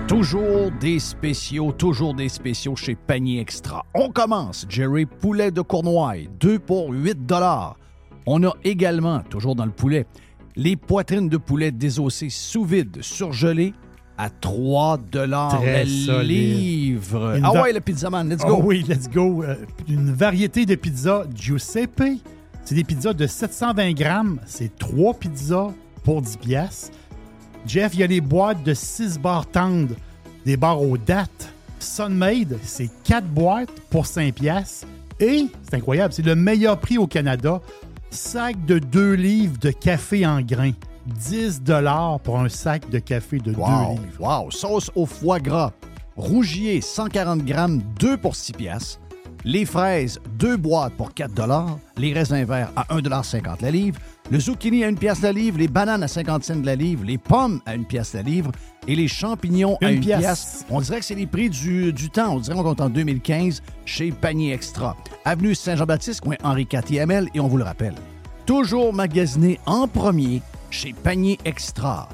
Toujours des spéciaux chez Panier Extra. On commence, Jerry, poulet de Cournoye, 2 pour 8 $. On a également, toujours dans le poulet, les poitrines de poulet désossées sous vide, surgelées, à 3 $ le livre. Ah ouais, le pizzaman, let's go! Oh oui, let's go. Une variété de pizzas Giuseppe. C'est des pizzas de 720 grammes. C'est 3 pizzas pour 10 piastres. Jeff, il y a les boîtes de 6 barres tendres, des barres aux dattes. Sunmade, c'est 4 boîtes pour 5 piastres. Et, c'est incroyable, c'est le meilleur prix au Canada. Sac de 2 livres de café en grains. 10 $ pour un sac de café de 2 livres. Wow! Sauce au foie gras. Rougier, 140 grammes, 2 pour 6 piastres. Les fraises, 2 boîtes pour 4 $. Les raisins verts à 1,50 $ la livre. Le zucchini à 1 piastre la livre. Les bananes à 50 cents la livre. Les pommes à 1 piastre la livre. Et les champignons à 1 piastre. On dirait que c'est les prix du temps. On dirait qu'on est en 2015 chez Panier Extra. Avenue Saint-Jean-Baptiste, coin Henri IV et on vous le rappelle. Toujours magasiné en premier chez Panier Extra.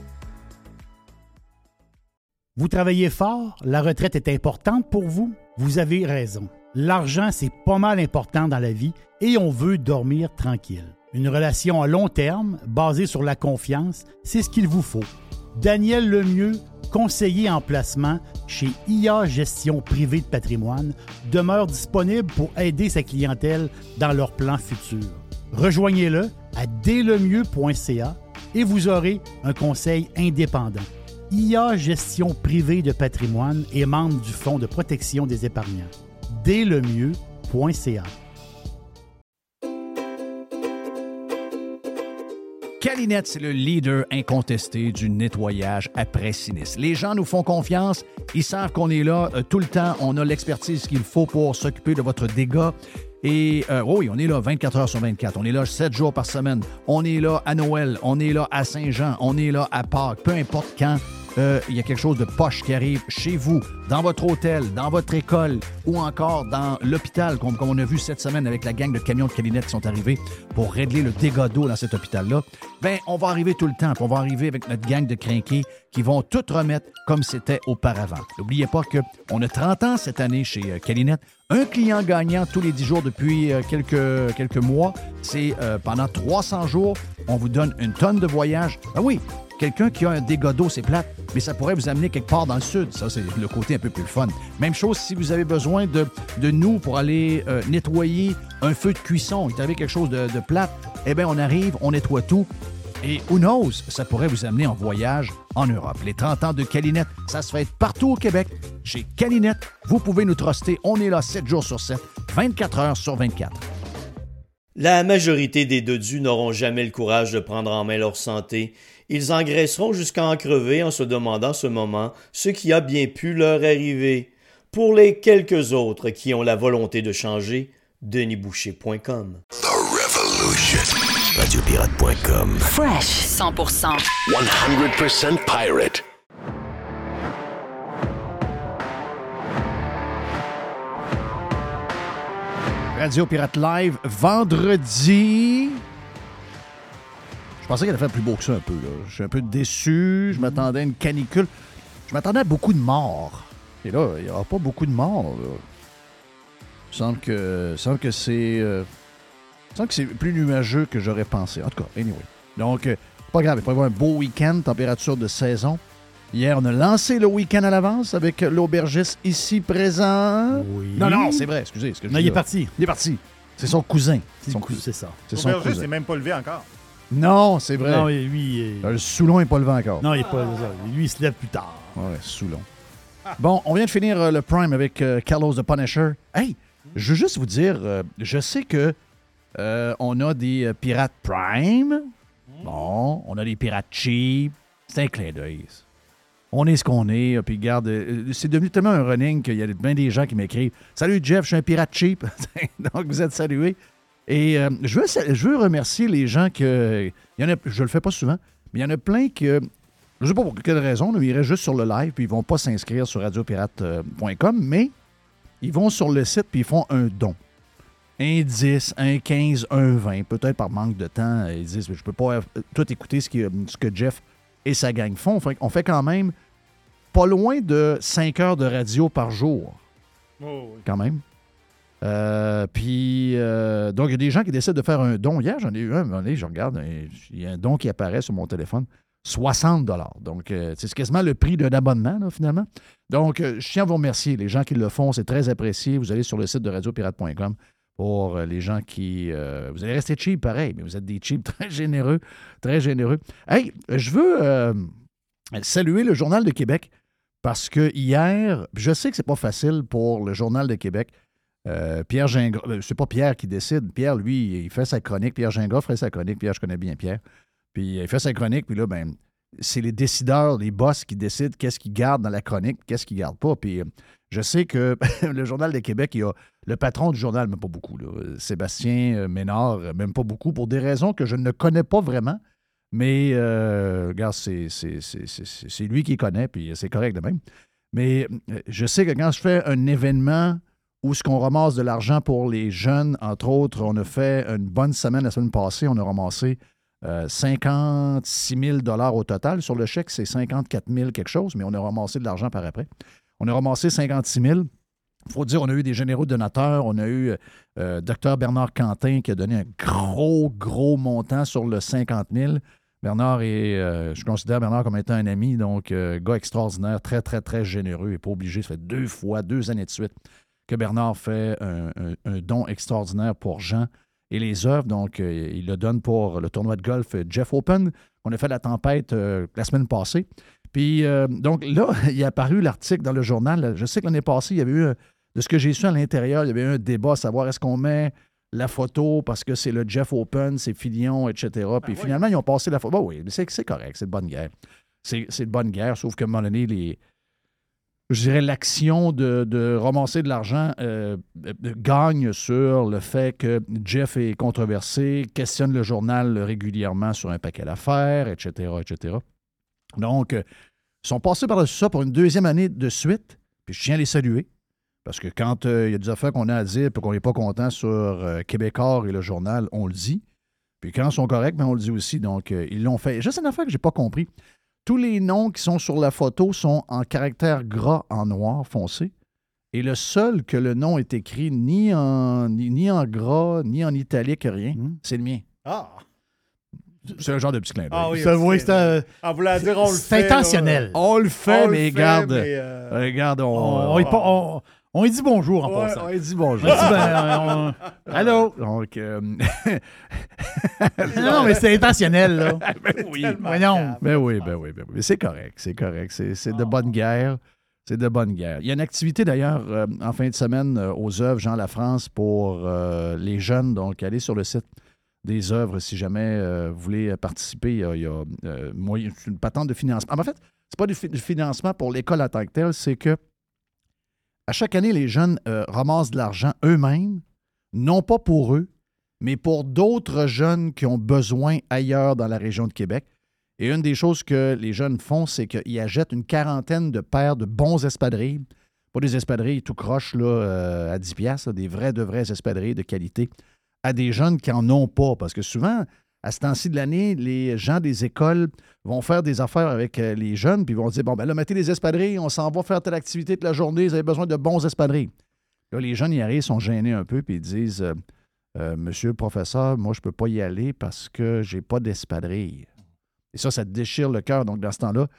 Vous travaillez fort? La retraite est importante pour vous? Vous avez raison. L'argent, c'est pas mal important dans la vie et on veut dormir tranquille. Une relation à long terme, basée sur la confiance, c'est ce qu'il vous faut. Daniel Lemieux, conseiller en placement chez IA Gestion Privée de Patrimoine, demeure disponible pour aider sa clientèle dans leurs plans futurs. Rejoignez-le à dlemieux.ca et vous aurez un conseil indépendant. IA Gestion Privée de Patrimoine est membre du Fonds de protection des épargnants. dlemieux.ca. Calinette, c'est le leader incontesté du nettoyage après sinistre. Les gens nous font confiance, ils savent qu'on est là tout le temps, on a l'expertise qu'il faut pour s'occuper de votre dégât. Et oui, on est là 24 heures sur 24, on est là 7 jours par semaine, on est là à Noël, on est là à Saint-Jean, on est là à Pâques, peu importe quand il y a quelque chose de poche qui arrive chez vous, dans votre hôtel, dans votre école ou encore dans l'hôpital, comme on a vu cette semaine avec la gang de camions de Calinette qui sont arrivés pour régler le dégât d'eau dans cet hôpital-là, bien, on va arriver tout le temps, puis on va arriver avec notre gang de crinqués qui vont tout remettre comme c'était auparavant. N'oubliez pas qu'on a 30 ans cette année chez Calinette. Un client gagnant tous les 10 jours depuis quelques mois. C'est pendant 300 jours, on vous donne une tonne de voyage. Ah oui, quelqu'un qui a un dégât d'eau, c'est plate, mais ça pourrait vous amener quelque part dans le sud. Ça, c'est le côté un peu plus fun. Même chose si vous avez besoin de nous pour aller nettoyer un feu de cuisson. Vous avez quelque chose de plate, eh bien, on arrive, on nettoie tout. Et who knows, ça pourrait vous amener en voyage en Europe. Les 30 ans de Calinette, ça se fait partout au Québec. Chez Calinette, vous pouvez nous truster. On est là 7 jours sur 7, 24 heures sur 24. La majorité des dodus n'auront jamais le courage de prendre en main leur santé. Ils engraisseront jusqu'à en crever en se demandant ce moment ce qui a bien pu leur arriver. Pour les quelques autres qui ont la volonté de changer, denisboucher.com. The Revolution. Radiopirate.com. Fresh 100%. 100% pirate. Radio Pirate Live, vendredi. Je pensais qu'elle allait faire plus beau que ça un peu. Là. Je suis un peu déçu. Je m'attendais à une canicule. Je m'attendais à beaucoup de morts. Et là, il n'y aura pas beaucoup de morts. Là. Il semble que c'est plus nuageux que j'aurais pensé. En tout cas, anyway. Donc, pas grave. Il va y avoir un beau week-end, température de saison. Hier, on a lancé le week-end à l'avance avec l'aubergiste ici présent. Oui. Non, c'est vrai. Excusez. Non, il est parti. Il est parti. C'est son cousin. C'est ça. C'est son L'aubergiste cousin. n'est même pas levé encore. Non, c'est vrai. Non, lui... Le Soulon n'est pas levé encore. Non, il n'est pas... Lui, il se lève plus tard. Ouais, Soulon. Bon, on vient de finir le Prime avec Carlos the Punisher. Hey, je veux juste vous dire, je sais que on a des pirates Prime. Bon, on a des pirates cheap. C'est un clin d'œil. On est ce qu'on est. Puis regarde, c'est devenu tellement un running qu'il y a bien des gens qui m'écrivent « Salut Jeff, je suis un pirate cheap. » Donc, vous êtes salués. Et je veux remercier les gens que... je le fais pas souvent, mais il y en a plein que... Je ne sais pas pour quelle raison, ils restent juste sur le live puis ils vont pas s'inscrire sur radiopirate.com, mais ils vont sur le site puis ils font un don. Un 10, un 15, un 20. Peut-être par manque de temps, ils disent « Je peux pas tout écouter ce que Jeff et sa gang font. » On fait quand même pas loin de 5 heures de radio par jour. Oh, oui. Quand même. Puis, donc, il y a des gens qui décident de faire un don. Hier, j'en ai eu un, mais je regarde, il y a un don qui apparaît sur mon téléphone. 60 $. Donc, c'est quasiment le prix d'un abonnement, là, finalement. Donc, je tiens à vous remercier. Les gens qui le font, c'est très apprécié. Vous allez sur le site de radiopirate.com pour les gens qui... vous allez rester cheap, pareil, mais vous êtes des cheap très généreux, très généreux. Hey, je veux saluer le Journal de Québec parce que hier, je sais que c'est pas facile pour le Journal de Québec. Pierre Gingras, c'est pas Pierre qui décide. Pierre, lui, il fait sa chronique. Pierre Gingras fait sa chronique. Pierre, je connais bien Pierre. Puis il fait sa chronique, puis là, ben, c'est les décideurs, les boss qui décident qu'est-ce qu'ils gardent dans la chronique, qu'est-ce qu'ils ne gardent pas. Puis je sais que le Journal de Québec, il y a le patron du journal, même pas beaucoup, là, Sébastien Ménard, même pas beaucoup, pour des raisons que je ne connais pas vraiment. Mais, regarde, c'est lui qui connaît, puis c'est correct de même. Mais je sais que quand je fais un événement où ce qu'on ramasse de l'argent pour les jeunes, entre autres, on a fait une bonne semaine la semaine passée, on a ramassé 56 000 $ au total. Sur le chèque, c'est 54 000 quelque chose, mais on a ramassé de l'argent par après. On a ramassé 56 000. Il faut dire, on a eu des généreux donateurs. On a eu Dr Bernard Quentin qui a donné un gros montant sur le 50 000. Bernard je considère Bernard comme étant un ami, donc gars extraordinaire, très, très, très généreux. Il n'est pas obligé. Ça fait 2 années de suite que Bernard fait un don extraordinaire pour Jean et les œuvres. Donc, il le donne pour le tournoi de golf Jeff Open. On a fait la tempête la semaine passée. Puis, donc là, il est apparu l'article dans le journal. Je sais que l'année passée, il y avait eu, de ce que j'ai su à l'intérieur, il y avait eu un débat à savoir est-ce qu'on met la photo parce que c'est le Jeff Open, c'est Filion, etc. Puis finalement, ils ont passé la photo. Oui, c'est correct, c'est de bonne guerre. C'est de bonne guerre, sauf qu'à un moment donné, je dirais l'action de ramasser de l'argent gagne sur le fait que Jeff est controversé, questionne le journal régulièrement sur un paquet d'affaires, etc., etc. Donc, ils sont passés par-dessus ça pour une 2e année de suite, puis je tiens à les saluer, parce que quand il y a des affaires qu'on a à dire et qu'on n'est pas content sur Québécois et le journal, on le dit. Puis quand ils sont corrects, on le dit aussi. Donc, ils l'ont fait. Juste une affaire que je n'ai pas compris. Tous les noms qui sont sur la photo sont en caractère gras en noir foncé. Et le seul que le nom est écrit ni en gras, ni en italique, rien, c'est le mien. Ah! C'est un genre de petit clin d'œil. Ah oui, en voulant dire, on le fait. C'est intentionnel. Là. On le fait, mais regarde, regarde, on y dit bonjour en passant. On y dit bonjour. Allô? Donc, non, mais c'est intentionnel, là. Ben oui. Ben oui. Mais c'est correct, c'est de bonne guerre. C'est de bonne guerre. Il y a une activité, d'ailleurs, en fin de semaine, aux œuvres Jean Lafrance pour les jeunes. Donc, allez sur le site des œuvres si jamais vous voulez participer. Il y a une patente de financement. En fait, c'est pas du financement pour l'école en tant que telle, c'est que à chaque année, les jeunes ramassent de l'argent eux-mêmes, non pas pour eux, mais pour d'autres jeunes qui ont besoin ailleurs dans la région de Québec. Et une des choses que les jeunes font, c'est qu'ils achètent une 40aine de paires de bons espadrilles. Pas des espadrilles tout croche là, à 10$, là, des vrais espadrilles de qualité, à des jeunes qui n'en ont pas. Parce que souvent, à ce temps-ci de l'année, les gens des écoles vont faire des affaires avec les jeunes, puis ils vont dire, bon, ben là, mettez les espadrilles, on s'en va faire telle activité toute la journée, vous avez besoin de bons espadrilles. Là, les jeunes y arrivent, sont gênés un peu, puis ils disent, monsieur le professeur, moi, je ne peux pas y aller parce que j'ai pas d'espadrilles. Et ça te déchire le cœur. Donc, dans ce temps-là,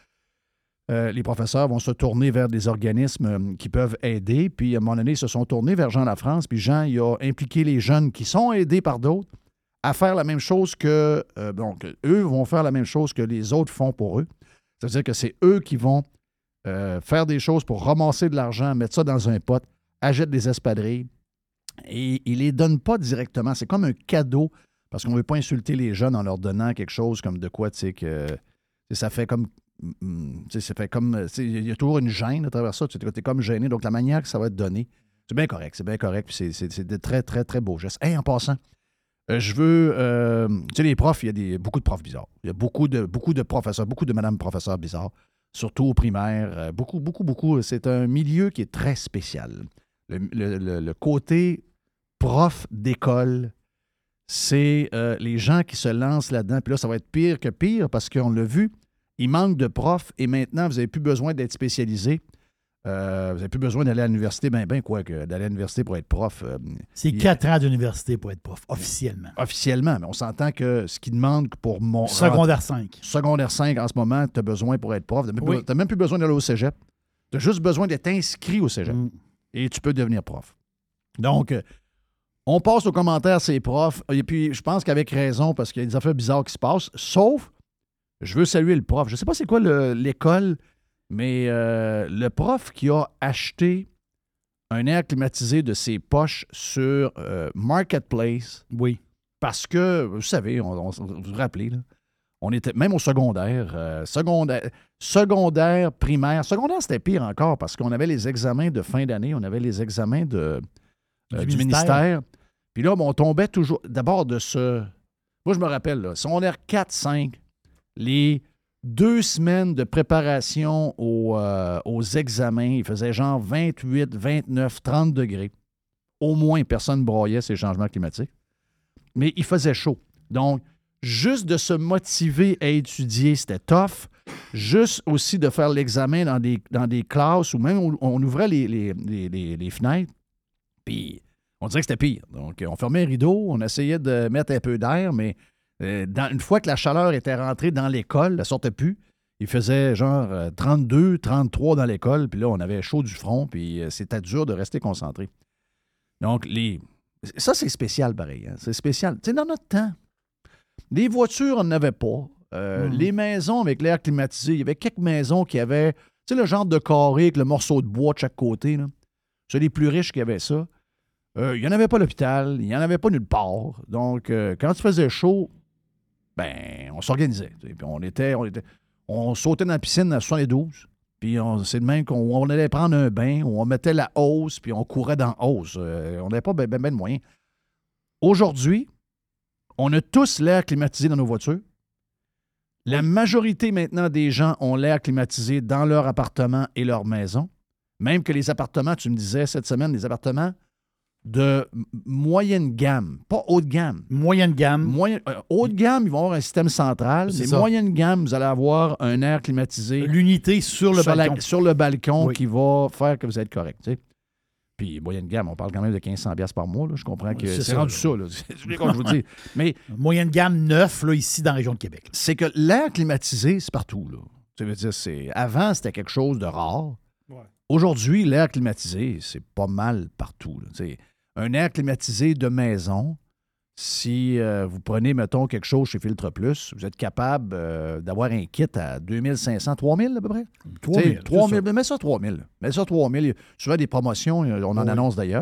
les professeurs vont se tourner vers des organismes qui peuvent aider. Puis, à un moment donné, ils se sont tournés vers Jean Lafrance. Puis, Jean, il a impliqué les jeunes qui sont aidés par d'autres à faire la même chose que... donc, eux vont faire la même chose que les autres font pour eux. C'est-à-dire que c'est eux qui vont faire des choses pour ramasser de l'argent, mettre ça dans un pot, achètent des espadrilles. Et ils ne les donnent pas directement. C'est comme un cadeau parce qu'on ne veut pas insulter les jeunes en leur donnant quelque chose comme de quoi, tu sais, que ça fait comme... Il y a toujours une gêne à travers ça. Tu es comme gêné. Donc, la manière que ça va être donné, c'est bien correct. Puis c'est de très, très, très beaux gestes. Hey, en passant, je veux... tu sais, les profs, il y a beaucoup de profs bizarres. Il y a beaucoup de professeurs, beaucoup de madame professeurs bizarres, surtout au primaire. Beaucoup. C'est un milieu qui est très spécial. Le côté prof d'école, c'est les gens qui se lancent là-dedans. Puis là, ça va être pire que pire parce qu'on l'a vu. il manque de profs et maintenant, vous n'avez plus besoin d'être spécialisé. Vous n'avez plus besoin d'aller à l'université, d'aller à l'université pour être prof. C'est 4 ans d'université pour être prof, officiellement. Officiellement, mais on s'entend que ce qui demande pour mon... Secondaire 5. Secondaire 5, en ce moment, tu as besoin pour être prof. Tu Oui. n'as même plus besoin d'aller au cégep. Tu as juste besoin d'être inscrit au cégep. Et tu peux devenir prof. Donc, on passe aux commentaires, ces profs. Et puis, je pense qu'avec raison, parce qu'il y a des affaires bizarres qui se passent. Sauf, je veux saluer le prof. Je ne sais pas c'est quoi l'école, mais le prof qui a acheté un air climatisé de ses poches sur Marketplace. Oui. Parce que, vous savez, vous vous rappelez, là, on était même au secondaire, secondaire, primaire. Secondaire, c'était pire encore parce qu'on avait les examens de fin d'année, on avait les examens du ministère. Puis là, on tombait toujours, d'abord de ce... Moi, je me rappelle, là, secondaire 4-5, les 2 semaines de préparation aux examens, il faisait genre 28, 29, 30 degrés. Au moins, personne ne broyait ces changements climatiques. Mais il faisait chaud. Donc, juste de se motiver à étudier, c'était tough. Juste aussi de faire l'examen dans des classes où même on ouvrait les fenêtres, puis on dirait que c'était pire. Donc, on fermait les rideaux, on essayait de mettre un peu d'air, mais une fois que la chaleur était rentrée dans l'école, elle ne sortait plus. Il faisait genre 32, 33 dans l'école, puis là, on avait chaud du front, puis c'était dur de rester concentré. Donc, ça, c'est spécial, pareil. Hein? C'est spécial. Tu sais, dans notre temps, les voitures, on n'avait pas. Les maisons avec l'air climatisé, il y avait quelques maisons qui avaient, tu sais, le genre de carré avec le morceau de bois de chaque côté. Là. C'est les plus riches qui avaient ça. Il n'y en avait pas à l'hôpital, il n'y en avait pas nulle part. Donc, quand il faisait chaud, ben, on s'organisait. Puis on sautait dans la piscine à 72. Puis c'est de même qu'on allait prendre un bain, on mettait la hausse, puis on courait dans la hausse. On n'avait pas ben de moyens. Aujourd'hui, on a tous l'air climatisé dans nos voitures. La majorité maintenant des gens ont l'air climatisé dans leur appartement et leur maison. Même que les appartements, tu me disais cette semaine, les appartements de moyenne gamme, pas haut de gamme. Moyenne gamme. Haut de gamme, ils vont avoir un système central. Mais moyenne gamme, vous allez avoir un air climatisé. L'unité sur le balcon. Sur le balcon oui. Qui va faire que vous êtes correct. Tu sais. Puis moyenne gamme, on parle quand même de 1500$ par mois. Là. Je comprends que c'est rendu ça. Là. C'est comme je vous dis. Mais, moyenne gamme 9 là, ici dans la région de Québec. Là. C'est que l'air climatisé, c'est partout. Là. Ça veut dire, avant, c'était quelque chose de rare. Ouais. Aujourd'hui, l'air climatisé, c'est pas mal partout. Là. Un air climatisé de maison, si vous prenez, mettons, quelque chose chez Filtre Plus, vous êtes capable d'avoir un kit à 2500, 3000 à peu près? 3000. 3000, mets ça 3000. Mets ça 3000. Il y a souvent des promotions, on en annonce d'ailleurs.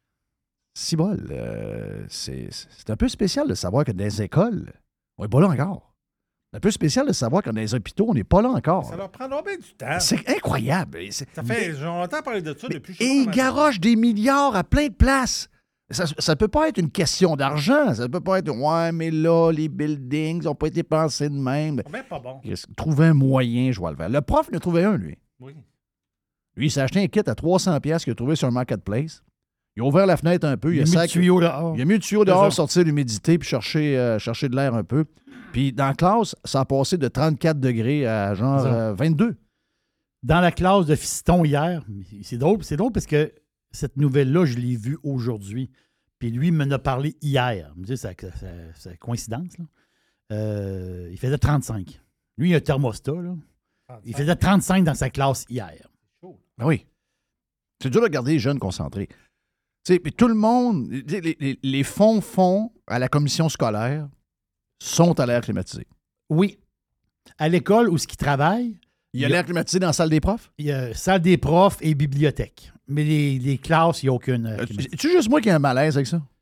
Si bol, c'est un peu spécial de savoir que dans les écoles, on n'est pas là encore. C'est un peu spécial de savoir que dans les hôpitaux, on n'est pas là encore. Ça leur prendra bien du temps. C'est incroyable. Ça fait longtemps parler de ça depuis... Et ils garochent des milliards à plein de places. Ça ne peut pas être une question d'argent. Ça ne peut pas être « Ouais, mais là, les buildings n'ont pas été pensés de même. » C'est pas bon. Trouver un moyen, je vais le faire. Le prof, il a trouvé un, lui. Oui. Lui, il s'est acheté un kit à 300$ qu'il a trouvé sur un marketplace. Il a ouvert la fenêtre un peu. Il a mis le tuyau dehors. Il a mis le tuyau dehors, sortir l'humidité puis chercher de l'air un peu. Puis dans la classe, ça a passé de 34 degrés à genre 22. Dans la classe de fiston hier, c'est drôle parce que cette nouvelle-là, je l'ai vue aujourd'hui. Puis lui, il m'en a parlé hier. Je me dis, c'est coïncidence. Là. Il faisait 35. Lui, il a un thermostat. Là. 35. Il faisait 35 dans sa classe hier. Ben oui. C'est dur de garder les jeunes concentrés. Puis tout le monde, les fonds à la commission scolaire sont à l'air climatisé. Oui. À l'école où ce qui travaille... Il y a l'air climatisé dans la salle des profs? Il y a salle des profs et bibliothèque. Mais les classes, il n'y a aucune... C'est juste moi qui ai un malaise avec ça?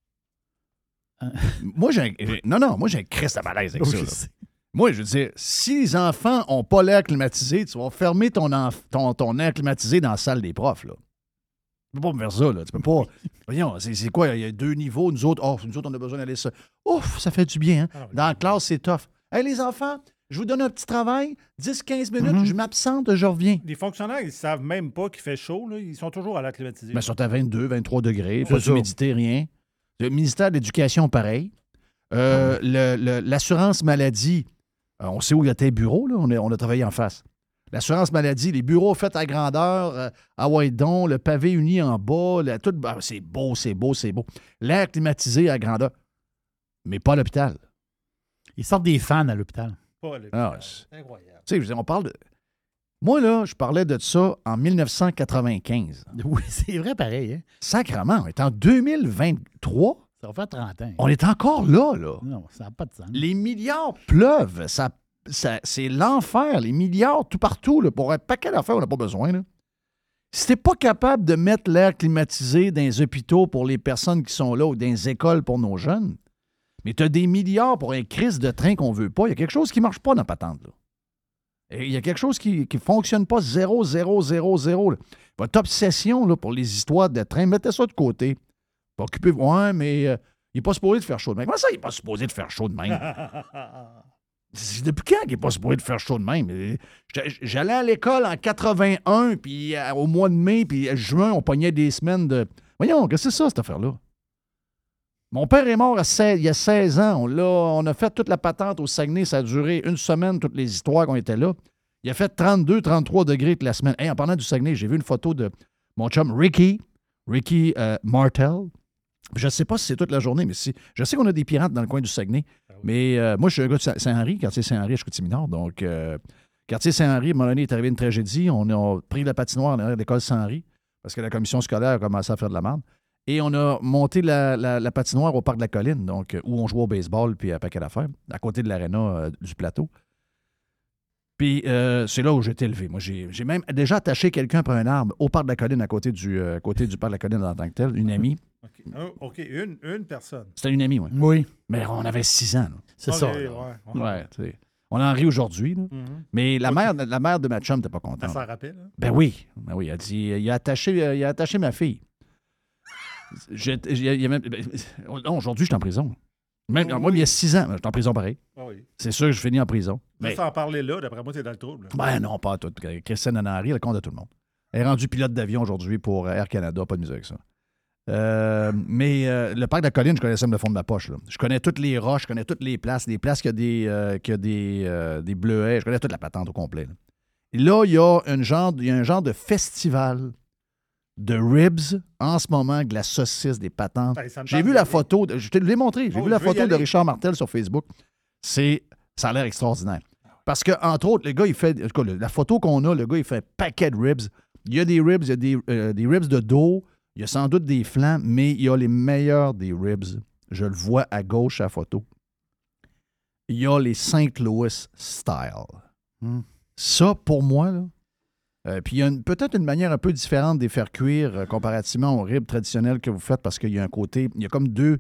Moi, j'ai un Christ de malaise avec ça. Moi, je veux dire, si les enfants n'ont pas l'air climatisé, tu vas fermer ton air climatisé dans la salle des profs, là. Tu peux pas me faire ça, là. Tu peux pas... Voyons, c'est quoi? Il y a 2 niveaux. Nous autres, on a besoin d'aller ça. Ouf, ça fait du bien, hein? Dans la classe, c'est tough. Hey, les enfants, je vous donne un petit travail, 10-15 minutes, je m'absente, je reviens. Les fonctionnaires, ils ne savent même pas qu'il fait chaud, là. Ils sont toujours à l'air climatisé. Ben, ils sont à 22, 23 degrés, pas d'humidité, rien. Le ministère de l'Éducation, pareil. L'assurance maladie, On sait où il y a tes bureaux, là. On a travaillé en face. L'assurance maladie, les bureaux faits à grandeur, à Waidon, le pavé uni en bas, tout, c'est beau, c'est beau, c'est beau. L'air climatisé à grandeur. Mais pas à l'hôpital. Ils sortent des fans à l'hôpital. Pas le C'est incroyable. Tu sais, je veux dire, on parle de... Moi, là, je parlais de ça en 1995. Oui, c'est vrai pareil. Hein? Sacrement, on est en 2023. Ça va faire 30 ans. On est encore là, là. Non, ça n'a pas de sens. Les milliards pleuvent. C'est l'enfer. Les milliards tout partout, là, pour un paquet d'affaires, on n'a pas besoin. Là. Si t'es pas capable de mettre l'air climatisé dans les hôpitaux pour les personnes qui sont là ou dans les écoles pour nos jeunes, mais tu as des milliards pour un crise de train qu'on veut pas, il y a quelque chose qui ne marche pas dans la patente. Là. Il y a quelque chose qui ne fonctionne pas 0, 0, 0, 0. Là. Votre obsession là, pour les histoires de train, mettez ça de côté. Occupez-vous. Ouais, mais il n'est pas supposé de faire chaud de même. Comment ça, il n'est pas supposé de faire chaud de même? C'est depuis quand qu'il n'est pas supposé de faire chaud de même? J'allais à l'école en 81, puis au mois de mai, puis juin, on pognait des semaines de... Voyons, qu'est-ce que c'est ça, cette affaire-là? Mon père est mort il y a 16 ans. On a fait toute la patente au Saguenay. Ça a duré une semaine, toutes les histoires qu'on était là. Il a fait 32, 33 degrés toute la semaine. Hey, en parlant du Saguenay, j'ai vu une photo de mon chum Ricky Martel. Je ne sais pas si c'est toute la journée, mais je sais qu'on a des pirates dans le coin du Saguenay. Mais moi, je suis un gars de Saint-Henri, quartier Saint-Henri à Chicoutimi-Nord. Donc, quartier Saint-Henri, à un moment donné, est arrivé une tragédie. On a pris la patinoire derrière l'école Saint-Henri parce que la commission scolaire a commencé à faire de la merde. Et on a monté la patinoire au Parc de la Colline, donc où on jouait au baseball puis à paquet d'affaires, à côté de l'aréna du plateau. Puis c'est là où j'ai été élevé. Moi, j'ai même déjà attaché quelqu'un après un arbre au Parc de la Colline, à côté du Parc de la Colline en tant que tel, une amie. OK, une personne. C'était une amie, oui. Oui. Mais on avait 6 ans. Là. C'est ça. Ouais, tu sais. On en rit aujourd'hui, là. Mais la mère de ma chum n'était pas contente. Elle s'en rappelle? Hein? Ben oui. Elle dit, il a attaché ma fille. Non, aujourd'hui, je suis en prison. Même, moi, il y a 6 ans, je suis en prison pareil. Oh oui. C'est sûr que je finis en prison. Juste en parler là, d'après moi, t'es dans le trouble. Ben non, pas tout. Christine Henry, elle compte de tout le monde. Elle est rendue pilote d'avion aujourd'hui pour Air Canada, pas de misère avec ça. Mais le Parc de la Colline, je connaissais le fond de ma poche. Là. Je connais toutes les roches, je connais toutes les places qui a des bleuets, je connais toute la patente au complet. Là. Et là, il y a un genre de festival de ribs en ce moment, avec de la saucisse, des patentes. J'ai vu la photo, je te l'ai montré, j'ai vu la photo de Richard Martel sur Facebook. Ça a l'air extraordinaire. Parce que, entre autres, le gars, il fait, en tout cas, la photo qu'on a, le gars, il fait un paquet de ribs. Il y a des ribs, il y a des ribs de dos, il y a sans doute des flancs, mais il y a les meilleurs des ribs. Je le vois à gauche à la photo. Il y a les St. Louis style. Ça, pour moi, là, puis il y a peut-être une manière un peu différente de les faire cuire comparativement aux ribs traditionnels que vous faites parce qu'il y a un côté, il y a comme deux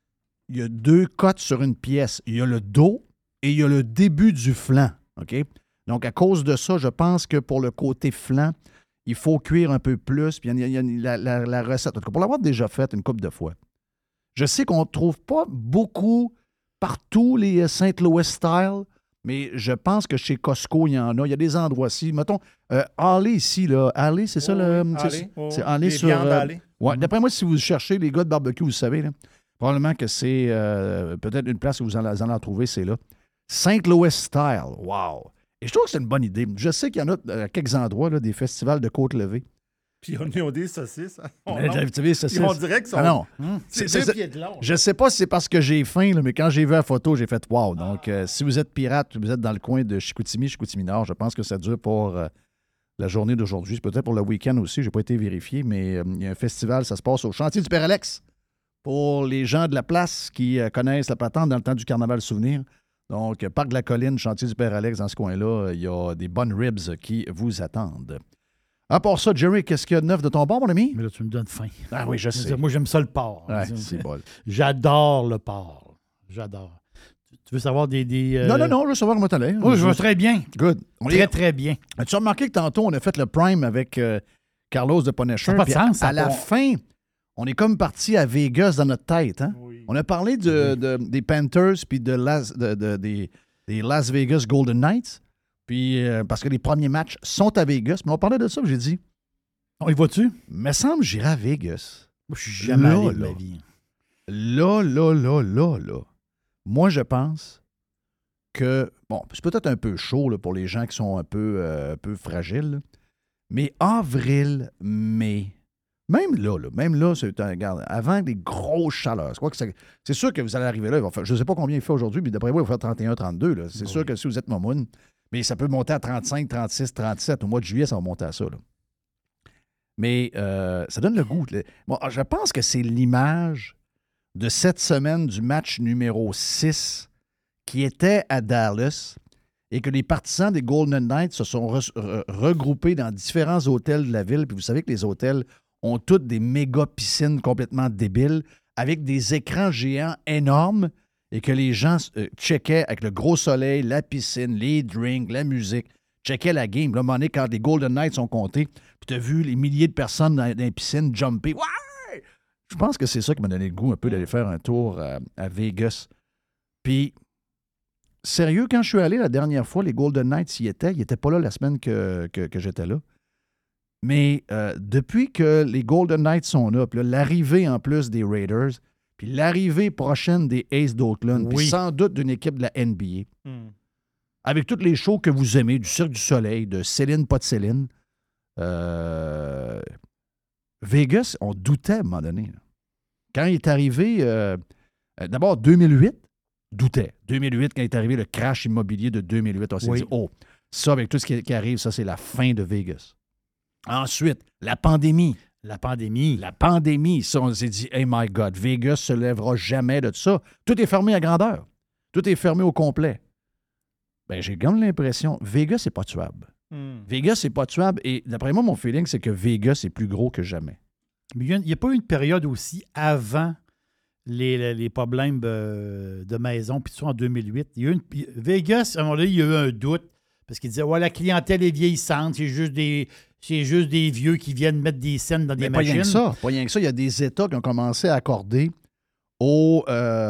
côtes sur une pièce. Il y a le dos et il y a le début du flanc. OK? Donc, à cause de ça, je pense que pour le côté flanc, il faut cuire un peu plus. Puis il y a la recette. En tout cas, pour l'avoir déjà faite une couple de fois, je sais qu'on ne trouve pas beaucoup partout les St. Louis style. Mais je pense que chez Costco, il y en a. Il y a des endroits ici. Mettons, Alley ici, là. Alley, c'est ça, le... C'est Alley sur... Ouais, d'après moi, si vous cherchez les gars de barbecue, vous savez, là, probablement que c'est peut-être une place où vous en trouver, c'est là. St. Louis style. Wow! Et je trouve que c'est une bonne idée. Je sais qu'il y en a à quelques endroits, là, des festivals de côte levée. Puis ils ont des saucisses. Vous savez, saucisses. Ils ont direct qu'ils sont... Ah non. C'est 2 pieds de long. Je ne sais pas si c'est parce que j'ai faim, là, mais quand j'ai vu la photo, j'ai fait « wow ». Donc, si vous êtes pirate, vous êtes dans le coin de Chicoutimi-Nord, je pense que ça dure pour la journée d'aujourd'hui. C'est peut-être pour le week-end aussi, je n'ai pas été vérifié, mais il y a un festival, ça se passe au Chantier du Père Alex. Pour les gens de la place qui connaissent la patente dans le temps du Carnaval Souvenir. Donc, Parc de la Colline, Chantier du Père Alex, dans ce coin-là, il y a des bonnes ribs qui vous attendent. À part ça, Jerry, qu'est-ce qu'il y a de neuf de ton bord, mon ami? Mais là, tu me donnes faim. Ah oui, je sais. Moi, j'aime ça le porc. Ouais, c'est bon. J'adore le porc. J'adore. Tu veux savoir des... Non, je veux savoir comment t'allais. Oui, je veux très bien. Good. Très bien. As-tu remarqué que tantôt, on a fait le Prime avec Carlos de Punisher? Ça n'a pas de sens. À la fin, on est comme parti à Vegas dans notre tête. Hein? Oui. On a parlé des Panthers puis des Las Vegas Golden Knights. Puis, parce que les premiers matchs sont à Vegas. Mais on parlait de ça, j'ai dit, on y va-tu? Me semble que j'irai à Vegas. Moi, je suis jamais allé de ma vie. Là. Moi, je pense que, bon, c'est peut-être un peu chaud là, pour les gens qui sont un peu fragiles, là, mais avril, mai, même là, regarde, avant les grosses chaleurs, c'est sûr que vous allez arriver là, je ne sais pas combien il fait aujourd'hui, mais d'après moi, il va faire 31, 32. Là. C'est sûr que si vous êtes momoun, mais ça peut monter à 35, 36, 37. Au mois de juillet, ça va monter à ça. Là. Mais ça donne le goût. Bon, je pense que c'est l'image de cette semaine du match numéro 6 qui était à Dallas et que les partisans des Golden Knights se sont regroupés dans différents hôtels de la ville. Puis vous savez que les hôtels ont toutes des méga piscines complètement débiles avec des écrans géants énormes et que les gens checkaient avec le gros soleil, la piscine, les drinks, la musique, checkaient la game. Là, à un moment donné, quand les Golden Knights sont comptés, puis tu as vu les milliers de personnes dans les piscines jumper. Ouais! Je pense que c'est ça qui m'a donné le goût un peu d'aller faire un tour à Vegas. Puis, sérieux, quand je suis allé la dernière fois, les Golden Knights y étaient. Ils n'étaient pas là la semaine que j'étais là. Mais depuis que les Golden Knights sont là, puis là, l'arrivée en plus des Raiders, puis l'arrivée prochaine des Aces d'Oakland, puis sans doute d'une équipe de la NBA, avec tous les shows que vous aimez, du Cirque du Soleil, de Céline, pas de Céline, Vegas, on doutait à un moment donné. Là. Quand il est arrivé, d'abord 2008, doutait. 2008, quand il est arrivé le crash immobilier de 2008, on s'est dit, ça, avec tout ce qui arrive, ça, c'est la fin de Vegas. Ensuite, la pandémie. La pandémie, ça, on s'est dit, hey my God, Vegas se lèvera jamais de ça. Tout est fermé à grandeur. Tout est fermé au complet. Ben, j'ai comme l'impression, Vegas, c'est pas tuable. Vegas, c'est pas tuable. Et d'après moi, mon feeling, c'est que Vegas est plus gros que jamais. Mais il n'y a pas eu une période aussi avant les problèmes de maison, puis tout ça en 2008. Vegas, à un moment donné, il y a eu un doute, parce qu'il disait, la clientèle est vieillissante, c'est juste des vieux qui viennent mettre des scènes dans des machines. Pas rien que ça. Il y a des États qui ont commencé à accorder aux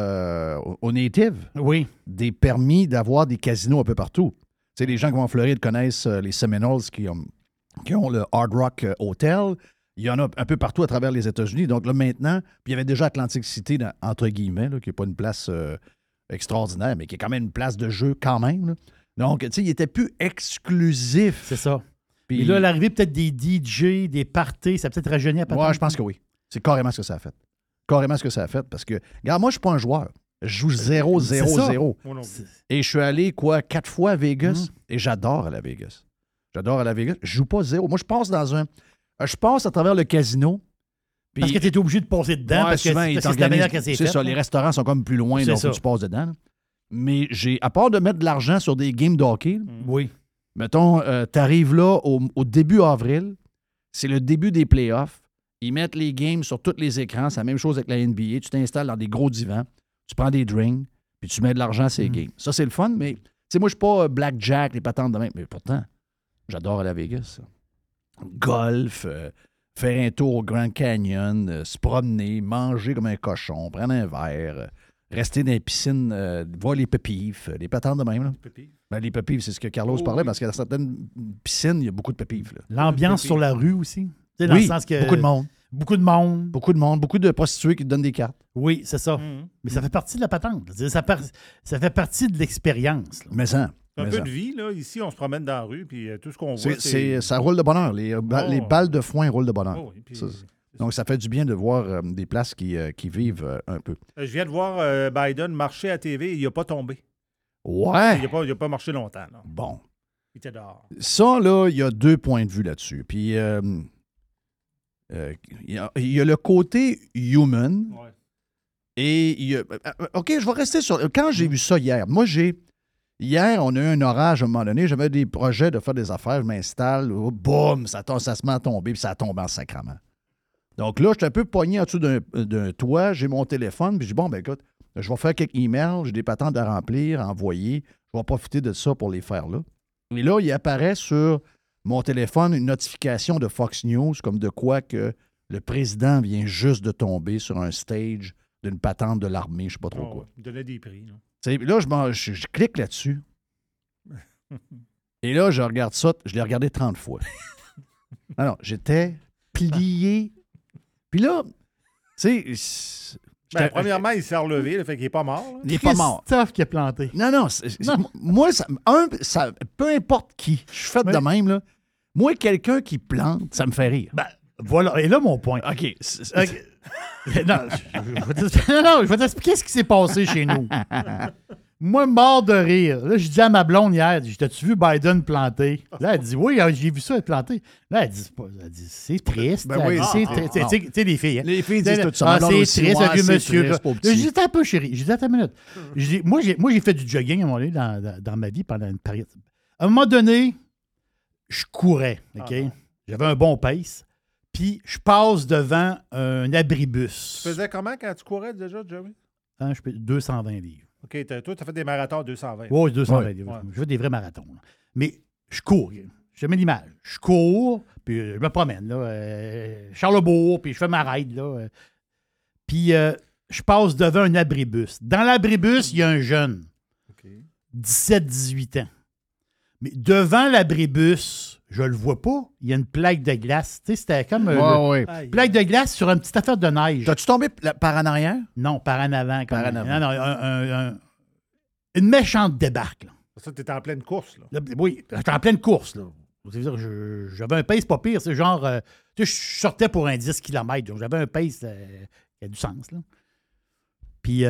natives des permis d'avoir des casinos un peu partout. Tu sais, les gens qui vont en Floride connaissent les Seminoles qui ont le Hard Rock Hotel. Il y en a un peu partout à travers les États-Unis. Donc là, maintenant, puis il y avait déjà Atlantic City, entre guillemets, là, qui n'est pas une place extraordinaire, mais qui est quand même une place de jeu quand même. Là. Donc, tu sais, il n'était plus exclusif. C'est ça. Puis et là, l'arrivée peut-être des DJ, des parties, ça a peut-être rajeuni à patente. Ouais, je pense que oui. C'est carrément ce que ça a fait. Carrément ce que ça a fait. Parce que, regarde, moi, je ne suis pas un joueur. Je joue 0-0-0. Et je suis allé, 4 fois à Vegas. Et j'adore aller à Vegas. Je ne joue pas 0. Moi, je passe à travers le casino. Puis, parce que tu es obligé de passer dedans. Parce que c'est la manière que c'est fait. C'est ça, les restaurants sont comme plus loin, donc tu passes dedans. Là. Mais à part de mettre de l'argent sur des games de hockey, mettons, tu arrives là au début avril, c'est le début des playoffs. Ils mettent les games sur tous les écrans. C'est la même chose avec la NBA. Tu t'installes dans des gros divans, tu prends des drinks, puis tu mets de l'argent sur les games. Ça, c'est le fun, mais tu sais, moi, je suis pas blackjack, les patentes de même. Mais pourtant, j'adore aller à Vegas. Ça. Golf, faire un tour au Grand Canyon, se promener, manger comme un cochon, prendre un verre, rester dans les piscines, voir les pépifs, les patentes de même. Là. Les pépifs, c'est ce que Carlos parlait, parce que dans certaines piscines, il y a beaucoup de pépifs. Là. L'ambiance sur la rue aussi. Dans le sens que beaucoup de monde. Beaucoup de monde. Beaucoup de prostituées qui te donnent des cartes. Oui, c'est ça. Mais ça fait partie de la patente. Ça fait partie de l'expérience. Là. Mais ça. Un peu de vie, là. Ici, on se promène dans la rue, puis tout ce qu'on voit, ça roule de bonheur. Les balles de foin roulent de bonheur. Oui, puis, donc, ça fait du bien de voir des places qui vivent un peu. Je viens de voir Biden marcher à TV et il n'a pas tombé. Ouais. Il n'a pas marché longtemps. Là. Bon. Il était dehors. Ça, là, il y a 2 points de vue là-dessus. Puis, il y a le côté human. Ouais. Et il y a... OK, je vais rester sur... Quand j'ai vu ça hier, hier, on a eu un orage à un moment donné. J'avais des projets de faire des affaires. Je m'installe. Boum! Ça se met à tomber. Puis ça tombe en sacrament. Donc là, je suis un peu pogné en dessous d'un toit. J'ai mon téléphone. Puis je dis, bon, ben écoute, je vais faire quelques emails. J'ai des patentes à remplir, à envoyer. Je vais profiter de ça pour les faire là. Et là, il apparaît sur mon téléphone une notification de Fox News comme de quoi que le président vient juste de tomber sur un stage d'une patente de l'armée. Je ne sais pas trop quoi. Il donnait des prix. Là, je clique là-dessus. Et là, je regarde ça. Je l'ai regardé 30 fois. Alors, j'étais plié. Puis là, tu sais, Premièrement, il s'est relevé, le fait qu'il n'est pas mort. Là. Il n'est pas mort. Christophe qui a planté. Non. Moi, ça, peu importe qui, je suis fait de même, là. Moi, quelqu'un qui plante, ça me fait rire. Ben, voilà. Et là, mon point. OK. Non, je vais t'expliquer ce qui s'est passé chez nous. Moi, mort de rire. Là, je dis à ma blonde hier, t'as-tu vu Biden planter? Là, elle dit, oui, j'ai vu ça être planté. Là, elle dit, c'est triste. Ben oui, c'est triste. Tu sais, les filles. Hein? Les filles disent tout ça. C'est triste, un vieux monsieur. Là, je dis, attends un peu, chérie. Je dis, attends une minute. Je dis, moi, j'ai fait du jogging à un moment donné dans ma vie pendant une période. À un moment donné, je courais, OK? J'avais un bon pace. Puis, je passe devant un abribus. Tu faisais comment quand tu courais déjà, Joey? Hein, je fais 220 livres. OK, toi, tu as fait des marathons à 220. Oui, 220 livres. Ouais. Je fais des vrais marathons. Là. Mais je cours. Je te mets l'image. Je cours, puis je me promène. Là, Charlesbourg, puis je fais ma ride. Là, puis je passe devant un abribus. Dans l'abribus, il y a un jeune. 17-18 ans. Mais devant l'abribus, je le vois pas. Il y a une plaque de glace. Tu sais, c'était comme une plaque de glace sur une petite affaire de neige. T'as-tu tombé par en arrière? Non, par en avant. Par en avant. Non, une méchante débarque. Là. Ça, tu étais en pleine course. Là. Oui, j'étais en pleine course. Là. C'est-à-dire, j'avais un pace pas pire. C'est genre, tu sais, je sortais pour un 10 km. J'avais un pace qui a du sens. Là. Puis,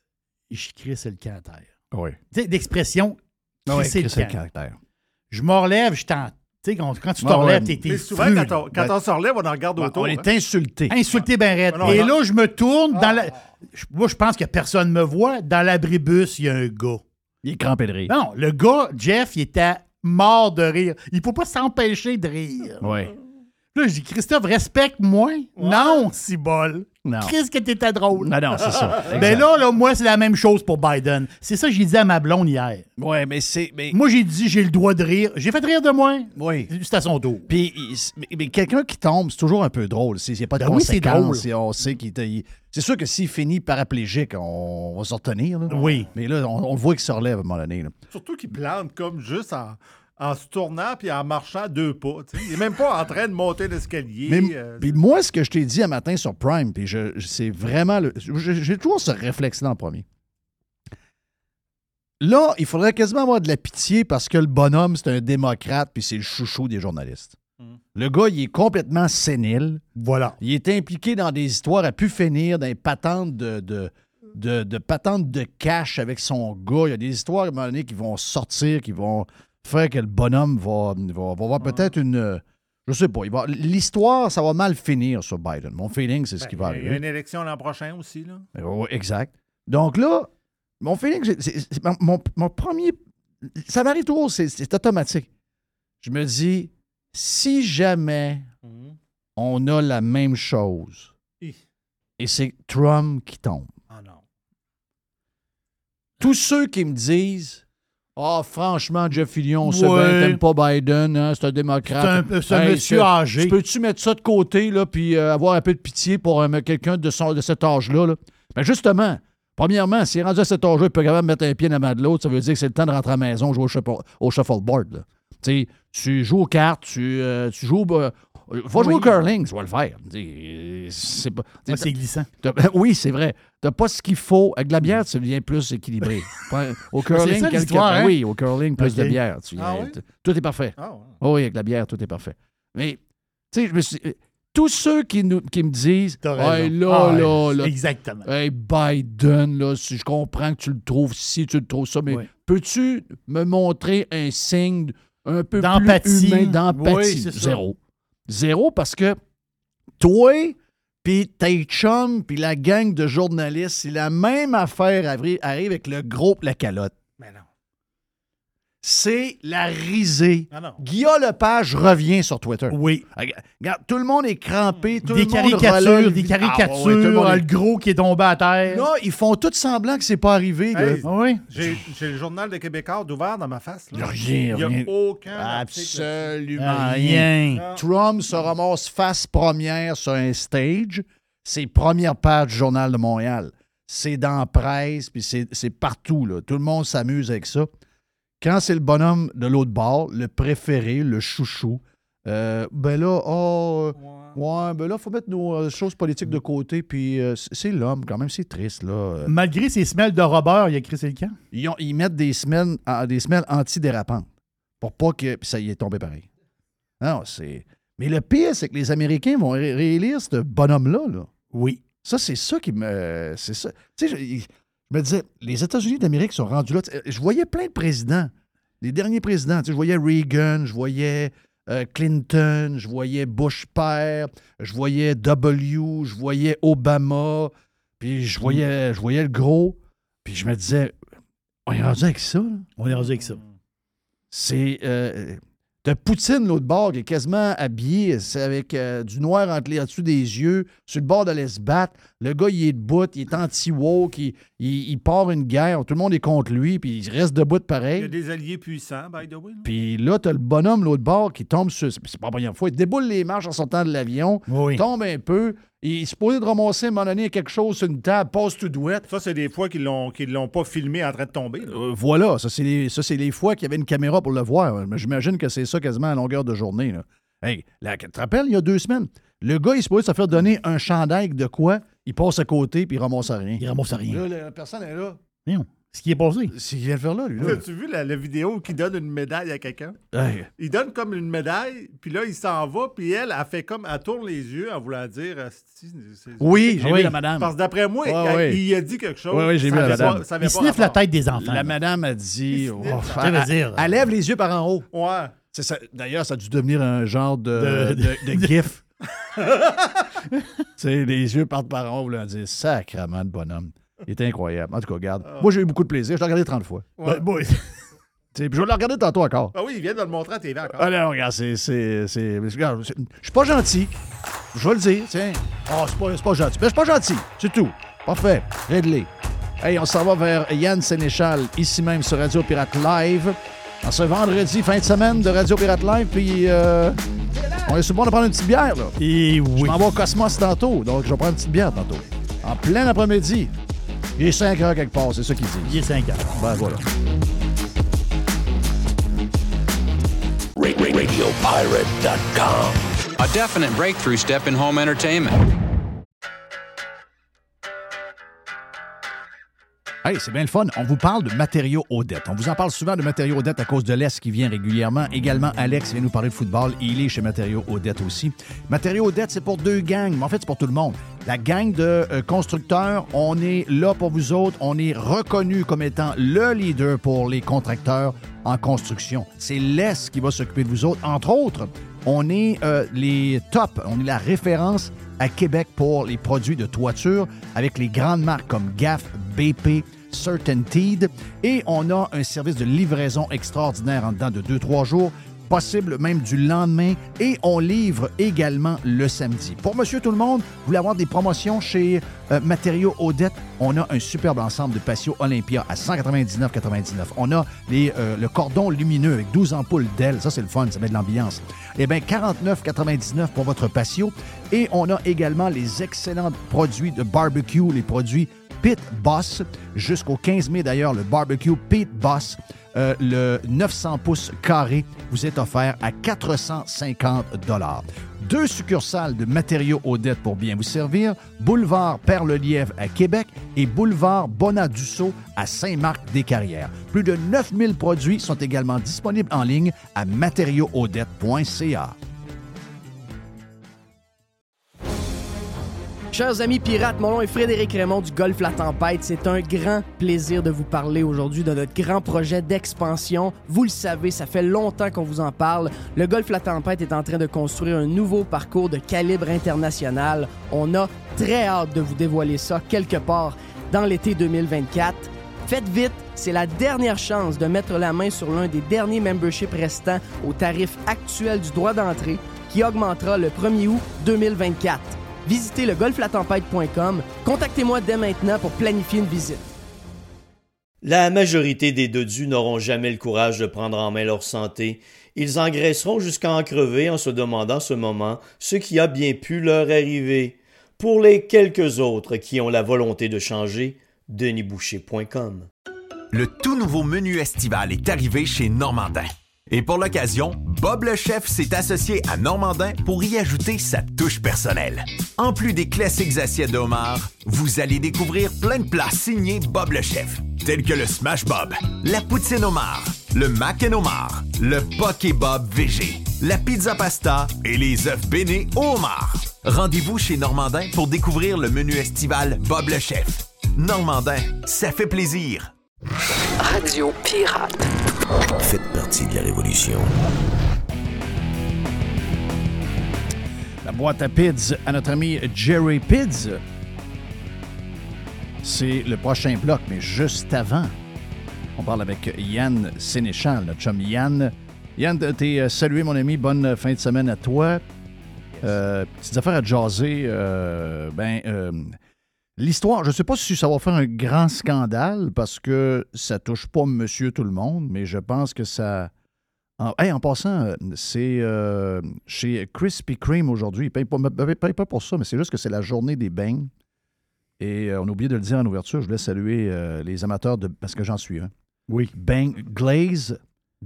je crisse le camp à terre. Oui. Tu sais, d'expression, crisser le camp. Caractère. Je me relève, tu sais, quand tu te relèves, t'es Mais souvent, fru, quand on se relève, on en regarde autour. On est insulté. insulté ben raide. Non, Et non. là, je me tourne dans la... Moi, je pense que personne ne me voit. Dans l'abribus, il y a un gars. Il est crampé de rire. Non, le gars, Jeff, il était mort de rire. Il ne faut pas s'empêcher de rire. Oui. Là, je dis, Christophe, respecte-moi. Non, si bol. Non. Qu'est-ce que t'étais drôle. Non, c'est ça. Ben là, moi, c'est la même chose pour Biden. C'est ça que j'ai dit à ma blonde hier. Oui, mais c'est... Mais... Moi, j'ai dit, j'ai le droit de rire. J'ai fait rire de moi. Oui. C'est à son tour. Puis, mais quelqu'un qui tombe, c'est toujours un peu drôle. Il n'y a pas de Ben oui, c'est conséquences. drôle. On sait c'est sûr que s'il finit paraplégique, on va se retenir. Là. Oui. Mais là, on le voit qu'il se relève à un moment donné. Là. Surtout qu'il plante comme juste en se tournant puis en marchant 2 pas. T'sais. Il n'est même pas en train de monter l'escalier. Mais puis moi, ce que je t'ai dit un matin sur Prime, puis c'est vraiment... J'ai toujours ce réflexe-là en premier. Là, il faudrait quasiment avoir de la pitié parce que le bonhomme, c'est un démocrate puis c'est le chouchou des journalistes. Le gars, il est complètement sénile. Voilà. Il est impliqué dans des histoires à pu finir, dans des patentes de patentes de cash avec son gars. Il y a des histoires à un moment donné qui vont sortir, qui vont faire que le bonhomme va avoir peut-être une... Je sais pas. L'histoire, ça va mal finir sur Biden. Mon feeling, c'est ce qui va Il y a arriver. une élection l'an prochain aussi. Là. Oui, exact. Donc là, mon feeling, mon premier... Ça m'arrive toujours, c'est automatique. Je me dis, si jamais on a la même chose, et c'est Trump qui tombe. Ah non. Tous ceux qui me disent franchement, Jeff Fillion, c'est bien, t'aimes pas Biden, hein, c'est un démocrate. C'est un monsieur âgé. Peux-tu mettre ça de côté, là, puis avoir un peu de pitié pour quelqu'un de cet âge-là? Là? Ben justement, premièrement, s'il est rendu à cet âge-là, il peut quand même mettre un pied dans la main de l'autre, ça veut dire que c'est le temps de rentrer à la maison, jouer au shuffleboard. Là. Tu joues aux cartes, tu joues... va jouer au curling, tu vas le faire. C'est glissant. Oui, c'est vrai. T'as pas ce qu'il faut. Avec de la bière, tu deviens plus équilibré. Au curling, c'est ça, l'histoire, hein? Oui, au curling, plus de bière. Oui? Tout est parfait. Ah, ouais. Oui, avec la bière, tout est parfait. Mais, tu sais, je me suis... Tous ceux qui me disent hey, là, exactement. Hey, Biden, là, si je comprends que tu le trouves ci, tu le trouves ça, mais peux-tu me montrer un signe un peu plus humain d'empathie? Oui, c'est ça. Zéro parce que toi, puis tes chums, puis la gang de journalistes, c'est la même affaire arrive avec le gros la calotte. Mais non. C'est la risée. Ah non. Guillaume Lepage revient sur Twitter. Oui. Regarde, tout le monde est crampé, tout Des le monde caricatures, relève. des caricatures, tout le monde est- le gros qui est tombé à terre. Là, ils font tout semblant que c'est pas arrivé. là. Hey, Oui. J'ai le journal de Québécois ouvert dans ma face. Là. Rien, Il n'y rien. a aucun article Absolument Rien. Trump se ramasse face première sur un stage. C'est première page du Journal de Montréal. C'est dans la presse, puis c'est partout. Là. Tout le monde s'amuse avec ça. Quand c'est le bonhomme de l'autre bord, le préféré, le chouchou, Ben là, ben là, il faut mettre nos choses politiques de côté, puis c'est l'homme, quand même, c'est triste, là. Malgré ses semelles de Robert, il a crissé le camp. Ils mettent des semelles antidérapantes pour pas que... Puis ça y est tombé pareil. Non, c'est... Mais le pire, c'est que les Américains vont réélire ce bonhomme-là, là. Oui. Ça, c'est ça qui me... C'est ça. Tu sais, je me disais, les États-Unis d'Amérique sont rendus là. Je voyais plein de présidents. Les derniers présidents. Je voyais Reagan, je voyais Clinton, je voyais Bush père, je voyais W, je voyais Obama, puis je voyais le gros. Puis je me disais, on est rendu avec ça, là? On est rendu avec ça. C'est... T'as Poutine, l'autre bord, qui est quasiment habillé, c'est avec du noir en dessous des yeux, sur le bord d'aller se battre. Le gars, il est debout, il est anti-woke, il part une guerre, tout le monde est contre lui, puis il reste debout pareil. Il y a des alliés puissants, by the way. Puis là, t'as le bonhomme, l'autre bord, qui tombe sur... C'est pas la première fois, il déboule les marches en sortant de l'avion, tombe un peu, il est supposé de ramasser à un moment donné quelque chose sur une table, passe tout douette. Ça, c'est des fois qu'ils l'ont pas filmé en train de tomber. Voilà, ça, c'est les fois qu'il y avait une caméra pour le voir. Mais j'imagine que c'est ça quasiment à longueur de journée, là. Hey, tu te rappelles, il y a 2 semaines, le gars, il est supposé se faire donner un chandail de quoi? Il passe à côté, puis il ramasse rien. Il ramasse rien. Là, la personne est là. Non. Ce qui est passé. C'est ce qu'il vient de faire là, lui. Là. As-tu vu la vidéo qui donne une médaille à quelqu'un? Hey. Il donne comme une médaille, puis là, il s'en va, puis elle fait comme... Elle tourne les yeux en voulant dire... Oui, j'ai vu la madame. Parce que d'après moi, il a dit quelque chose. Oui, j'ai vu la madame. Il sniffe la tête des enfants. La madame a dit... Elle lève les yeux par en haut. Ouais. D'ailleurs, ça a dû devenir un genre de gif. Tu sais, les yeux partent par en haut, là, on dit sacrement de bonhomme. Il est incroyable. En tout cas, regarde. Moi, j'ai eu beaucoup de plaisir. Je l'ai regardé 30 fois. Ouais. Je vais le regarder tantôt encore. Ah oui, il vient de le montrer à TV encore. Ah non, regarde, regarde, je suis pas gentil. Je vais le dire, tiens. Oh, c'est pas gentil. Mais je suis pas gentil. C'est tout. Parfait. Réglé. Hey, on s'en va vers Yann Sénéchal, ici même sur Radio Pirate Live. En ce vendredi, fin de semaine de Radio Pirate Live, puis on est souvent de prendre une petite bière, là. Et oui. Je m'en vais au Cosmos tantôt, donc je vais prendre une petite bière tantôt. En plein après-midi. Il est 5 heures quelque part, c'est ça qu'ils disent. Il est 5 heures. Ben voilà. RadioPirate.com. A definite breakthrough step in home entertainment. Hey, c'est bien le fun. On vous parle de matériaux Odette. On vous en parle souvent de matériaux Odette à cause de l'Est qui vient régulièrement. Également, Alex vient nous parler de football. Il est chez Matériaux Odette aussi. Matériaux Odette, c'est pour 2 gangs, mais en fait, c'est pour tout le monde. La gang de constructeurs, on est là pour vous autres. On est reconnu comme étant le leader pour les contracteurs en construction. C'est l'Est qui va s'occuper de vous autres. Entre autres, on est les tops. On est la référence à Québec pour les produits de toiture avec les grandes marques comme GAF, BP, CertainTeed. Et on a un service de livraison extraordinaire en dedans de 2-3 jours, possible même du lendemain. Et on livre également le samedi. Pour Monsieur Tout-le-Monde, vous voulez avoir des promotions chez Matériaux Odette, on a un superbe ensemble de patio Olympia à 199,99. On a le cordon lumineux avec 12 ampoules d'ailes. Ça, c'est le fun, ça met de l'ambiance. Eh bien, 49,99 pour votre patio. Et on a également les excellents produits de barbecue, les produits Pit Boss. Jusqu'au 15 mai, d'ailleurs, le barbecue Pit Boss, le 900 pouces carré, vous est offert à 450 $. 2 succursales de Matériaux Odette pour bien vous servir. Boulevard Perle-Lièvre à Québec et Boulevard Bonadusseau à Saint-Marc-des-Carrières. Plus de 9000 produits sont également disponibles en ligne à matériauxaudette.ca. Chers amis pirates, mon nom est Frédéric Raymond du Golfe La Tempête. C'est un grand plaisir de vous parler aujourd'hui de notre grand projet d'expansion. Vous le savez, ça fait longtemps qu'on vous en parle. Le Golfe La Tempête est en train de construire un nouveau parcours de calibre international. On a très hâte de vous dévoiler ça quelque part dans l'été 2024. Faites vite, c'est la dernière chance de mettre la main sur l'un des derniers memberships restants au tarif actuel du droit d'entrée qui augmentera le 1er août 2024. Visitez le golflatempête.com. Contactez-moi dès maintenant pour planifier une visite. La majorité des dodus n'auront jamais le courage de prendre en main leur santé. Ils engraisseront jusqu'à en crever en se demandant ce moment ce qui a bien pu leur arriver. Pour les quelques autres qui ont la volonté de changer, denisboucher.com. Le tout nouveau menu estival est arrivé chez Normandin. Et pour l'occasion, Bob le chef s'est associé à Normandin pour y ajouter sa touche personnelle. En plus des classiques assiettes de homard, vous allez découvrir plein de plats signés Bob le chef, tels que le Smash Bob, la poutine homard, le mac and homard, le Poké Bob VG, la pizza pasta et les œufs bénis au homard. Rendez-vous chez Normandin pour découvrir le menu estival Bob le chef. Normandin, ça fait plaisir. Radio Pirate. Faites partie de la révolution. La boîte à PIDS à notre ami Jerry Pids. C'est le prochain bloc, mais juste avant, on parle avec Yann Sénéchal, notre chum Yann. Yann, t'es salué, mon ami. Bonne fin de semaine à toi. Petites affaires à jaser. L'histoire, je ne sais pas si ça va faire un grand scandale parce que ça touche pas monsieur tout le monde, mais je pense que ça... En passant, c'est chez Krispy Kreme aujourd'hui. Ils ne payent pas pour ça, mais c'est juste que c'est la journée des beignes. Et on a oublié de le dire en ouverture. Je voulais saluer les amateurs de... Parce que j'en suis un. Oui. Glaze,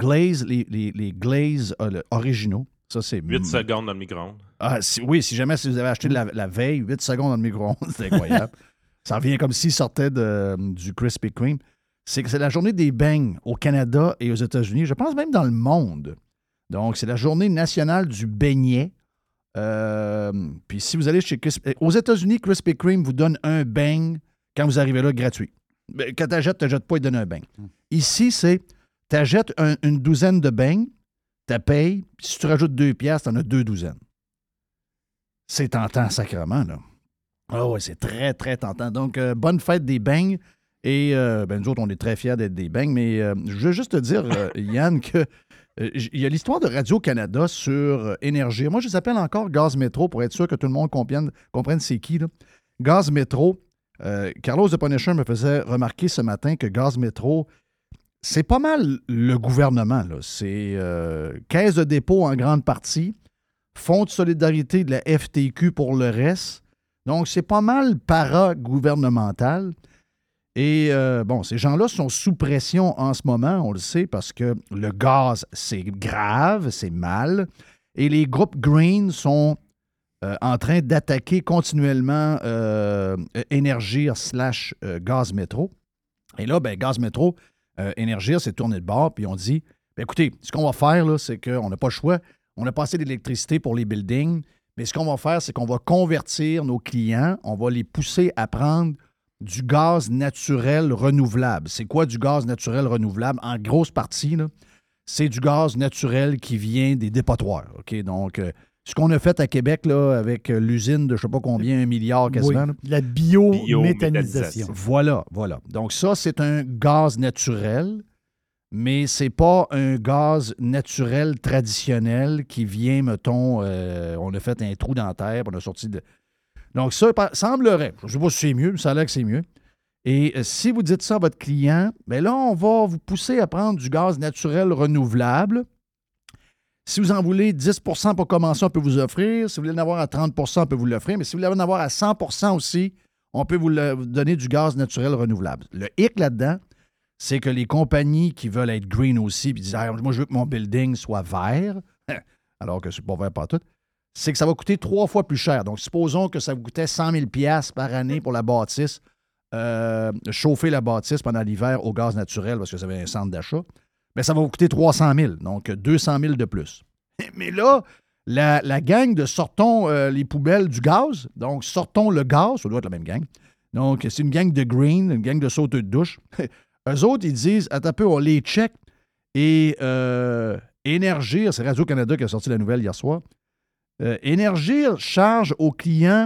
les Glaze originaux. Ça, c'est... 8 secondes dans le micro-ondes. Ah, oui, si jamais vous avez acheté la veille, 8 secondes dans le micro-ondes, c'est incroyable. Ça revient comme s'il sortait du Krispy Kreme. C'est la journée des beignes au Canada et aux États-Unis. Je pense même dans le monde. Donc, c'est la journée nationale du beignet. Puis si vous allez chez Krispy... Aux États-Unis, Krispy Kreme vous donne un beigne quand vous arrivez là gratuit. Quand tu jettes pas, il donne un beigne. Ici, c'est tu achètes une douzaine de beignes, tu payes, puis si tu rajoutes 2 piastres, tu en as 2 douzaines. C'est tentant sacrément, là. Ah oui, c'est très, très tentant. Donc, bonne fête des beignes. Et nous autres, on est très fiers d'être des beignes. Mais je veux juste te dire, Yann, que il y a l'histoire de Radio-Canada sur Énergie. Moi, je les appelle encore Gaz Métro pour être sûr que tout le monde comprenne c'est qui, là. Gaz Métro. Carlos de Punisher me faisait remarquer ce matin que Gaz Métro, c'est pas mal le gouvernement, là. C'est caisse de dépôt en grande partie, fonds de solidarité de la FTQ pour le reste. Donc, c'est pas mal para-gouvernemental. Et ces gens-là sont sous pression en ce moment, on le sait, parce que le gaz, c'est grave, c'est mal. Et les groupes Green sont en train d'attaquer continuellement Énergir / Gaz Métro. Et là, Gaz Métro, Énergir s'est tourné de bord, puis on dit, écoutez, ce qu'on va faire, là, c'est qu'on n'a pas le choix. On a passé de l'électricité pour les buildings, mais ce qu'on va faire, c'est qu'on va convertir nos clients, on va les pousser à prendre du gaz naturel renouvelable. C'est quoi du gaz naturel renouvelable? En grosse partie, là, c'est du gaz naturel qui vient des dépotoirs. OK? Donc, ce qu'on a fait à Québec là, avec l'usine de je ne sais pas combien, 1 milliard quasiment. Oui, la biométhanisation. Voilà. Donc, ça, c'est un gaz naturel, mais c'est pas un gaz naturel traditionnel qui vient, mettons, on a fait un trou dans la terre, on a sorti de... Donc, ça semblerait, je ne sais pas si c'est mieux, mais ça a l'air que c'est mieux. Et si vous dites ça à votre client, là, on va vous pousser à prendre du gaz naturel renouvelable. Si vous en voulez 10 % pour commencer, on peut vous offrir. Si vous voulez en avoir à 30 % on peut vous l'offrir. Mais si vous voulez en avoir à 100 % aussi, on peut vous donner du gaz naturel renouvelable. Le hic là-dedans, c'est que les compagnies qui veulent être green aussi, puis disent moi, je veux que mon building soit vert, alors que c'est pas vert partout, c'est que ça va coûter 3 fois plus cher. Donc, supposons que ça vous coûtait 100 000 $ par année pour la bâtisse, chauffer la bâtisse pendant l'hiver au gaz naturel parce que ça avait un centre d'achat. Ça va vous coûter 300 000, donc 200 000 de plus. Mais là, la gang de sortons les poubelles du gaz, donc sortons le gaz, ça doit être la même gang. Donc, c'est une gang de green, une gang de sauteux de douche. Eux autres, ils disent, attends un peu, on les check et Énergir, c'est Radio-Canada qui a sorti la nouvelle hier soir, Énergir charge aux clients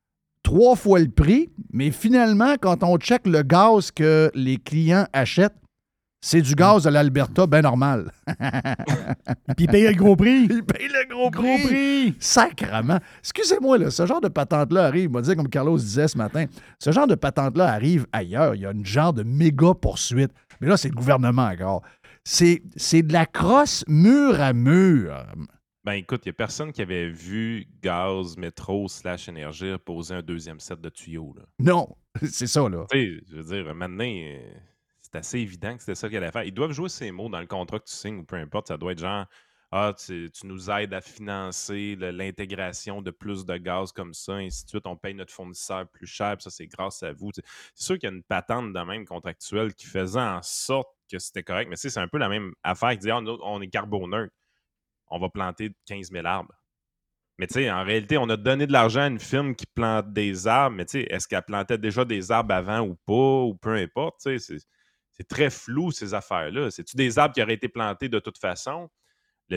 3 fois le prix, mais finalement, quand on check le gaz que les clients achètent, c'est du gaz de l'Alberta, bien normal. Puis ils payent le gros prix. Ils payent le gros prix. Sacrement. Excusez-moi, là, ce genre de patente-là arrive, on va dire comme Carlos disait ce matin, ce genre de patente-là arrive ailleurs. Il y a une genre de méga poursuite. Mais là, c'est le gouvernement encore. C'est de la crosse mur à mur. Écoute, il n'y a personne qui avait vu Gaz Métro / Énergir poser un deuxième set de tuyaux. Là. Non, c'est ça, là. Tu sais, je veux dire, maintenant, c'est assez évident que c'était ça qu'elle allait faire. Ils doivent jouer ces mots dans le contrat que tu signes ou peu importe. Ça doit être genre tu nous aides à financer l'intégration de plus de gaz comme ça, ainsi de suite. On paye notre fournisseur plus cher, puis ça, c'est grâce à vous. C'est sûr qu'il y a une patente de même contractuelle qui faisait en sorte que c'était correct, mais c'est un peu la même affaire qui dit on est carboneutre, on va planter 15 000 arbres. Mais tu sais, en réalité, on a donné de l'argent à une firme qui plante des arbres, mais tu sais, est-ce qu'elle plantait déjà des arbres avant ou pas, ou peu importe, tu sais, c'est très flou, ces affaires-là. C'est-tu des arbres qui auraient été plantés de toute façon? La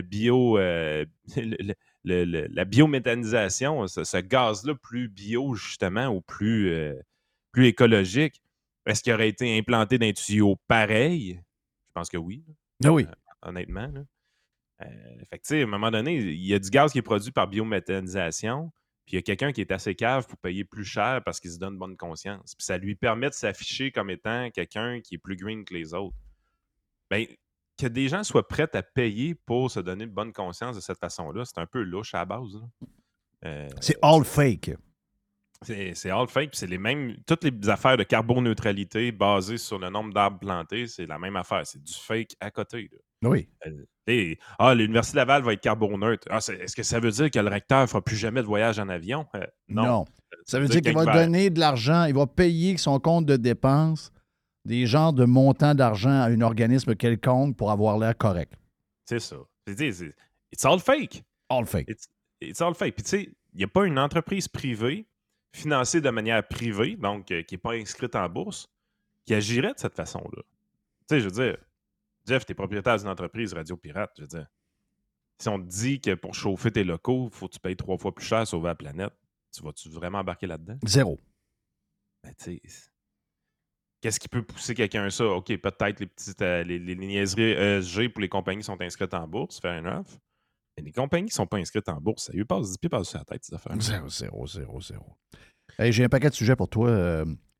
biométhanisation, ce gaz-là plus bio, justement, ou plus écologique, est-ce qu'il aurait été implanté dans un tuyau pareil? Je pense que oui. Ah oui. Honnêtement, là. Fait que, tu sais, à un moment donné, il y a du gaz qui est produit par biométhanisation, puis il y a quelqu'un qui est assez cave pour payer plus cher parce qu'il se donne bonne conscience. Puis ça lui permet de s'afficher comme étant quelqu'un qui est plus green que les autres. Bien, que des gens soient prêts à payer pour se donner de bonne conscience de cette façon-là, c'est un peu louche à la base. C'est all fake. C'est all fake, puis c'est les mêmes. Toutes les affaires de carboneutralité basées sur le nombre d'arbres plantés, c'est la même affaire. C'est du fake à côté. Là. Oui. L'Université Laval va être carboneutre. Est-ce que ça veut dire que le recteur ne fera plus jamais de voyage en avion? Non. Ça veut dire qu'il va donner de l'argent, il va payer son compte de dépenses des genres de montants d'argent à un organisme quelconque pour avoir l'air correct. C'est ça. It's all fake. All fake. It's all fake. Puis tu sais, il n'y a pas une entreprise privée financée de manière privée, donc qui n'est pas inscrite en bourse, qui agirait de cette façon-là. Tu sais, je veux dire, Jeff, tu es propriétaire d'une entreprise Radio Pirate, je veux dire. Si on te dit que pour chauffer tes locaux, il faut que tu payes 3 fois plus cher à sauver la planète, tu vas-tu vraiment embarquer là-dedans? Zéro. Ben, tu sais, qu'est-ce qui peut pousser quelqu'un à ça? OK, peut-être les petites les niaiseries ESG pour les compagnies qui sont inscrites en bourse, fair enough. Mais les compagnies qui ne sont pas inscrites en bourse, ça lui passe 10 pieds par-dessus la tête, ces affaires. Zéro. Hey, j'ai un paquet de sujets pour toi.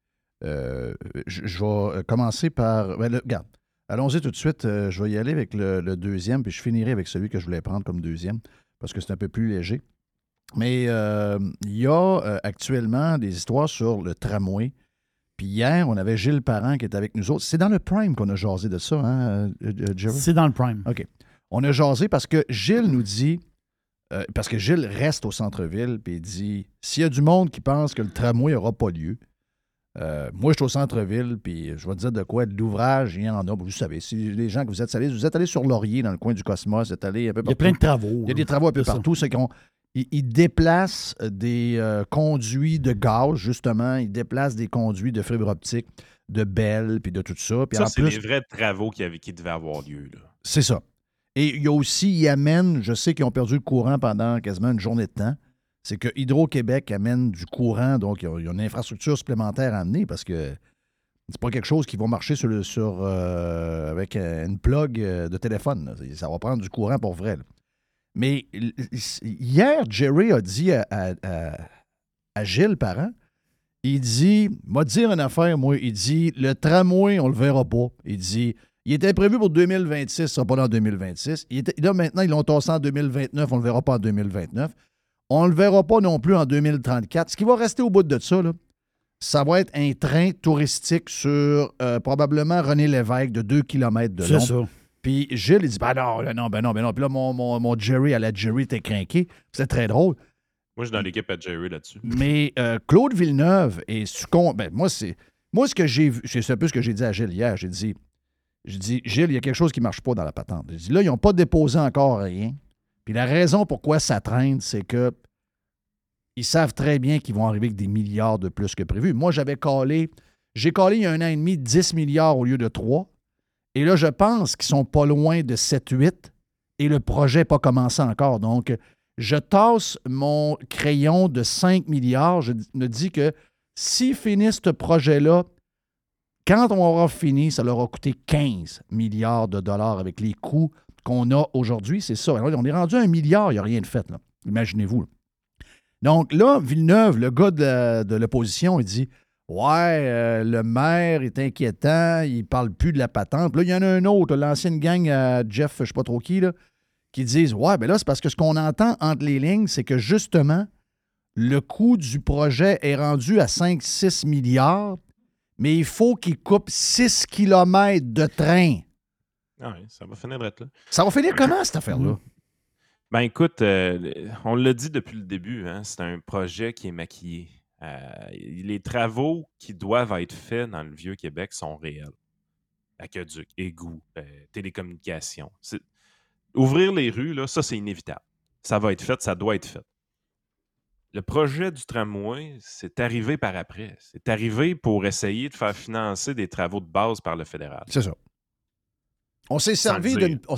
Je vais commencer par... regarde, allons-y tout de suite. Je vais y aller avec le deuxième, puis je finirai avec celui que je voulais prendre comme deuxième, parce que c'est un peu plus léger. Mais il y a actuellement des histoires sur le tramway. Puis hier, on avait Gilles Parent qui était avec nous autres. C'est dans le Prime qu'on a jasé de ça, hein, Jerry? C'est dans le Prime. OK. On a jasé parce que Gilles nous dit... parce que Gilles reste au centre-ville, puis il dit, s'il y a du monde qui pense que le tramway n'aura pas lieu, moi, je suis au centre-ville, puis je vais te dire de quoi, de l'ouvrage, il y en a. Vous savez, si les gens que vous êtes allés sur Laurier, dans le coin du Cosmos, vous êtes allés un peu partout. Il y a plein de travaux. Il y a des travaux un peu partout. C'est ils déplacent des conduits de gaz, justement. Ils déplacent des conduits de fibre optique, de Bell, puis de tout ça. Puis ça, en c'est plus, les vrais travaux qui devaient avoir lieu. Là. C'est ça. Et il y a aussi, ils amènent, je sais qu'ils ont perdu le courant pendant quasiment une journée de temps, c'est que Hydro-Québec amène du courant, donc il y a une infrastructure supplémentaire à amener parce que c'est pas quelque chose qui va marcher avec une plug de téléphone. Là. Ça va prendre du courant pour vrai. Là. Mais hier, Jerry a dit à Gilles Parent, il dit, m'a dit une affaire, moi, il dit, le tramway, on le verra pas. Il dit... Il était prévu pour 2026, ce ne sera pas dans 2026. Là, maintenant, ils l'ont tassé en 2029, on ne le verra pas en 2029. On ne le verra pas non plus en 2034. Ce qui va rester au bout de ça, là, ça va être un train touristique sur probablement René Lévesque de 2 km de long. C'est ça. Puis Gilles, il dit, ben non. Puis là, mon Jerry à la Jerry était craqué. C'était très drôle. Moi, je suis dans l'équipe à Jerry là-dessus. Mais Claude Villeneuve est succombe. Ben, moi, ce que j'ai vu, c'est un peu ce que j'ai dit à Gilles hier. J'ai dit, Gilles, il y a quelque chose qui ne marche pas dans la patente. J'ai dit, là, ils n'ont pas déposé encore rien. Puis la raison pourquoi ça traîne, c'est que ils savent très bien qu'ils vont arriver avec des milliards de plus que prévu. Moi, j'ai calé il y a 1 an et demi 10 milliards au lieu de 3. Et là, je pense qu'ils sont pas loin de 7-8 et le projet n'est pas commencé encore. Donc, je tasse mon crayon de 5 milliards. Je me dis que s'ils finissent ce projet-là, quand on aura fini, ça leur a coûté 15 milliards de dollars avec les coûts qu'on a aujourd'hui. C'est ça. Alors, on est rendu à 1 milliard, il n'y a rien de fait. Là. Imaginez-vous. Là. Donc là, Villeneuve, le gars de l'opposition, il dit « Ouais, le maire est inquiétant, il ne parle plus de la patente. » Là, il y en a un autre, l'ancienne gang, Jeff, je ne sais pas trop qui, là, qui disent « Ouais, bien là, c'est parce que ce qu'on entend entre les lignes, c'est que justement, le coût du projet est rendu à 5-6 milliards. » mais il faut qu'il coupe 6 km de train. Ah oui, ça va finir d'être là. Ça va finir comment, cette affaire-là? Ben écoute, on l'a dit depuis le début, hein, c'est un projet qui est maquillé. Les travaux qui doivent être faits dans le Vieux-Québec sont réels. Aqueduc, égouts, télécommunications. Ouvrir les rues, là, ça, c'est inévitable. Ça va être fait, ça doit être fait. Le projet du tramway, c'est arrivé par après. C'est arrivé pour essayer de faire financer des travaux de base par le fédéral. C'est ça. On s'est servi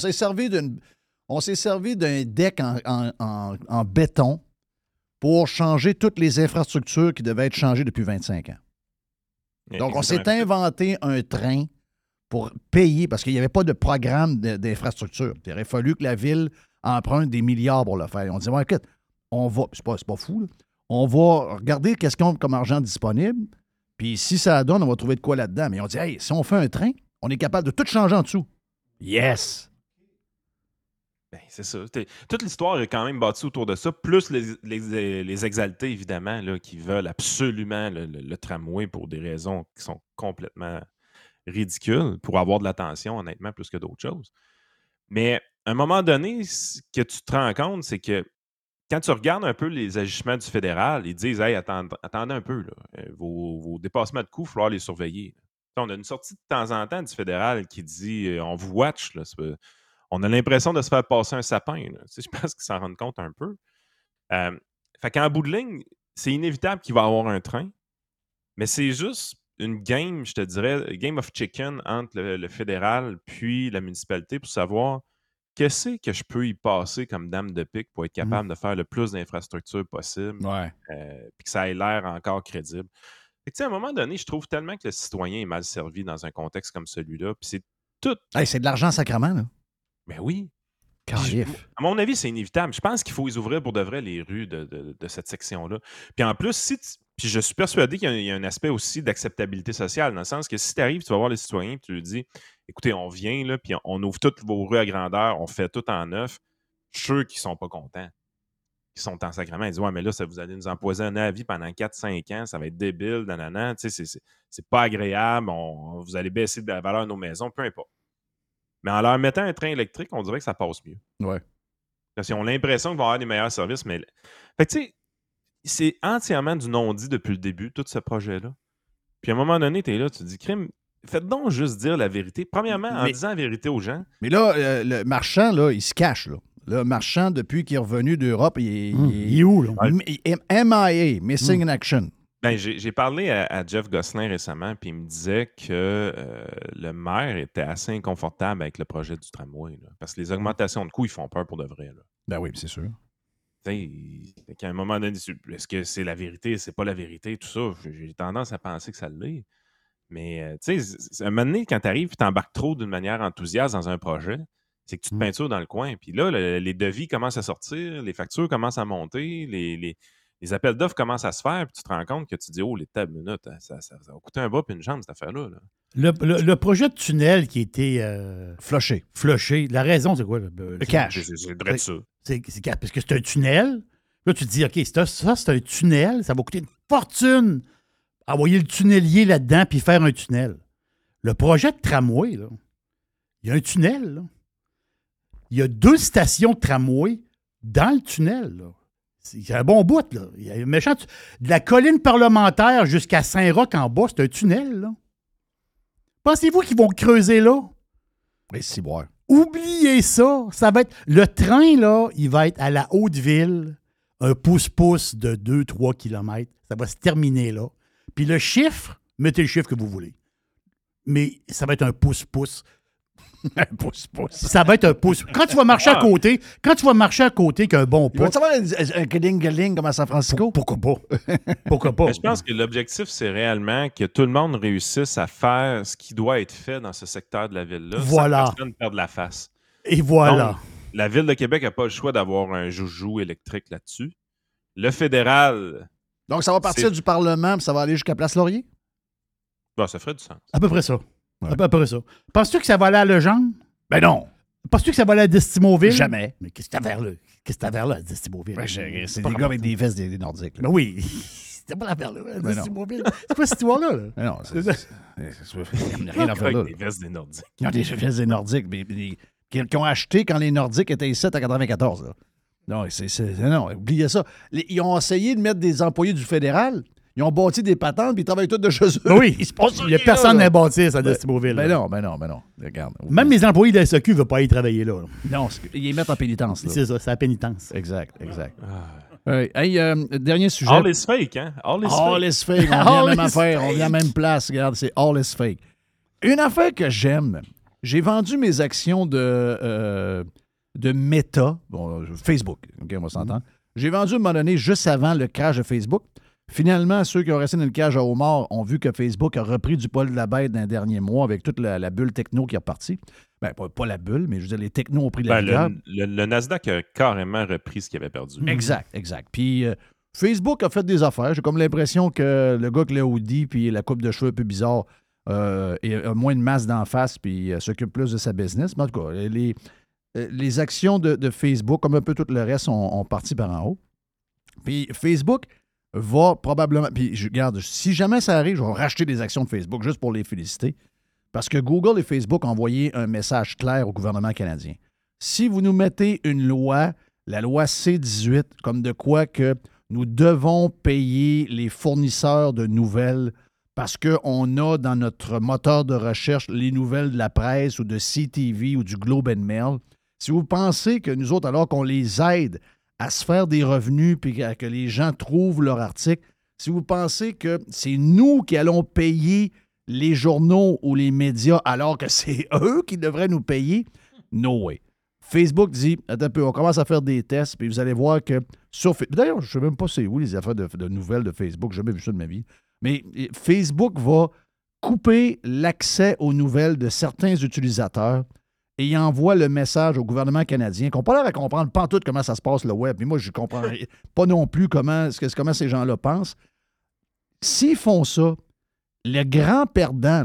d'un deck en béton pour changer toutes les infrastructures qui devaient être changées depuis 25 ans. Donc, on s'est inventé un train pour payer, parce qu'il n'y avait pas de programme d'infrastructure. Il aurait fallu que la ville emprunte des milliards pour le faire. On dit, ouais, écoute, on va, c'est pas fou, là. On va regarder qu'est-ce qu'on a comme argent disponible, puis si ça donne, on va trouver de quoi là-dedans. Mais on dit, hey, si on fait un train, on est capable de tout changer en dessous. Yes! Ben, c'est ça. Toute l'histoire est quand même bâtie autour de ça, plus les exaltés, évidemment, là, qui veulent absolument le tramway pour des raisons qui sont complètement ridicules, pour avoir de l'attention, honnêtement, plus que d'autres choses. Mais à un moment donné, ce que tu te rends compte, c'est que quand tu regardes un peu les agissements du fédéral, ils disent « Hey, attendez un peu, là. Vos dépassements de coûts, il va falloir les surveiller. » On a une sortie de temps en temps du fédéral qui dit « On vous watch. » On a l'impression de se faire passer un sapin. Je pense qu'ils s'en rendent compte un peu. Fait qu'en bout de ligne, c'est inévitable qu'il va y avoir un train, mais c'est juste une game, je te dirais, game of chicken entre le fédéral puis la municipalité pour savoir qu'est-ce que je peux y passer comme dame de pique pour être capable de faire le plus d'infrastructures possible, puis que ça ait l'air encore crédible. Fait que, à un moment donné, je trouve tellement que le citoyen est mal servi dans un contexte comme celui-là, puis c'est tout... Hey, c'est de l'argent sacrément, là. Ben oui. Carif. À mon avis, c'est inévitable. Je pense qu'il faut les ouvrir pour de vrai les rues de cette section-là. Puis en plus, puis je suis persuadé qu'il y a un aspect aussi d'acceptabilité sociale, dans le sens que si tu arrives, tu vas voir les citoyens, puis tu leur dis écoutez, on vient, là, puis on ouvre toutes vos rues à grandeur, on fait tout en neuf. Je suis sûr qu'ils sont pas contents. Ils sont en sacrement. Ils disent ouais, mais là, vous allez nous empoisonner la vie pendant 4-5 ans, ça va être débile, nanana. Tu sais, c'est pas agréable, vous allez baisser de la valeur de nos maisons, peu importe. Mais en leur mettant un train électrique, on dirait que ça passe mieux. Ouais. Parce qu'ils ont l'impression qu'ils vont avoir des meilleurs services, mais... Fait que, tu sais, c'est entièrement du non-dit depuis le début, tout ce projet-là. Puis à un moment donné, tu es là, tu te dis, crime, faites donc juste dire la vérité. Premièrement, en disant la vérité aux gens. Mais là, le marchand, là, il se cache, là. Le marchand, depuis qu'il est revenu d'Europe, il est où, là? MIA, Missing in Action. Ben, j'ai parlé à Jeff Gosselin récemment, puis il me disait que le maire était assez inconfortable avec le projet du tramway. Là, parce que les augmentations de coûts, ils font peur pour de vrai. Là. Ben oui, c'est sûr. Qu'à un moment donné, est-ce que c'est la vérité, c'est pas la vérité, tout ça? J'ai tendance à penser que ça l'est. Mais, tu sais, à un moment donné, quand tu arrives et tu embarques trop d'une manière enthousiaste dans un projet, c'est que tu te peintures dans le coin. Puis là, les devis commencent à sortir, les factures commencent à monter, les appels d'offres commencent à se faire, puis tu te rends compte que tu dis, oh, les tables minutes, ça va coûter un bras puis une jambe, cette affaire-là. Là. Le projet de tunnel qui a été flushé. La raison, c'est quoi? Le cash. C'est vrai de ça. C'est parce que c'est un tunnel. Là, tu te dis, OK, ça, c'est un tunnel. Ça va coûter une fortune. Envoyer le tunnelier là-dedans puis faire un tunnel. Le projet de tramway, là, il y a un tunnel. Là. Il y a 2 stations de tramway dans le tunnel, là. C'est un bon bout, là. Il y a un méchant... De la colline parlementaire jusqu'à Saint-Roch en bas, c'est un tunnel, là. Pensez-vous qu'ils vont creuser là? Mais si, ouais. Oubliez ça. Ça va être... Le train, là, il va être à la Haute-Ville, un pouce-pouce de 2-3 km. Ça va se terminer là. Puis le chiffre, mettez le chiffre que vous voulez. Mais ça va être un pouce-pouce. Un pouce-pouce. Ça va être un pouce. Quand tu vas marcher à côté qu'un bon pouce. Tu vas avoir un galing comme à San Francisco? Pourquoi pas? Pourquoi pas? Mais je pense que l'objectif, c'est réellement que tout le monde réussisse à faire ce qui doit être fait dans ce secteur de la ville-là. Voilà. Sans personne perdre la face. Et voilà. Donc, la Ville de Québec n'a pas le choix d'avoir un joujou électrique là-dessus. Le fédéral... Donc, ça va partir du Parlement puis ça va aller jusqu'à Place Laurier? Ben, ça ferait du sens. À peu près ça. Ouais. À peu près ça. Penses-tu que ça va aller à Legendre? Ben non. Penses-tu que ça va aller à Destimoville? Jamais. Mais qu'est-ce que t'as vers là? Qu'est-ce que t'as vers là, à Destimoville? Ben, c'est des gars avec des vestes des Nordiques. Là. Ben oui. C'était pas l'affaire-là. Mais non. C'est quoi cette histoire-là? Là? Mais non, il n'y a rien à faire là. Les vestes des Nordiques. Ils ont des vestes des Nordiques, mais qui ont acheté quand les Nordiques étaient ici à 94. Là. Non, non, oubliez ça. Ils ont essayé de mettre des employés du fédéral. Ils ont bâti des patentes, puis ils travaillent tous de chez eux. Oui, il n'y a personne à bâtir à Destimoville. Ben non. Regarde. Même les employés de la SEQ ne veulent pas y travailler là. Non, ils les mettent en pénitence. Là. C'est ça, c'est la pénitence. Exact. Hey, dernier sujet. All is fake, hein? All is fake. On vient à la même affaire, on vient à la même place. Regarde, c'est all is fake. Une affaire que j'aime, j'ai vendu mes actions de Meta, Facebook, OK, on va s'entendre. J'ai vendu à un moment donné, juste avant le crash de Facebook. Finalement, ceux qui ont resté dans le cage à homard ont vu que Facebook a repris du poil de la bête dans les derniers mois avec toute la bulle techno qui est repartie. Ben, pas la bulle, mais je veux dire, les technos ont pris de la vigueur. Le Nasdaq a carrément repris ce qu'il avait perdu. Exact. Puis Facebook a fait des affaires. J'ai comme l'impression que le gars avec le hoodie puis la coupe de cheveux un peu bizarre a moins de masse d'en face puis s'occupe plus de sa business. Mais en tout cas, les actions de Facebook, comme un peu tout le reste, ont parti par en haut. Puis Facebook va probablement... Puis regarde, si jamais ça arrive, je vais racheter des actions de Facebook juste pour les féliciter. Parce que Google et Facebook ont envoyé un message clair au gouvernement canadien. Si vous nous mettez une loi, la loi C-18, comme de quoi que nous devons payer les fournisseurs de nouvelles parce qu'on a dans notre moteur de recherche les nouvelles de la presse ou de CTV ou du Globe and Mail, si vous pensez que nous autres, alors qu'on les aide à se faire des revenus puis que les gens trouvent leur article, si vous pensez que c'est nous qui allons payer les journaux ou les médias alors que c'est eux qui devraient nous payer, no way. Facebook dit, attends un peu, on commence à faire des tests, puis vous allez voir que sur Facebook... D'ailleurs, je ne sais même pas c'est où les affaires de nouvelles de Facebook, j'ai jamais vu ça de ma vie. Mais Facebook va couper l'accès aux nouvelles de certains utilisateurs et il envoie le message au gouvernement canadien qu'on n'a pas l'air à comprendre pas tout comment ça se passe le web. Mais moi, je ne comprends pas non plus comment ces gens-là pensent. S'ils font ça, le grand perdant,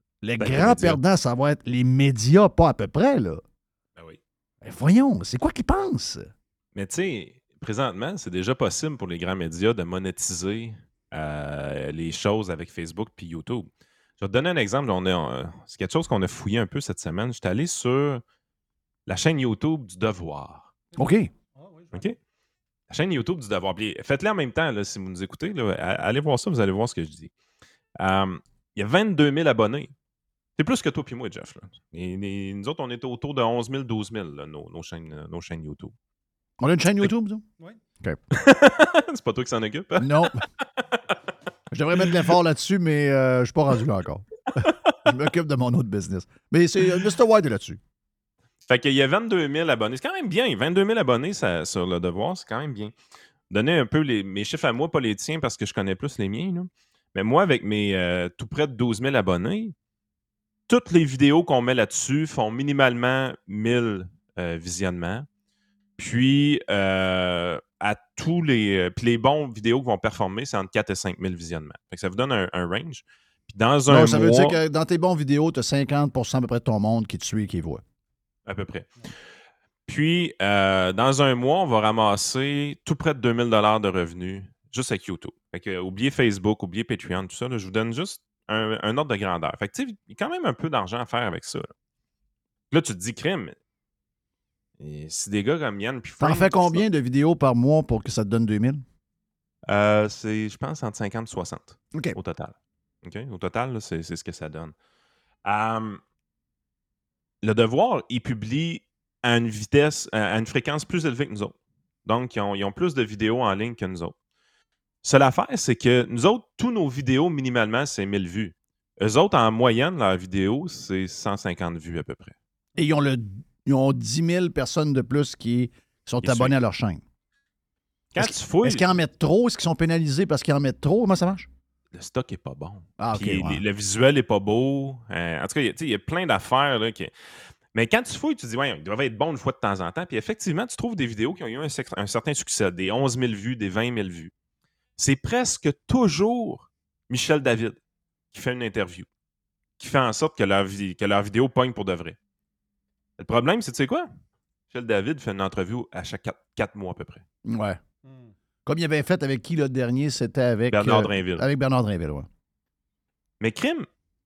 là, ça va être les médias, pas à peu près, là. Ben oui. Ben voyons, c'est quoi qu'ils pensent? Mais tu sais, présentement, c'est déjà possible pour les grands médias de monétiser les choses avec Facebook puis YouTube. Je vais te donner un exemple. C'est quelque chose qu'on a fouillé un peu cette semaine. J'étais allé sur la chaîne YouTube du Devoir. OK. La chaîne YouTube du Devoir. Faites-le en même temps, là, si vous nous écoutez. Là, allez voir ça, vous allez voir ce que je dis. Il y a 22 000 abonnés. C'est plus que toi et moi, Jeff. Là. Et nous autres, on est autour de 11 000, 12 000, là, nos chaînes YouTube. On a une chaîne YouTube, ça? Oui. OK. C'est pas toi qui s'en occupe? Hein? Non. Je devrais mettre de l'effort là-dessus, mais je ne suis pas rendu là encore. Je m'occupe de mon autre business. Mais c'est Mr. White est là-dessus. Fait qu'il y a 22 000 abonnés. C'est quand même bien. 22 000 abonnés sur le Devoir, c'est quand même bien. Donner un peu mes chiffres à moi, pas les tiens, parce que je connais plus les miens. Là. Mais moi, avec mes tout près de 12 000 abonnés, toutes les vidéos qu'on met là-dessus font minimalement 1000 visionnements. Puis, à tous les bons vidéos qui vont performer, c'est entre 4 et 5 000 visionnements. Fait que ça vous donne un range. Puis dans un ça mois, veut dire que dans tes bons vidéos, tu as 50% à peu près de ton monde qui te suit et qui voit. À peu près. Puis, dans un mois, on va ramasser tout près de 2000 $ de revenus juste avec YouTube. Fait que, oubliez Facebook, oubliez Patreon, tout ça. Là, je vous donne juste un ordre de grandeur. Fait que, tu sais, il y a quand même un peu d'argent à faire avec ça. Là, tu te dis, crime. Et si des gars comme Yann puis Frank... T'en fais combien de vidéos par mois pour que ça te donne 2000? C'est, je pense, entre 50 et 60 au total. Okay? Au total, là, c'est ce que ça donne. Le Devoir, il publie à une vitesse, à une fréquence plus élevée que nous autres. Donc, ils ont plus de vidéos en ligne que nous autres. Seule affaire, c'est que nous autres, tous nos vidéos, minimalement, c'est 1000 vues. Eux autres, en moyenne, leur vidéo, c'est 150 vues à peu près. Et ils ont 10 000 personnes de plus qui sont abonnées à leur chaîne. Est-ce qu'ils en mettent trop? Est-ce qu'ils sont pénalisés parce qu'ils en mettent trop? Comment ça marche? Le stock n'est pas bon. Ah, OK. Le visuel n'est pas beau. En tout cas, il y a plein d'affaires. Là, mais quand tu fouilles, tu te dis, ouais, ils doivent être bons une fois de temps en temps. Puis effectivement, tu trouves des vidéos qui ont eu un certain succès, des 11 000 vues, des 20 000 vues. C'est presque toujours Michel David qui fait une interview, qui fait en sorte que leur vidéo pogne pour de vrai. Le problème, c'est, tu sais quoi? Michel David fait une entrevue à chaque 4 mois à peu près. Ouais. Comme il avait fait avec qui, le dernier? C'était avec... Bernard Drinville. Avec Bernard Drinville, oui. Mais crime,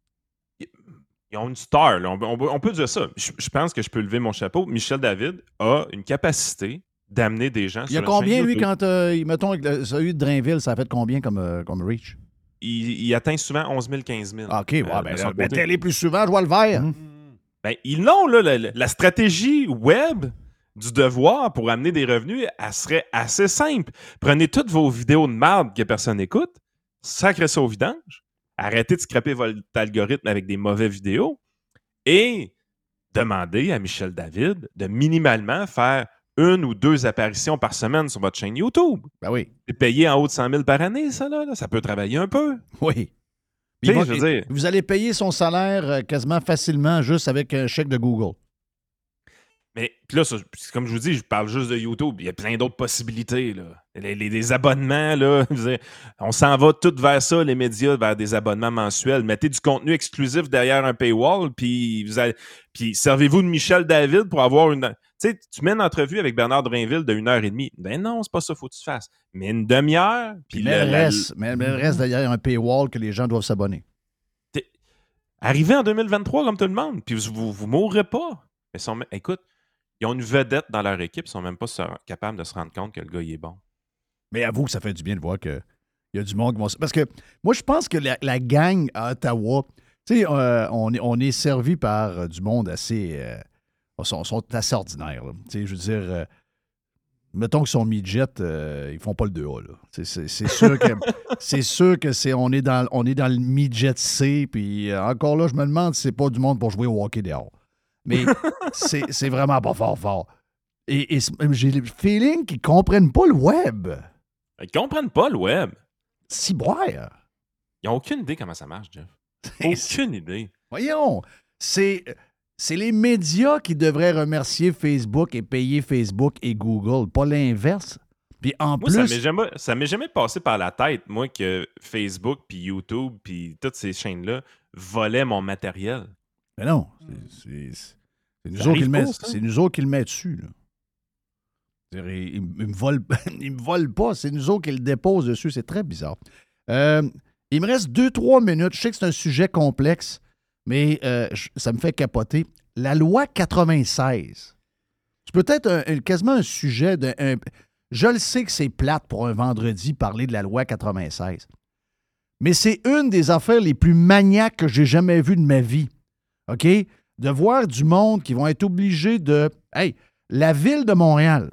ils ont une star. Là. On peut dire ça. Je pense que je peux lever mon chapeau. Michel David a une capacité d'amener des gens Il y a sur combien, une chaîne lui, YouTube. quand... mettons, avec celui de Drainville, ça a fait combien comme reach? Il atteint souvent 11 000, 15 000. Ah, OK, ouais, de son côté. mettez-les plus souvent, je vois le vert. Ben, ils l'ont, là. La stratégie web du devoir pour amener des revenus, elle serait assez simple. Prenez toutes vos vidéos de merde que personne n'écoute, sacrez ça au vidange, arrêtez de scraper votre algorithme avec des mauvais vidéos et demandez à Michel David de minimalement faire 1 ou 2 apparitions par semaine sur votre chaîne YouTube. Ben oui. C'est payé en haut de 100 000 par année, ça, là. Ça peut travailler un peu. Oui. Tu sais, Puis je veux dire... Vous allez payer son salaire quasiment facilement juste avec un chèque de Google. Mais puis là, comme je vous dis, je parle juste de YouTube. Il y a plein d'autres possibilités. Là. Les abonnements, là, je veux dire, on s'en va tout vers ça, les médias, vers des abonnements mensuels. Mettez du contenu exclusif derrière un paywall, puis servez-vous de Michel David pour avoir une... Tu sais, tu mets une entrevue avec Bernard Drinville de 1h30. Ben non, c'est pas ça, faut que tu fasses. Mais une demi-heure, puis mais le reste derrière un paywall que les gens doivent s'abonner. Arrivez en 2023 comme tout le monde, puis vous mourrez pas. Écoute, ils ont une vedette dans leur équipe, ils sont même pas capables de se rendre compte que le gars, il est bon. Mais avoue que ça fait du bien de voir qu'il y a du monde qui vont... Parce que moi, je pense que la gang à Ottawa, tu sais, on est servi par du monde assez... sont assez ordinaires. Tu sais, je veux dire, mettons qu'ils sont midget, ils font pas le 2A. Là. C'est sûr que on est dans le midget C, puis encore là, je me demande si c'est pas du monde pour jouer au hockey dehors. Mais c'est vraiment pas fort. Et j'ai le feeling qu'ils comprennent pas le web. Ils comprennent pas le web. Si boire. Ils n'ont aucune idée comment ça marche, Jeff. Aucune idée. Voyons, c'est les médias qui devraient remercier Facebook et payer Facebook et Google, pas l'inverse. Puis en plus... Ça m'est jamais passé par la tête, moi, que Facebook, puis YouTube, puis toutes ces chaînes-là volaient mon matériel. Mais non, c'est nous autres qui le mettent dessus. Là. Ils me volent pas, c'est nous autres qui le déposent dessus. C'est très bizarre. Il me reste 2-3 minutes. Je sais que c'est un sujet complexe, mais ça me fait capoter. La loi 96. C'est peut-être quasiment un sujet je le sais que c'est plate pour un vendredi parler de la loi 96. Mais c'est une des affaires les plus maniaques que j'ai jamais vues de ma vie. OK? De voir du monde qui vont être obligés de... Hey, la Ville de Montréal,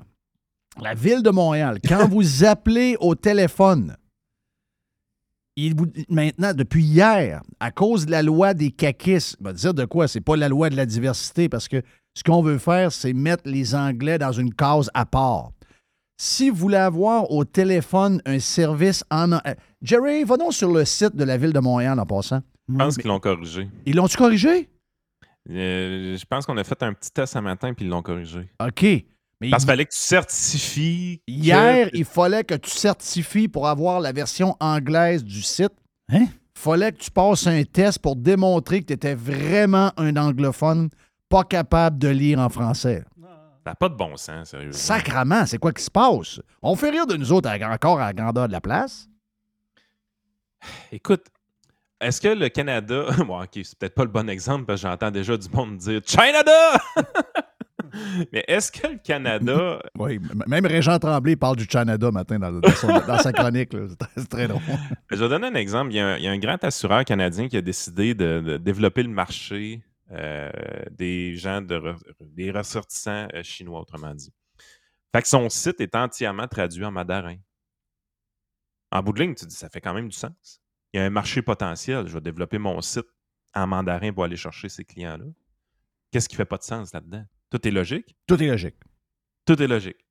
quand vous appelez au téléphone, maintenant, depuis hier, à cause de la loi des caquistes, on va dire de quoi? C'est pas la loi de la diversité, parce que ce qu'on veut faire, c'est mettre les Anglais dans une case à part. Si vous voulez avoir au téléphone un service en... Jerry, va donc sur le site de la Ville de Montréal en passant. Je pense qu'ils l'ont corrigé. Ils l'ont-tu corrigé? Je pense qu'on a fait un petit test ce matin puis ils l'ont corrigé. OK. Mais parce qu'il fallait que tu certifies. Hier, il fallait que tu certifies pour avoir la version anglaise du site. Hein? Il fallait que tu passes un test pour démontrer que tu étais vraiment un anglophone pas capable de lire en français. Ça n'a pas de bon sens, sérieux. Sacrement, c'est quoi qui se passe? On fait rire de nous autres encore à la grandeur de la place? Écoute, est-ce que le Canada... Bon, OK, c'est peut-être pas le bon exemple parce que j'entends déjà du monde dire « Canada! » Mais est-ce que le Canada... Oui, même Régent Tremblay parle du Canada matin dans sa chronique. Là. C'est très drôle. Je vais donner un exemple. Il y a un grand assureur canadien qui a décidé de développer le marché des gens, des ressortissants chinois, autrement dit. Fait que son site est entièrement traduit en mandarin. En bout de ligne, tu dis, ça fait quand même du sens. Il y a un marché potentiel. Je vais développer mon site en mandarin pour aller chercher ces clients-là. Qu'est-ce qui fait pas de sens là-dedans? Tout est logique? Tout est logique. Tout est logique.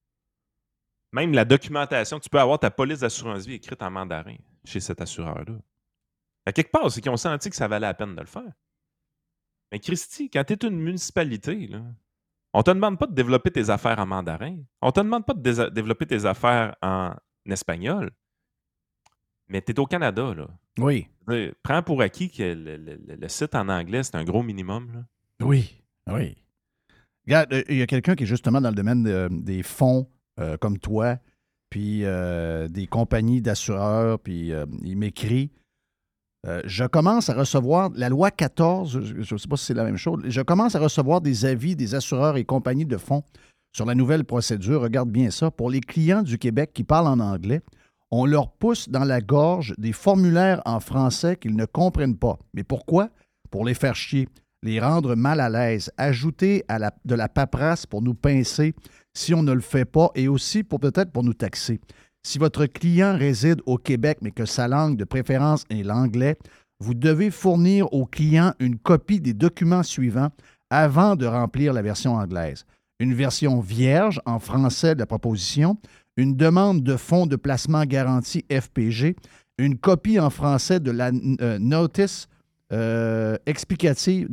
Même la documentation, tu peux avoir ta police d'assurance vie écrite en mandarin chez cet assureur-là. À quelque part, c'est qu'ils ont senti que ça valait la peine de le faire. Mais Christy, quand tu es une municipalité, là, on ne te demande pas de développer tes affaires en mandarin. On ne te demande pas de développer tes affaires en espagnol. Mais tu es au Canada, là. Oui. Prends pour acquis que le site en anglais, c'est un gros minimum, là. Oui, oui. Regarde, il y a quelqu'un qui est justement dans le domaine des fonds comme toi puis des compagnies d'assureurs, puis il m'écrit. Je commence à recevoir, la loi 14, je ne sais pas si c'est la même chose, je commence à recevoir des avis des assureurs et compagnies de fonds sur la nouvelle procédure. Regarde bien ça. Pour les clients du Québec qui parlent en anglais, on leur pousse dans la gorge des formulaires en français qu'ils ne comprennent pas. Mais pourquoi? Pour les faire chier, les rendre mal à l'aise, ajouter de la paperasse pour nous pincer si on ne le fait pas et aussi peut-être pour nous taxer. Si votre client réside au Québec, mais que sa langue de préférence est l'anglais, vous devez fournir au client une copie des documents suivants avant de remplir la version anglaise. Une version vierge en français de la proposition, une demande de fonds de placement garanti FPG, une copie en français de la notice explicative,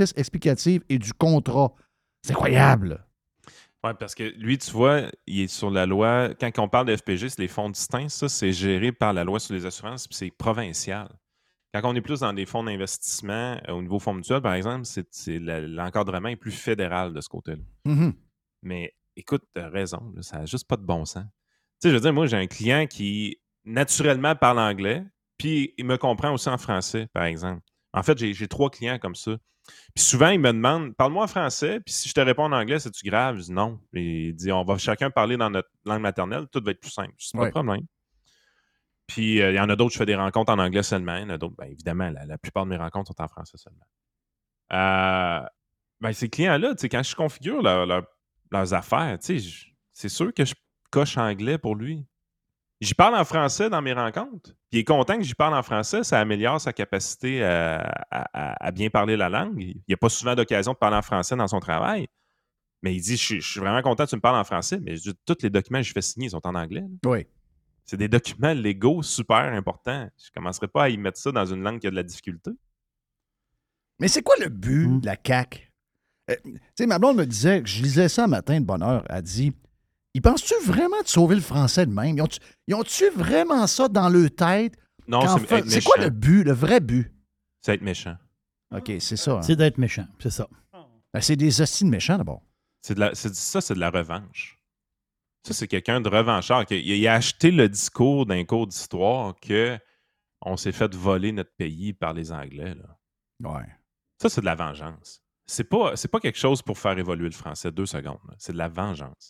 et du contrat. C'est incroyable! Oui, parce que lui, tu vois, il est sur la loi. Quand on parle de FPG, c'est les fonds distincts. Ça, c'est géré par la loi sur les assurances, puis c'est provincial. Quand on est plus dans des fonds d'investissement, au niveau fonds mutuel, par exemple, l'encadrement est plus fédéral de ce côté-là. Mm-hmm. Mais écoute, tu as raison, là, ça n'a juste pas de bon sens. Tu sais, je veux dire, moi, j'ai un client qui naturellement parle anglais, puis il me comprend aussi en français, par exemple. En fait, j'ai 3 clients comme ça. Puis souvent, il me demande, parle-moi en français, puis si je te réponds en anglais, c'est-tu grave? Je dis non. Et il dit, on va chacun parler dans notre langue maternelle, tout va être plus simple. C'est pas de problème. Puis il y en a d'autres, je fais des rencontres en anglais seulement. Il y en a d'autres, bien évidemment, la plupart de mes rencontres sont en français seulement. Ces clients-là, quand je configure leurs affaires, c'est sûr que je coche anglais pour lui. J'y parle en français dans mes rencontres. Puis il est content que j'y parle en français, ça améliore sa capacité à bien parler la langue. Il n'y a pas souvent d'occasion de parler en français dans son travail. Mais il dit, je suis vraiment content que tu me parles en français, mais tous les documents que je fais signer sont en anglais. Là. Oui. C'est des documents légaux super importants. Je ne commencerai pas à y mettre ça dans une langue qui a de la difficulté. Mais c'est quoi le but de la CAQ? Tu sais, ma blonde me disait, je lisais ça un matin de bonne heure, elle dit, ils pensent-tu vraiment de sauver le français de même? Ils ont-tu vraiment ça dans leur tête? Non, c'est quoi le but, le vrai but? C'est être méchant. OK, c'est ça. Hein? C'est d'être méchant, c'est ça. Ben, c'est des hosties de méchants, d'abord. C'est de la revanche. Ça, c'est quelqu'un de revanchard. Il a acheté le discours d'un cours d'histoire qu'on s'est fait voler notre pays par les Anglais. Là. Ouais. Ça, c'est de la vengeance. C'est pas quelque chose pour faire évoluer le français 2 secondes. Là. C'est de la vengeance.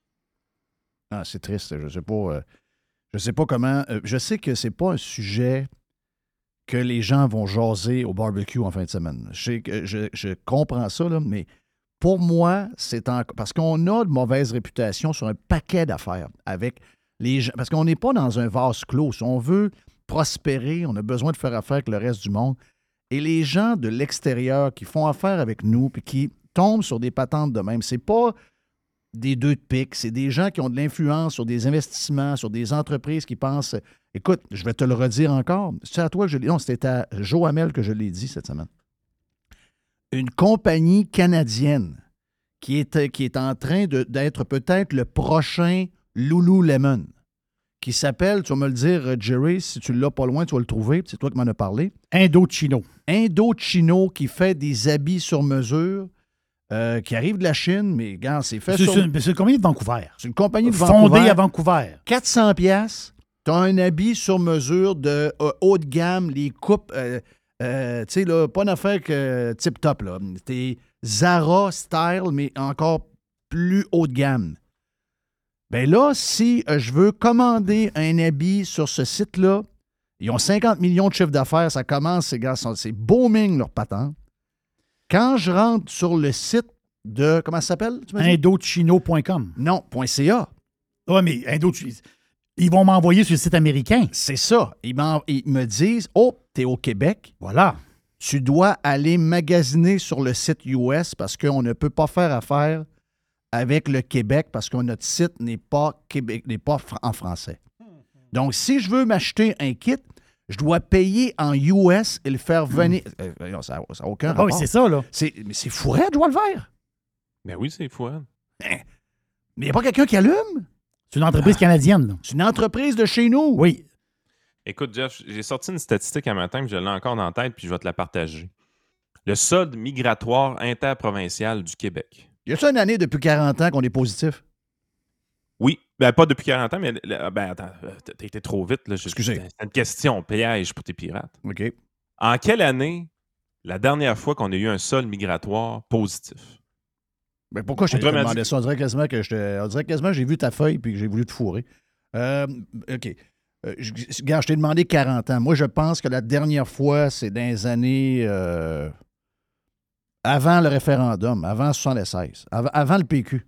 Ah, c'est triste. Je sais pas comment. Je sais que c'est pas un sujet que les gens vont jaser au barbecue en fin de semaine. Je comprends ça, là, mais pour moi, parce qu'on a de mauvaise réputation sur un paquet d'affaires avec les gens. Parce qu'on n'est pas dans un vase clos. Si on veut prospérer, on a besoin de faire affaire avec le reste du monde. Et les gens de l'extérieur qui font affaire avec nous puis qui tombent sur des patentes de même, c'est pas des deux de pique, c'est des gens qui ont de l'influence sur des investissements, sur des entreprises qui pensent... Écoute, je vais te le redire encore. C'est à toi que je l'ai... Non, c'était à Joe Hamel que je l'ai dit cette semaine. Une compagnie canadienne qui est en train d'être peut-être le prochain Lululemon, qui s'appelle, tu vas me le dire, Jerry, si tu l'as pas loin, tu vas le trouver, c'est toi qui m'en as parlé. Indochino, qui fait des habits sur mesure, qui arrive de la Chine, mais regarde, c'est fait sur... C'est une compagnie de Vancouver. C'est une compagnie de Vancouver. Fondée à Vancouver. 400 $. Tu as un habit sur mesure de haut de gamme, les coupes, tu sais, là, pas une affaire que tip-top, là. T'es Zara style, mais encore plus haut de gamme. Ben là, si je veux commander un habit sur ce site-là, ils ont 50 millions de chiffre d'affaires, ça commence, c'est booming leur patente. Quand je rentre sur le site de, comment ça s'appelle? Indochino.com. Non, .ca. Oui, mais Indochino, ils vont m'envoyer sur le site américain. C'est ça. Ils me disent, oh, t'es au Québec. Voilà. Tu dois aller magasiner sur le site US parce qu'on ne peut pas faire affaire avec le Québec parce que notre site n'est pas en français. Donc, si je veux m'acheter un kit, je dois payer en US et le faire venir. Ça n'a aucun rapport. Oui, c'est ça, là. Mais c'est fourré, Joie le Vert. Ben oui, c'est fou. Mais il n'y a pas quelqu'un qui allume? C'est une entreprise canadienne, là. C'est une entreprise de chez nous. Oui. Écoute, Jeff, j'ai sorti une statistique un matin, puis je l'ai encore dans la tête, puis je vais te la partager. Le solde migratoire interprovincial du Québec. Y a-t-il une année depuis 40 ans qu'on est positif? Oui, Ben, pas depuis 40 ans, mais attends, t'as été trop vite. Là. Excusez. C'est une question piège pour tes pirates. OK. En quelle année, la dernière fois qu'on a eu un sol migratoire positif? Ben pourquoi je t'ai demandé ça? On dirait quasiment que j'ai vu ta feuille et que j'ai voulu te fourrer. OK. Regarde, je t'ai demandé 40 ans. Moi, je pense que la dernière fois, c'est dans les années avant le référendum, avant 76, avant le PQ.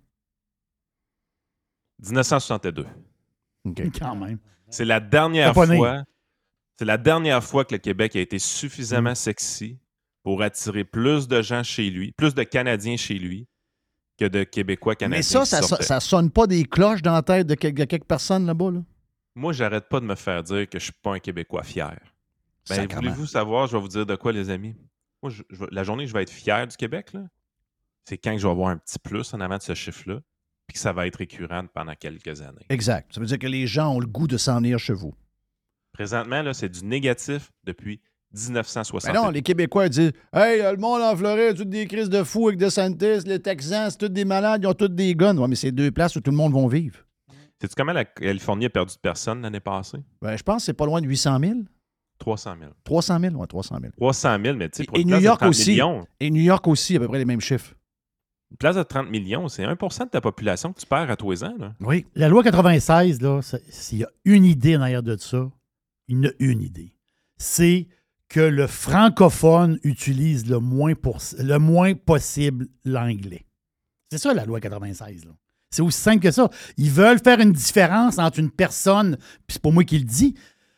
1962. OK. Quand même. C'est la dernière fois. C'est la dernière fois que le Québec a été suffisamment sexy pour attirer plus de gens chez lui, plus de Canadiens chez lui que de Québécois canadiens. Mais ça sonne pas des cloches dans la tête de quelques personnes là-bas, là? Moi, j'arrête pas de me faire dire que je suis pas un Québécois fier. Ben, voulez-vous savoir, je vais vous dire de quoi, les amis? Moi, la journée où je vais être fier du Québec, là, c'est quand je vais avoir un petit plus en avant de ce chiffre-là, puis que ça va être récurrent pendant quelques années. Exact. Ça veut dire que les gens ont le goût de s'en venir chez vous. Présentement, là, c'est du négatif depuis 1960. Mais non, les Québécois disent « Hey, le monde en Floride, toutes des crises de fous avec DeSantis, les Texans, c'est tous des malades, ils ont tous des guns. » Ouais, mais c'est deux places où tout le monde va vivre. Sais-tu comment la Californie a perdu de personnes l'année passée? Ben, je pense que c'est pas loin de 800 000. 300 000. 300 000, oui, 300 000. 300 000, mais tu sais, pour et une New place York de 30 aussi. millions... Et New York aussi, à peu près les mêmes chiffres. Une place de 30 millions, c'est 1 % de ta population que tu perds à tous les ans. Là. Oui. La loi 96, là, s'il y a une idée en arrière de ça, il y en a une idée. C'est que le francophone utilise le moins possible l'anglais. C'est ça, la loi 96, là. C'est aussi simple que ça. Ils veulent faire une différence entre une personne, puis c'est pas moi qui le dis,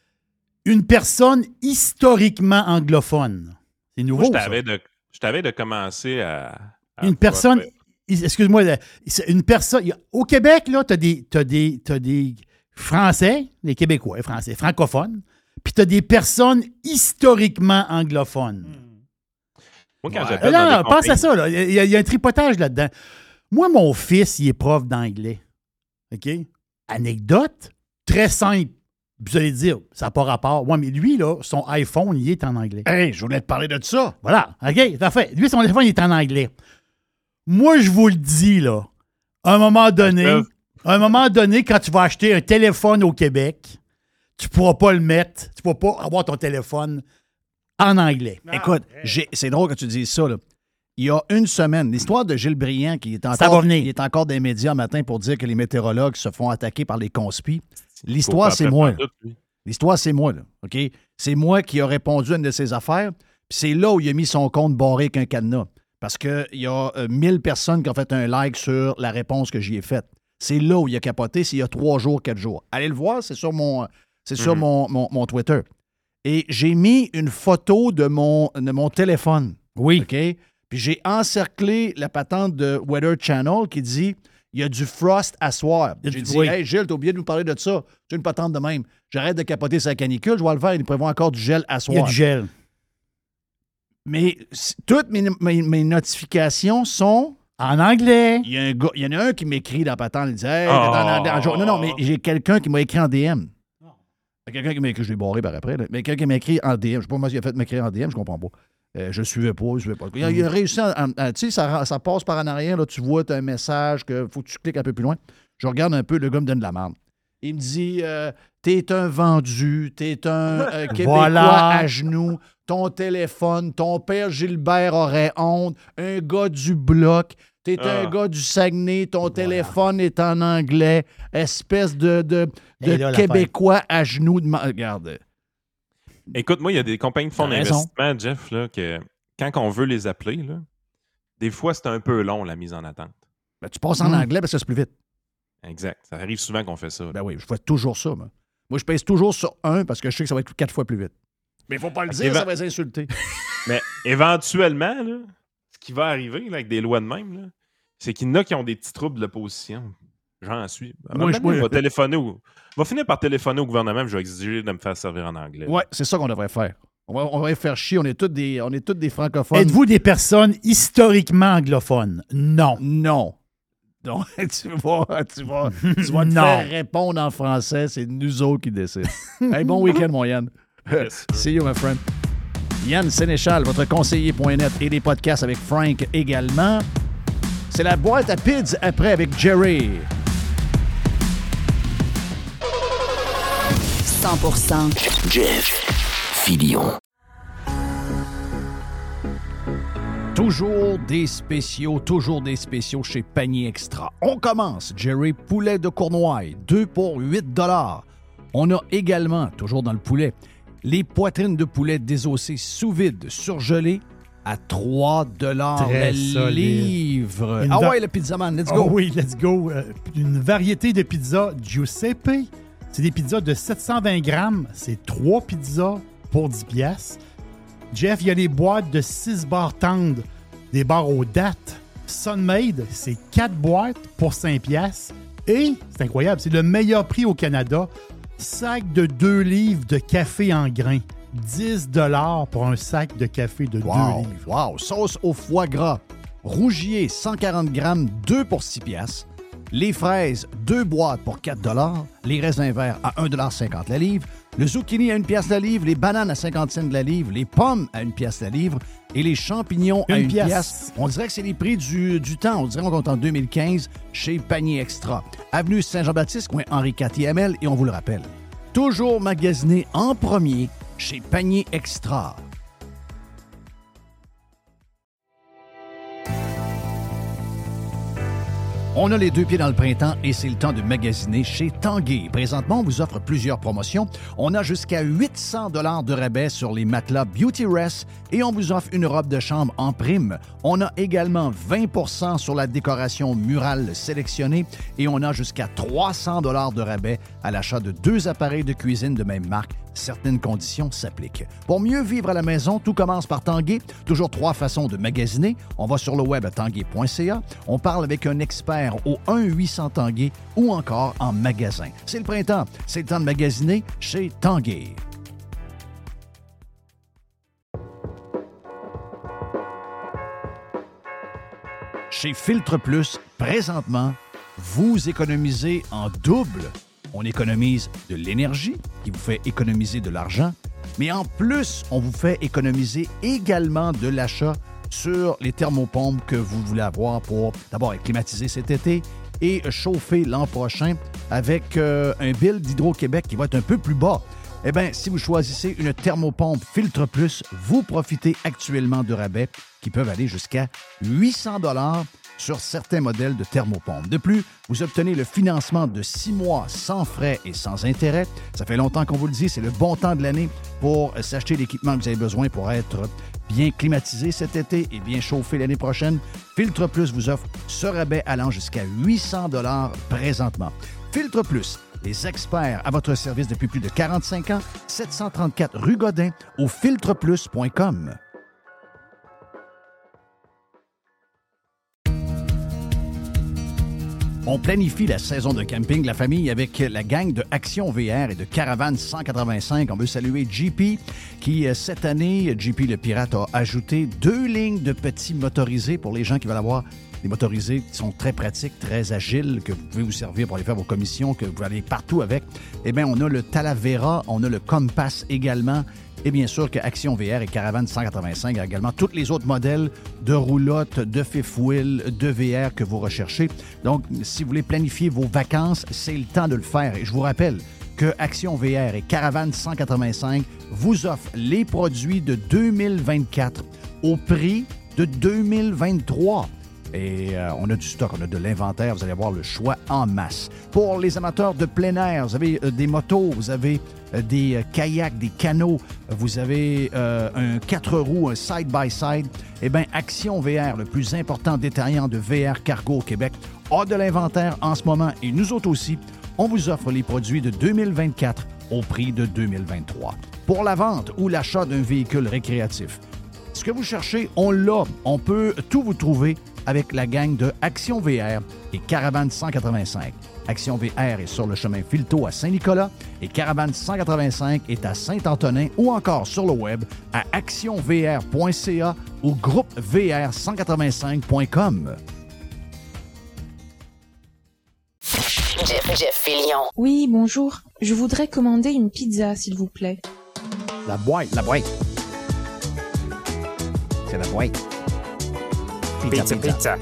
une personne historiquement anglophone. C'est nouveau, moi, je t'avais de commencer à une personne... Excuse-moi, une personne... Au Québec, là, t'as des Français, les Québécois, Français, francophones, puis t'as des personnes historiquement anglophones. Moi, quand j'appelle non, pense à ça, là. Il y a un tripotage là-dedans. Moi, mon fils, il est prof d'anglais. OK? Anecdote, très simple. Vous allez dire, ça n'a pas rapport. Ouais, mais lui, là, son iPhone, il est en anglais. Hey, je voulais te parler de ça. Voilà. OK, parfait. Lui, son téléphone, il est en anglais. Moi, je vous le dis, là, à un moment donné, quand tu vas acheter un téléphone au Québec, tu ne pourras pas le mettre, tu ne pourras pas avoir ton téléphone en anglais. Écoute, c'est drôle que tu dises ça, là. Il y a une semaine, l'histoire de Gilles Briand, qui est encore, il est encore dans les médias matin pour dire que les météorologues se font attaquer par les conspis. L'histoire, c'est moi. L'histoire, c'est moi, là. OK? C'est moi qui a répondu à une de ses affaires. Puis c'est là où il a mis son compte barré avec un cadenas. Parce qu'il y a 1000 personnes qui ont fait un like sur la réponse que j'y ai faite. C'est là où il a capoté, c'est il y a 3 jours, 4 jours. Allez le voir, c'est sur mon Twitter. Et j'ai mis une photo de mon téléphone. Oui. OK? Puis j'ai encerclé la patente de Weather Channel qui dit il y a du frost à soir. J'ai dit Hey Gilles, t'as oublié de nous parler de ça. Tu as une patente de même. J'arrête de capoter sa canicule, je vais le faire. Il prévoit encore du gel à soir. Il y a du gel. Mais toutes mes notifications sont en anglais. Il y en a un qui m'écrit dans la patente. Il dit Hey, non, mais j'ai quelqu'un qui m'a écrit en DM. Quelqu'un qui m'a écrit, je l'ai barré par après, mais quelqu'un qui m'a écrit en DM. Je ne sais pas moi s'il a fait m'écrire en DM, je comprends pas. Je ne suivais pas. Il a réussi tu sais, ça passe par en arrière, là, tu vois, tu as un message que faut que tu cliques un peu plus loin. Je regarde un peu, le gars me donne de la merde. Il me dit t'es un vendu, t'es un Québécois à genoux, ton téléphone, ton père Gilbert aurait honte, un gars du bloc, t'es un gars du Saguenay, ton téléphone est en anglais, espèce de Québécois à genoux. Regarde. Écoute, moi, il y a des compagnies de fonds d'investissement, Jeff, là, que quand on veut les appeler, là, des fois, c'est un peu long, la mise en attente. Ben, tu passes en anglais parce que c'est plus vite. Exact. Ça arrive souvent qu'on fait ça. Là. Ben oui, je fais toujours ça. Moi, je pèse toujours sur 1 parce que je sais que ça va être 4 fois plus vite. Mais il faut pas le dire, ça va s'insulter. Mais éventuellement, là, ce qui va arriver là, avec des lois de même, là, c'est qu'il y en a qui ont des petits troubles de l'opposition. J'en suis. Moi, je vais téléphoner va finir par téléphoner au gouvernement et je vais exiger de me faire servir en anglais. Oui, c'est ça qu'on devrait faire. On va faire chier. On est tous des francophones. Êtes-vous des personnes historiquement anglophones? Non. Non. Donc, tu vas te faire répondre en français. C'est nous autres qui décident. Hey, bon week-end, mon Yann. Yes, see you, my friend. Yann Sénéchal, votre conseiller.net et les podcasts avec Frank également. C'est la boîte à PIDS après avec Jerry. 100% Jeff Fillion. Toujours des spéciaux chez Panier Extra. On commence, Jerry, poulet de Cournoye, 2 pour 8 $. On a également, toujours dans le poulet, les poitrines de poulet désossées sous vide, surgelées, à 3 $ Très le solide. livre. Ouais, le pizza man, let's go. Oh oui, let's go. Une variété de pizzas Giuseppe. C'est des pizzas de 720 grammes. C'est 3 pizzas pour 10 piastres. Jeff, il y a les boîtes de 6 barres tendres, des barres aux dattes. Sunmade, c'est 4 boîtes pour 5 piastres. Et, c'est incroyable, c'est le meilleur prix au Canada. Sac de 2 livres de café en grains. 10 $ pour un sac de café de 2 livres. Wow! Sauce au foie gras. Rougier, 140 grammes, 2 pour 6 piastres. Les fraises, 2 boîtes pour 4 $. Les raisins verts à 1,50 $ la livre. Le zucchini à 1 piastre la livre. Les bananes à 50 cents la livre. Les pommes à 1 piastre la livre. Et les champignons à 1 piastre. On dirait que c'est les prix du temps. On dirait qu'on est en 2015 chez Panier Extra. Avenue Saint-Jean-Baptiste, coin Henri IV. Et on vous le rappelle, toujours magasiné en premier chez Panier Extra. On a les deux pieds dans le printemps et c'est le temps de magasiner chez Tanguay. Présentement, on vous offre plusieurs promotions. On a jusqu'à 800 $ de rabais sur les matelas Beauty Rest et on vous offre une robe de chambre en prime. On a également 20 % sur la décoration murale sélectionnée et on a jusqu'à 300 $ de rabais à l'achat de 2 appareils de cuisine de même marque. Certaines conditions s'appliquent. Pour mieux vivre à la maison, tout commence par Tanguay. Toujours 3 façons de magasiner. On va sur le web à tanguay.ca. On parle avec un expert au 1-800-TANGUAY ou encore en magasin. C'est le printemps. C'est le temps de magasiner chez Tanguay. Chez Filtre Plus, présentement, vous économisez en double. On économise de l'énergie qui vous fait économiser de l'argent, mais en plus, on vous fait économiser également de l'achat sur les thermopompes que vous voulez avoir pour d'abord être climatisé cet été et chauffer l'an prochain avec un bill d'Hydro-Québec qui va être un peu plus bas. Eh bien, si vous choisissez une thermopompe Filtre Plus, vous profitez actuellement de rabais qui peuvent aller jusqu'à 800 $ sur certains modèles de thermopompe. De plus, vous obtenez le financement de 6 mois sans frais et sans intérêt. Ça fait longtemps qu'on vous le dit, c'est le bon temps de l'année pour s'acheter l'équipement que vous avez besoin pour être bien climatisé cet été et bien chauffé l'année prochaine. Filtre Plus vous offre ce rabais allant jusqu'à 800 $ présentement. Filtre Plus, les experts à votre service depuis plus de 45 ans, 734 rue Godin au filtreplus.com. On planifie la saison de camping de la famille avec la gang de Action VR et de Caravane 185. On veut saluer JP qui, cette année, JP le Pirate a ajouté 2 lignes de petits motorisés pour les gens qui veulent avoir des motorisés qui sont très pratiques, très agiles, que vous pouvez vous servir pour aller faire vos commissions, que vous pouvez aller partout avec. Eh bien, on a le Talavera, on a le Compass également. Et bien sûr que Action VR et Caravane 185 a également tous les autres modèles de roulotte, de fifth wheel, de VR que vous recherchez. Donc, si vous voulez planifier vos vacances, c'est le temps de le faire. Et je vous rappelle que Action VR et Caravane 185 vous offrent les produits de 2024 au prix de 2023. Et on a du stock, on a de l'inventaire, vous allez avoir le choix en masse. Pour les amateurs de plein air, vous avez des motos, vous avez des kayaks, des canots, vous avez un 4 roues, un side-by-side. Eh bien, Action VR, le plus important détaillant de VR cargo au Québec, a de l'inventaire en ce moment. Et nous autres aussi, on vous offre les produits de 2024 au prix de 2023. Pour la vente ou l'achat d'un véhicule récréatif, ce que vous cherchez, on l'a. On peut tout vous trouver avec la gang de Action VR et Caravane 185. Action VR est sur le chemin Filteau à Saint-Nicolas et Caravane 185 est à Saint-Antonin ou encore sur le web à actionvr.ca ou groupevr185.com. Jeff Fillion. Oui, bonjour. Je voudrais commander une pizza, s'il vous plaît. La boîte. C'est la boîte. Pizza.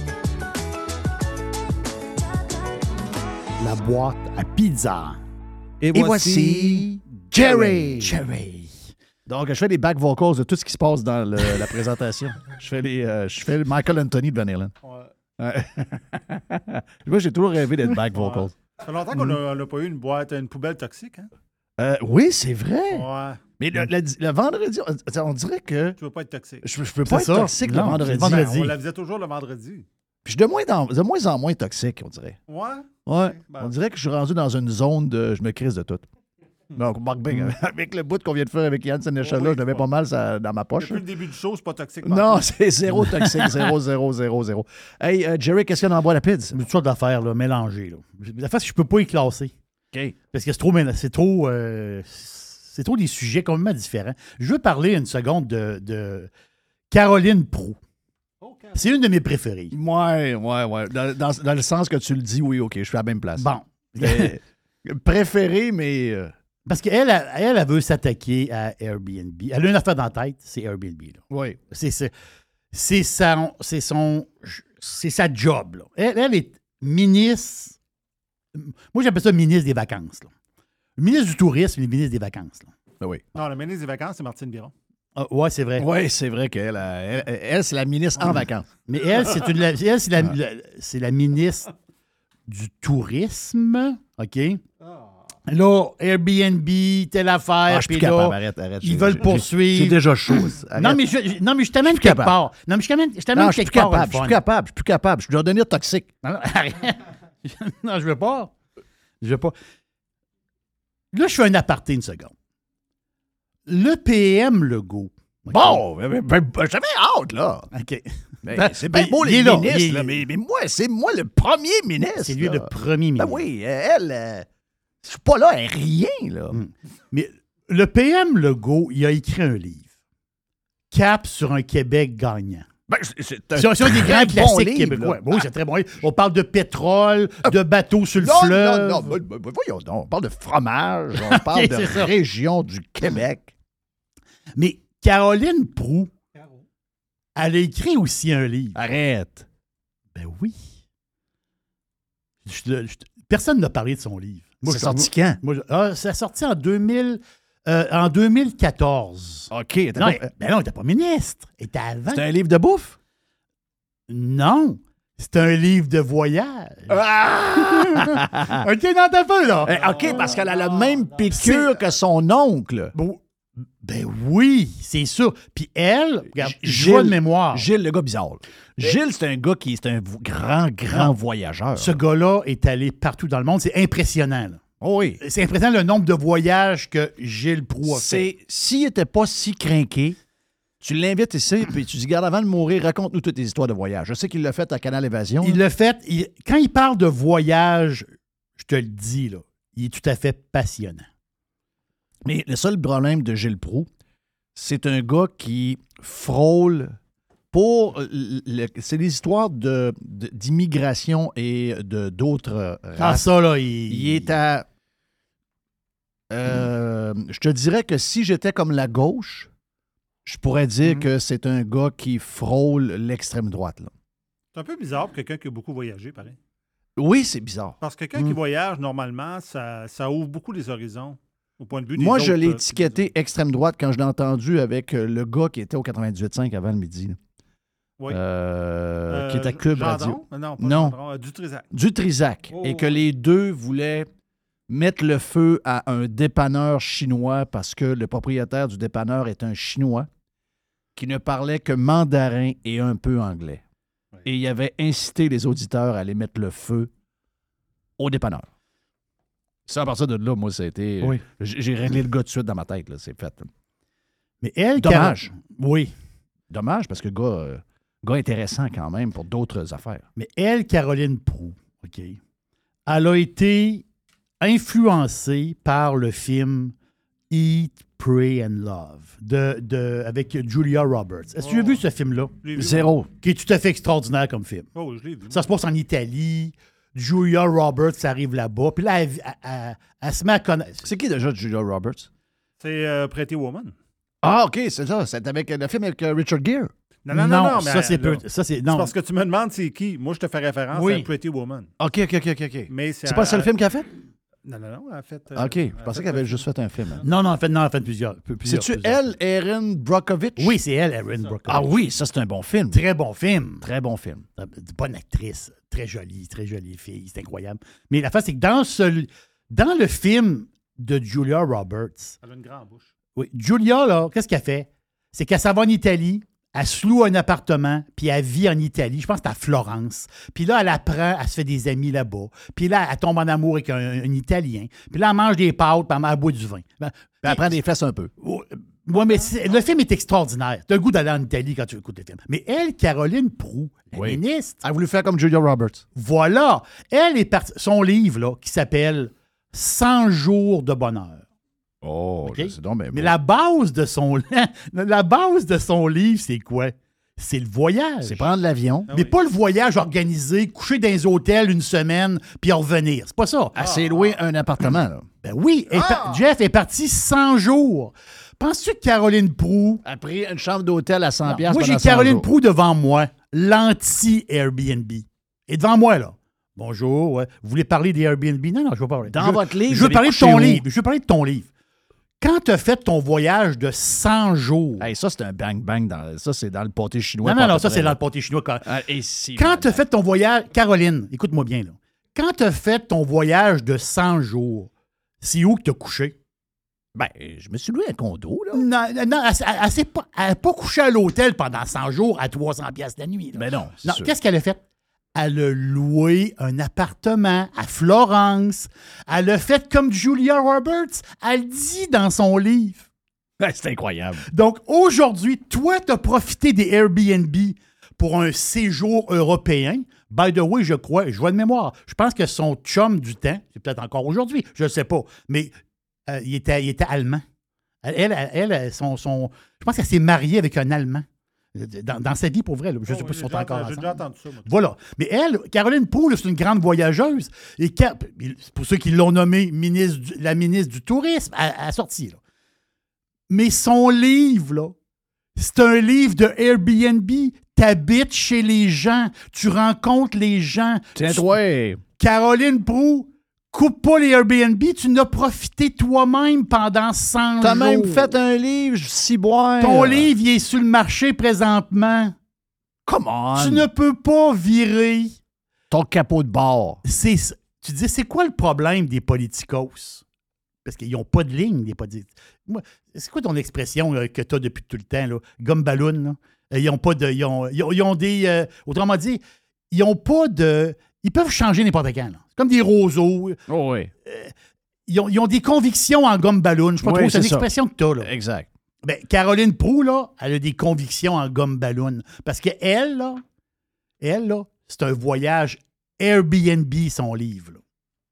La boîte à pizza. Et voici Jerry. Donc, je fais les back vocals de tout ce qui se passe dans la présentation. Je fais le Michael Anthony de Van Halen. Ouais. Moi, j'ai toujours rêvé d'être back vocals. Ça fait longtemps qu'on n'a pas eu une poubelle toxique, hein? Oui, c'est vrai. Ouais. Mais le vendredi, on dirait que... Tu veux pas être toxique. Je peux pas être toxique le vendredi. On la faisait toujours le vendredi. Puis je suis de moins en moins toxique, on dirait. Ouais? Ouais. Ben. On dirait que je suis rendu dans une zone de... Je me crise de tout. Donc, Marc Bing, avec le bout qu'on vient de faire avec Yann Sénéchal, là, je l'avais pas mal dans ma poche. Depuis le début du show, c'est pas toxique. Non, c'est zéro toxique. 0. Hey, Jerry, qu'est-ce qu'il y a dans la boîte à pizza? Toutes sortes d'affaires là, mélangées. Là. L'affaire, c'est que je peux pas y classer. OK. Parce que c'est trop des sujets complètement différents. Je veux parler une seconde de Caroline Proulx. C'est une de mes préférées. Ouais. Dans le sens que tu le dis, oui, OK, je suis à la même place. Bon. Préférée, mais... Parce qu'elle, elle veut s'attaquer à Airbnb. Elle a une affaire dans la tête, c'est Airbnb. Là. Oui. C'est sa job. Là. Elle est ministre... Moi, j'appelle ça ministre des vacances. Là. Le ministre du tourisme et le ministre des vacances. Là. Oui. Non, le ministre des vacances, c'est Martine Biron. Oui, c'est vrai. Oui, c'est vrai qu'elle, elle, c'est la ministre en vacances. Mais elle, c'est la ministre du tourisme. OK? Là, Airbnb, telle affaire. Je suis plus capable. Arrête. Ils veulent poursuivre. J'ai déjà chaud. Non, mais je t'amène quelque part. Non, mais je t'amène quelque part. Je suis plus capable. Je dois devenir toxique. Non, je veux pas. Là, je fais un aparté une seconde. Le PM Legault. Okay. Bon, j'avais hâte, là. OK. C'est bien beau, les ministres, là, mais c'est moi le premier ministre. C'est lui le premier ministre. Ben oui, elle... Je suis pas là, elle rien, là. Mais le PM Legault, il a écrit un livre. Cap sur un Québec gagnant. C'est un des grands classiques québécois. Oui, c'est très bon. On parle de pétrole, de bateaux sur le fleuve. Non, voyons donc. On parle de fromage, on parle de région du Québec. Mais Caroline Proulx, elle a écrit aussi un livre. Arrête. Ben oui. Personne n'a parlé de son livre. C'est sorti quand? Ça a sorti en 2014. OK. Non, ben non, il n'était pas ministre. Il était avant. C'était un livre de bouffe? Non. C'est un livre de voyage. Ah! OK, non, t'as pas, là. OK, parce qu'elle a la même piqûre que son oncle. Ben oui, c'est sûr. Puis elle, regarde, je vois de mémoire. Gilles, le gars bizarre. Gilles, c'est un gars qui est un grand voyageur. Ce gars-là est allé partout dans le monde. C'est impressionnant. Là. Oh oui. C'est impressionnant le nombre de voyages que Gilles Proulx a fait. S'il n'était pas si crinqué, tu l'invites ici, puis tu dis, regarde, avant de mourir, raconte-nous toutes tes histoires de voyage. Je sais qu'il l'a fait à Canal Évasion. Il l'a fait. Quand il parle de voyage, je te le dis, là, il est tout à fait passionnant. Mais le seul problème de Gilles Proulx, c'est un gars qui frôle pour... c'est des histoires d'immigration et d'autres races. Ah, ça, là, il est à... je te dirais que si j'étais comme la gauche, je pourrais dire que c'est un gars qui frôle l'extrême droite. Là. C'est un peu bizarre pour quelqu'un qui a beaucoup voyagé, pareil. Oui, c'est bizarre. Parce que quelqu'un qui voyage, normalement, ça ouvre beaucoup les horizons. Au point de vue des Moi, autres, je l'ai étiqueté extrême droite quand je l'ai entendu avec le gars qui était au 98.5 avant le midi. Oui. Qui est à Cube Radio. Non, pas Gendron, Dutrisac. Dutrisac. Et que les deux voulaient mettre le feu à un dépanneur chinois parce que le propriétaire du dépanneur est un Chinois qui ne parlait que mandarin et un peu anglais. Oui. Et il avait incité les auditeurs à aller mettre le feu au dépanneur. Ça, à partir de là, moi, ça a été... Oui. J'ai réglé le gars tout de suite dans ma tête, là, c'est fait. Mais elle... Dommage. Oui. Dommage, parce que gars intéressant quand même pour d'autres affaires. Mais elle, Caroline Proulx, OK, elle a été influencée par le film Eat, Pray and Love avec Julia Roberts. Est-ce que tu as vu ce film-là? Zéro. Qui est tout à fait extraordinaire comme film. Oh, je l'ai vu. Ça se passe en Italie. Julia Roberts arrive là-bas. Puis là, elle se met à connaître. C'est qui déjà Julia Roberts? C'est Pretty Woman. Ah, OK, c'est ça. C'est avec le film avec Richard Gere. Non, ça, c'est parce que tu me demandes c'est qui. Moi, je te fais référence à Pretty Woman. OK. Mais c'est pas le seul film qu'elle a fait? Non, elle a fait... OK, je pensais qu'elle avait juste fait un film. Hein. Non, elle a fait plusieurs. C'est-tu elle, Erin Brockovich? Oui, c'est elle, Erin Brockovich. Ah oui, ça, c'est un bon film. Très bon film. Très bon film. Bonne actrice. Très jolie fille. C'est incroyable. Mais la face, c'est que dans le film de Julia Roberts... Elle a une grande bouche. Oui, Julia, là, qu'est-ce qu'elle fait? C'est qu'elle s'en va en Italie, elle se loue un appartement, puis elle vit en Italie. Je pense que c'est à Florence. Puis là, elle apprend, elle se fait des amis là-bas. Puis là, elle tombe en amour avec un Italien. Puis là, elle mange des pâtes, puis elle boit du vin. Puis elle prend des fesses un peu. Oui, mais le film est extraordinaire. Tu as le goût d'aller en Italie quand tu écoutes le film. Mais elle, Caroline Proulx, la ministre... Elle a voulu faire comme Julia Roberts. Voilà. Elle est partie... Son livre, là, qui s'appelle « 100 jours de bonheur ». Oh, okay? C'est donc bien beau. Mais la base de son livre, c'est quoi? C'est le voyage. C'est prendre l'avion. Mais pas le voyage organisé, coucher dans les hôtels une semaine, puis en revenir. C'est pas ça. Elle s'est louée un appartement. Là. Ben oui. Jeff est parti 100 jours. Penses-tu que Caroline Proulx... Elle a pris une chambre d'hôtel à 100 $. Moi, j'ai Caroline Proulx devant moi, l'anti-Airbnb. Et devant moi, là. Bonjour, ouais. Vous voulez parler des Airbnb? Non, je veux parler. Dans votre livre, je veux parler de ton livre. Je veux parler de ton livre. Quand tu as fait ton voyage de 100 jours... Hey, ça, c'est un bang-bang. Ça, c'est dans le pâté chinois. Non, ça, c'est dans le pâté chinois. Quand tu as fait ton voyage... Caroline, écoute-moi bien, là. Quand tu as fait ton voyage de 100 jours, c'est où que tu as couché? Ben, je me suis loué un condo, là. Non, elle n'a pas couché à l'hôtel pendant 100 jours à 300$ la nuit. Là. Ben non, Non, qu'est-ce qu'elle a fait? Elle a loué un appartement à Florence. Elle a fait comme Julia Roberts. Elle dit dans son livre. C'est incroyable. Donc, aujourd'hui, toi, tu as profité des Airbnb pour un séjour européen. By the way, je crois, je vois de mémoire, je pense que son chum du temps, c'est peut-être encore aujourd'hui, je ne sais pas, mais il était allemand. Elle, je pense qu'elle s'est mariée avec un Allemand. Dans sa vie, pour vrai. Là. Je ne sais pas si ils sont encore ensemble. J'ai déjà entendu ça. Moi. Voilà. Mais elle, Caroline Proulx, c'est une grande voyageuse. Et pour ceux qui l'ont nommée la ministre du Tourisme, à sortie. Là. Mais son livre, là, c'est un livre de Airbnb. T'habites chez les gens. Tu rencontres les gens. Tiens-toi. Caroline Proulx, coupe pas les Airbnb, tu n'as profité toi-même pendant 100 jours. T'as même fait un livre, ciboire. Ton livre, il est sur le marché présentement. Come on. Tu ne peux pas virer ton capot de bord. Tu dis, c'est quoi le problème des politicos? Parce qu'ils n'ont pas de ligne, les politicos. C'est quoi ton expression que tu as depuis tout le temps, là? Gomme ballon, là? Ils ont pas de. Ils ont des. Autrement dit, ils n'ont pas de. Ils peuvent changer n'importe quand. Là. C'est comme des roseaux. Oh oui. Ils ont des convictions en gomme ballon. Je ne sais pas trop, c'est une expression que tu as. Là. Exact. Ben, Caroline Proulx, là, elle a des convictions en gomme ballon. Parce qu'elle, là, c'est un voyage Airbnb, son livre. Là.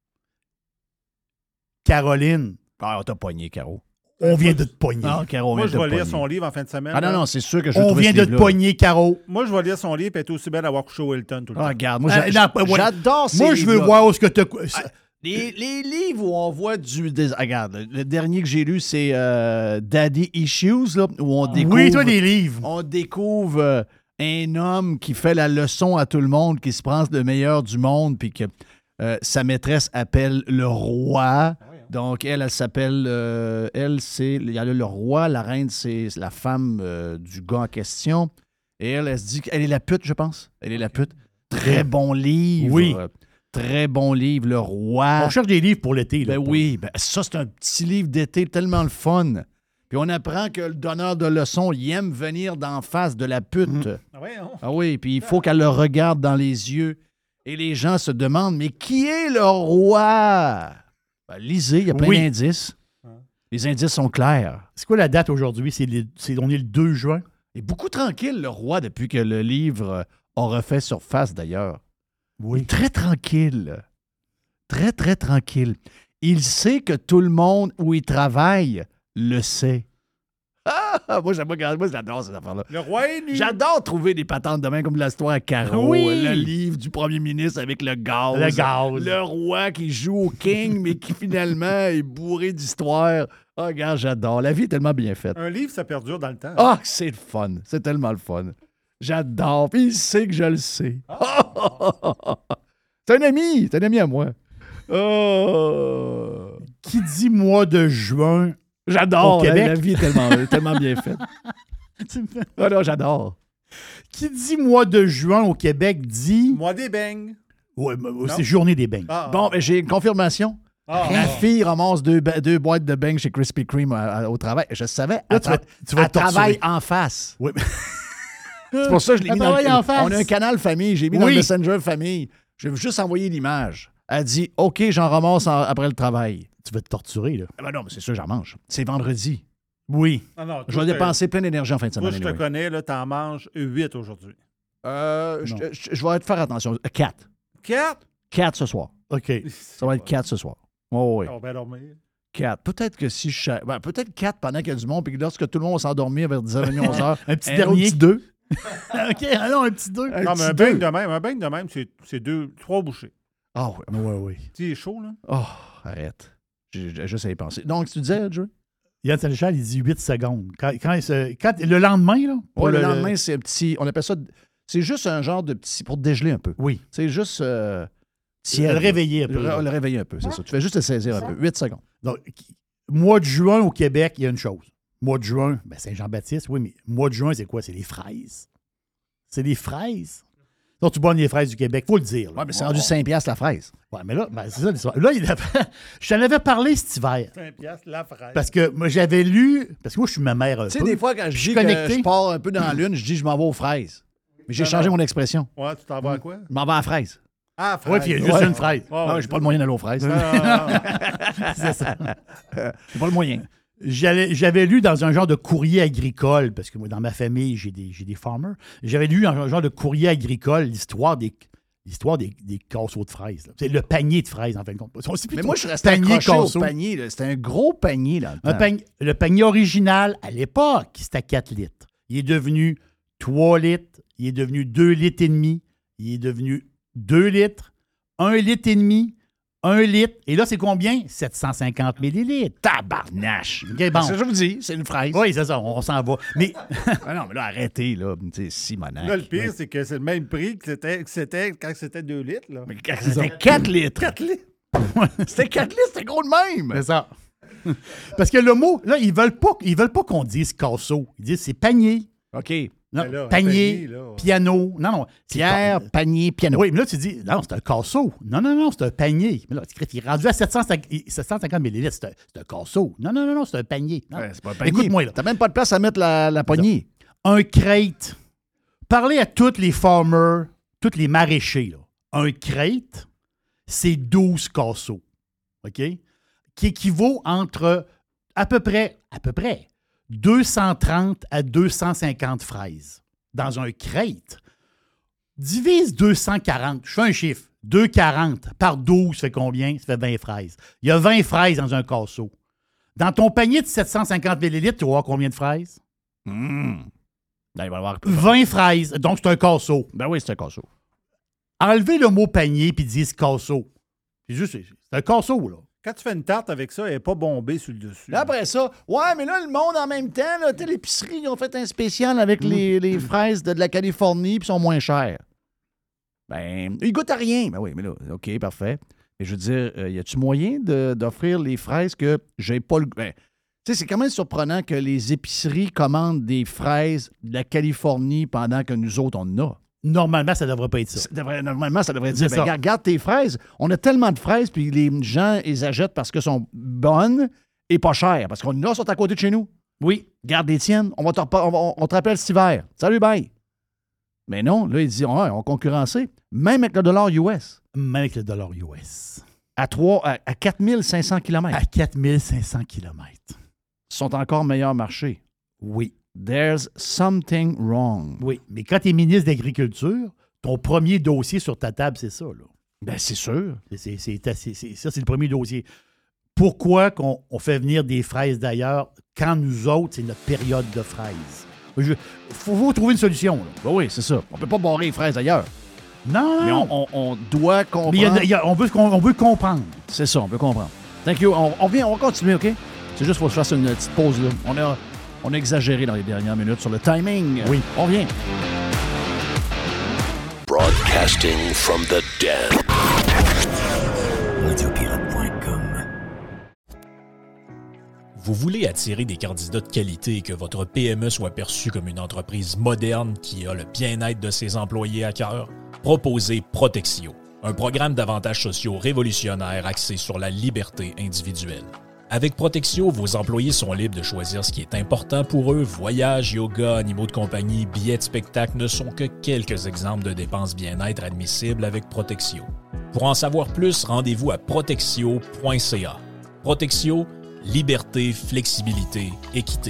Caroline. Ah, on t'a pogné, Caro. On vient de te pogner. Ah, Caro, moi, je vais lire son livre en fin de semaine. Ah non, c'est sûr que je On vient de te pogner, Caro. Moi, je vais lire son livre et être aussi belle à avoir couché au Hilton tout le temps. Regarde, moi, j'adore ces livres. Moi, je veux voir où ce que tu as... Les livres où on voit regarde, le dernier que j'ai lu, c'est Daddy Issues, là, où on découvre... Oui, toi, des livres. On découvre un homme qui fait la leçon à tout le monde, qui se prend le meilleur du monde, puis que sa maîtresse appelle le roi... Donc, elle s'appelle... il y a le roi, la reine, c'est la femme du gars en question. Et elle se dit qu'elle est la pute, je pense. Elle est la pute. Très bon livre. Oui. Très bon livre, Le Roi. On cherche des livres pour l'été. Ben oui. Ben, ça, c'est un petit livre d'été tellement le fun. Puis on apprend que le donneur de leçons, il aime venir d'en face de la pute. Ah oui, puis il faut qu'elle le regarde dans les yeux. Et les gens se demandent, mais qui est le roi? Ben, lisez, il y a plein d'indices. Les indices sont clairs. C'est quoi la date aujourd'hui? On est le 2 juin. Il est beaucoup tranquille, le roi, depuis que le livre a refait surface, d'ailleurs. Oui. Très tranquille. Très, très tranquille. Il sait que tout le monde où il travaille le sait. Ah! Moi, j'adore ces affaires-là. Le roi est nu. J'adore trouver des patentes de main comme l'histoire à Caro. Oui. Le livre du premier ministre avec le gaz. Le gaz. Le roi qui joue au king, mais qui finalement est bourré d'histoires. Ah, regarde, j'adore. La vie est tellement bien faite. Un livre, ça perdure dans le temps. Ah, c'est le fun. C'est tellement le fun. J'adore. Puis il sait que je le sais. C'est un ami. C'est un ami à moi. Oh! dit mois de juin J'adore. au Québec? La vie est tellement bien faite. Ah non, j'adore. Qui dit mois de juin au Québec dit... Mois des beignes. Ouais, c'est journée des beignes. Bon, ben, j'ai une confirmation. Ma fille ramasse deux boîtes de beignes chez Krispy Kreme au travail. Je savais. Là, tu vas elle travaille en face. Oui. C'est pour ça que je l'ai mis dans en face. On a un canal famille. J'ai mis dans le Messenger famille. Je vais juste envoyer l'image. Elle dit « OK, j'en ramasse après le travail. » Tu vas te torturer, là. Ben non, mais c'est sûr, j'en mange. C'est vendredi. Oui. Je vais dépenser plein d'énergie en fin de semaine. Moi, je te connais, là, t'en manges 8 aujourd'hui. Je vais faire attention. 4. 4? 4 ce soir. OK. Ça va être 4 ce soir. Oh, oui. On va dormir. 4. Peut-être que si je... peut-être 4 pendant qu'il y a du monde, puis que lorsque tout le monde va s'endormir vers 10h30, 11h, un petit dernier. Un petit 2. OK, allons, un petit 2. Non, mais un beigne de même, c'est 3 bouchées. Ah oui. Oui. Tu es chaud, là? Oh, arrête. J'essaie de penser. Donc, tu disais, Joe? Yann Sénéchal, il dit 8 secondes. Quand le lendemain, là? Le lendemain, c'est un petit... On appelle ça... C'est juste un genre de petit... Pour te dégeler un peu. Oui. C'est juste... le réveiller un peu. Le réveiller un peu, c'est ça. Tu fais juste le saisir un peu. 8 secondes. Donc, mois de juin au Québec, il y a une chose. Mois de juin, ben Saint-Jean-Baptiste, oui, mais mois de juin, c'est quoi? C'est les fraises. C'est les fraises. Donc, tu bonnes les fraises du Québec, il faut le dire. Oui, mais c'est rendu 5$ la fraise. Oui, mais là, c'est ça l'histoire. Là, je t'en avais parlé cet hiver. 5$ la fraise. Parce que moi, j'avais lu... Parce que moi, je suis ma mère un peu. Tu sais, des fois, quand je dis que je pars un peu dans la lune, je dis je m'en vais aux fraises. Mais j'ai changé mon expression. Ouais, tu t'en vas à quoi? Je m'en vais à la fraise. Ah, fraise. Oui, puis il y a juste une fraise. Non, j'ai pas le moyen d'aller aux fraises. C'est ça. J'ai pas le moyen. J'avais lu dans un genre de courrier agricole, parce que moi, dans ma famille, j'ai des farmers. J'avais lu dans un genre de courrier agricole l'histoire des casseaux de fraises. C'est le panier de fraises, en fin de compte. Mais moi, je suis resté accroché au panier. C'était un gros panier, là. Le panier original, à l'époque, c'était 4 litres. Il est devenu 3 litres. Il est devenu 2 litres et demi. Il est devenu 2 litres, 1 litre et demi, 1 litre. Et là, c'est combien? 750 millilitres. Tabarnache! Okay, bon. C'est ce que je vous dis, c'est une fraise. Oui, c'est ça, on s'en va. Mais non, mais là, arrêtez, là. C'est Simonac. Là, le pire, c'est que c'est le même prix que c'était quand c'était 2 litres. Là. Mais c'était 4 litres. 4 litres. C'était 4 litres, c'était gros de même. C'est ça. Parce que le mot, là, ils veulent pas qu'on dise casseau. Ils disent c'est panier. OK. Non, là, panier, piano. Non. Pierre, panier, piano. Oui, mais là, tu dis, non, c'est un casseau. Non, c'est un panier. Mais là, il est rendu à 750 millilitres. C'est un casseau. Non, c'est un panier. Ouais, c'est pas un panier. Écoute-moi, là. T'as même pas de place à mettre la poignée. Un crate. Parlez à tous les farmers, tous les maraîchers. Là. Un crate, c'est 12 casseaux. OK? Qui équivaut entre à peu près 230 à 250 fraises dans un crate. Divise 240. Je fais un chiffre. 240 par 12, ça fait combien? Ça fait 20 fraises. Il y a 20 fraises dans un casseau. Dans ton panier de 750 millilitres, tu vas avoir combien de fraises? Là, il va y avoir 20 fraises. Donc, c'est un casseau. Ben oui, c'est un casseau. Enlevez le mot panier puis dis casseau. C'est un casseau, là. Quand tu fais une tarte avec ça, elle n'est pas bombée sur le dessus. Là, après ça, ouais, mais là, le monde en même temps, là, l'épicerie, ils ont fait un spécial avec les fraises de la Californie puis sont moins chères. Ben, ils goûtent à rien. Ben oui, mais là, OK, parfait. Mais je veux dire, y a-tu moyen d'offrir les fraises que j'ai pas le... Ben, tu sais, c'est quand même surprenant que les épiceries commandent des fraises de la Californie pendant que nous autres, on en a. Normalement, ça ne devrait pas être ça. Normalement, ça devrait dire, regarde tes fraises. On a tellement de fraises, puis les gens, ils achètent parce qu'elles sont bonnes et pas chères. Parce qu'on sont à côté de chez nous. Oui, garde les tiennes. On te rappelle cet hiver. Salut, bye. Mais non, là, ils disent, on concurrencé. Même avec le dollar US. Même avec le dollar US. À 4500 km. À 4500 km. Sont encore meilleurs marchés. Oui. There's something wrong. Oui, mais quand tu es ministre d'Agriculture, ton premier dossier sur ta table, c'est ça, là. Ben, c'est sûr. Ça, c'est le premier dossier. Pourquoi on fait venir des fraises d'ailleurs quand nous autres, c'est notre période de fraises? Il faut trouver une solution, là. Ben oui, c'est ça. On peut pas barrer les fraises ailleurs. Non. Mais on doit comprendre. Mais on veut comprendre. C'est ça, on veut comprendre. Thank you. On va continuer, OK? C'est juste qu'il faut que je fasse une petite pause, là. On a exagéré dans les dernières minutes sur le timing. Oui. On vient. Broadcasting from the dead. Radiopirate.com. Vous voulez attirer des candidats de qualité et que votre PME soit perçue comme une entreprise moderne qui a le bien-être de ses employés à cœur? Proposez Protexio, un programme d'avantages sociaux révolutionnaire axé sur la liberté individuelle. Avec Protexio, vos employés sont libres de choisir ce qui est important pour eux. Voyages, yoga, animaux de compagnie, billets de spectacle ne sont que quelques exemples de dépenses bien-être admissibles avec Protexio. Pour en savoir plus, rendez-vous à protexio.ca. Protexio, liberté, flexibilité, équité.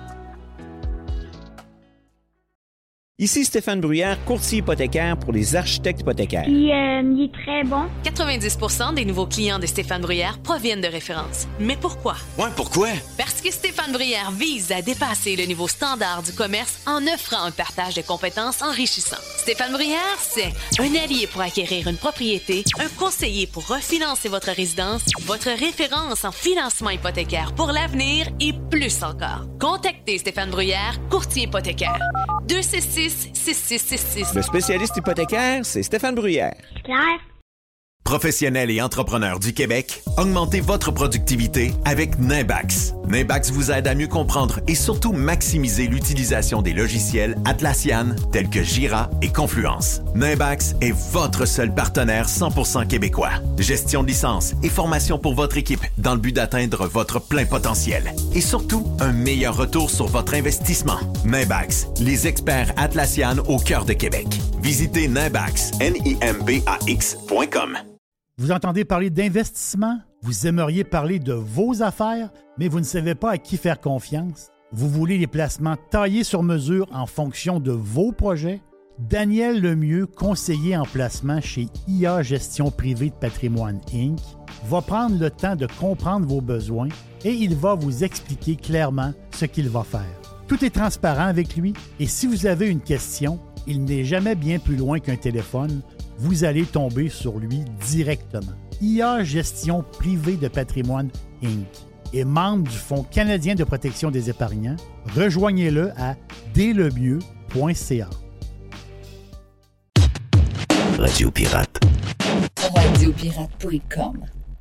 Ici Stéphane Bruyère, courtier hypothécaire pour les architectes hypothécaires. Il est très bon. 90% des nouveaux clients de Stéphane Bruyère proviennent de références. Mais pourquoi? Ouais, pourquoi? Parce que Stéphane Bruyère vise à dépasser le niveau standard du commerce en offrant un partage de compétences enrichissant. Stéphane Bruyère, c'est un allié pour acquérir une propriété, un conseiller pour refinancer votre résidence, votre référence en financement hypothécaire pour l'avenir et plus encore. Contactez Stéphane Bruyère, courtier hypothécaire. 266-6666. Le spécialiste hypothécaire, c'est Stéphane Bruyère. Claire. Professionnels et entrepreneurs du Québec, augmentez votre productivité avec Nimbax. Nimbax vous aide à mieux comprendre et surtout maximiser l'utilisation des logiciels Atlassian tels que Jira et Confluence. Nimbax est votre seul partenaire 100% québécois. Gestion de licence et formation pour votre équipe dans le but d'atteindre votre plein potentiel. Et surtout, un meilleur retour sur votre investissement. Nimbax, les experts Atlassian au cœur de Québec. Visitez Nimbax, nimbax.com. Vous entendez parler d'investissement? Vous aimeriez parler de vos affaires, mais vous ne savez pas à qui faire confiance? Vous voulez les placements taillés sur mesure en fonction de vos projets? Daniel Lemieux, conseiller en placement chez IA Gestion Privée de Patrimoine Inc., va prendre le temps de comprendre vos besoins et il va vous expliquer clairement ce qu'il va faire. Tout est transparent avec lui et si vous avez une question, il n'est jamais bien plus loin qu'un téléphone. Vous allez tomber sur lui directement. IA Gestion Privée de Patrimoine Inc. est membre du Fonds canadien de protection des épargnants. Rejoignez-le à dlemieux.ca. Radio Pirate. Radiopirate.com.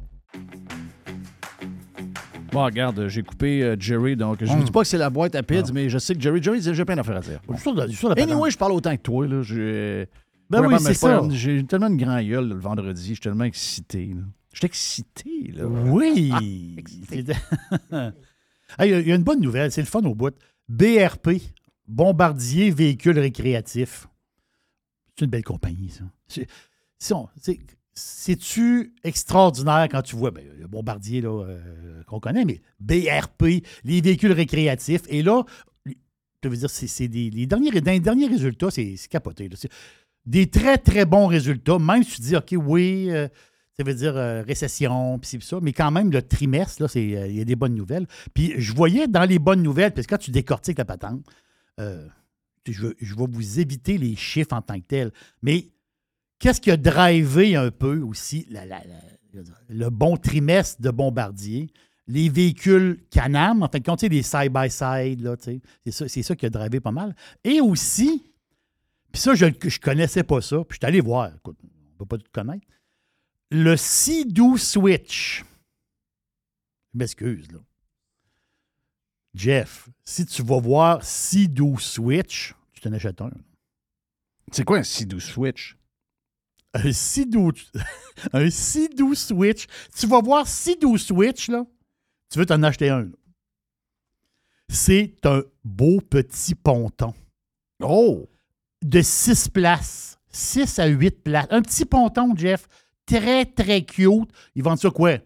Bon, regarde, j'ai coupé Jerry, donc je ne dis pas que c'est la boîte à pids, mais je sais que Jerry, j'ai plein d'affaires à dire. Anyway, je parle autant que toi. Là. Ben oui, c'est ça. J'ai tellement une grande gueule le vendredi. Je suis tellement excité. Là. Je suis excité. Là. Oui. Il y a une bonne nouvelle. C'est le fun au bout. BRP, Bombardier Véhicules Récréatifs. C'est une belle compagnie, ça. C'est-tu extraordinaire quand tu vois le Bombardier là, qu'on connaît, mais BRP, les véhicules récréatifs. Et là, je veux dire, c'est les derniers résultats, c'est capoté. Là. Des très, très bons résultats, même si tu dis, OK, oui, ça veut dire récession, puis c'est ça, mais quand même, le trimestre, il y a des bonnes nouvelles. Puis je voyais dans les bonnes nouvelles, parce que quand tu décortiques la patente, je vais vous éviter les chiffres en tant que tels, mais qu'est-ce qui a drivé un peu aussi le bon trimestre de Bombardier? Les véhicules Can-Am, en fait, quand tu sais, les side-by-side, là, c'est ça qui a drivé pas mal. Et aussi, puis ça, je ne connaissais pas ça, puis je suis allé voir, écoute, on ne peut pas tout connaître, le Sea-Doo Switch. Je m'excuse, là. Jeff, si tu vas voir Sea-Doo Switch, tu t'en achètes un. C'est quoi un Sea-Doo Switch? Un Sea-Doo Switch. Tu vas voir Sea-Doo Switch, là. Tu veux t'en acheter un. Là. C'est un beau petit ponton. Oh! De 6 places. 6 à 8 places. Un petit ponton, Jeff. Très, très cute. Ils vendent ça quoi?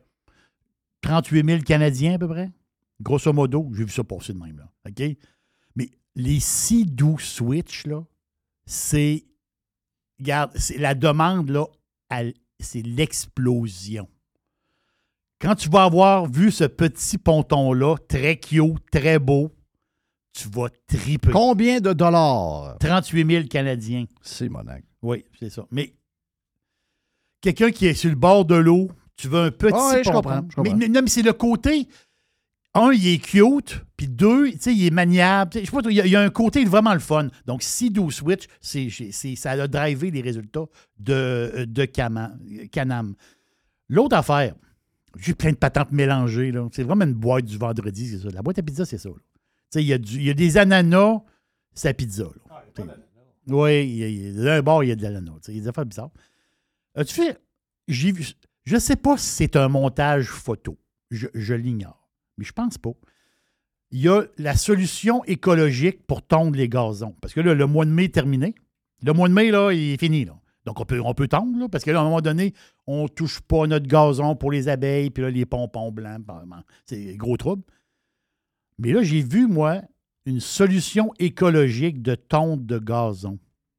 38 000 Canadiens, à peu près? Grosso modo. J'ai vu ça passer de même, là. OK? Mais les Sea-Doo Switch, là, c'est... Regarde, la demande, là, c'est l'explosion. Quand tu vas avoir vu ce petit ponton-là, très cute, très beau, tu vas triper. Combien de dollars? 38 000 Canadiens. C'est monac. Oui, c'est ça. Mais quelqu'un qui est sur le bord de l'eau, tu veux un petit ponton. Je comprends. Mais c'est le côté... Un, il est cute, puis deux, tu sais, il est maniable. Je sais pas, il y a un côté vraiment le fun. Donc, Sea-Doo Switch, ça a drivé les résultats de Can-Am. L'autre affaire, J'ai plein de patentes mélangées. Là. C'est vraiment une boîte du vendredi, c'est ça. La boîte à pizza, c'est ça. Il y a des ananas, c'est la pizza. Oui, d'un bord, il y a de l'ananas. Il y a des affaires bizarres. Tu fais... Je ne sais pas si c'est un montage photo. Je l'ignore. Mais je pense pas. Il y a la solution écologique pour tondre les gazons. Parce que là, le mois de mai est terminé. Le mois de mai, là, il est fini. Là. Donc, on peut tondre, là, parce que là, à un moment donné, on ne touche pas notre gazon pour les abeilles, puis là, les pompons blancs, c'est gros trouble. Mais là, j'ai vu, moi, une solution écologique de tonte de gazon.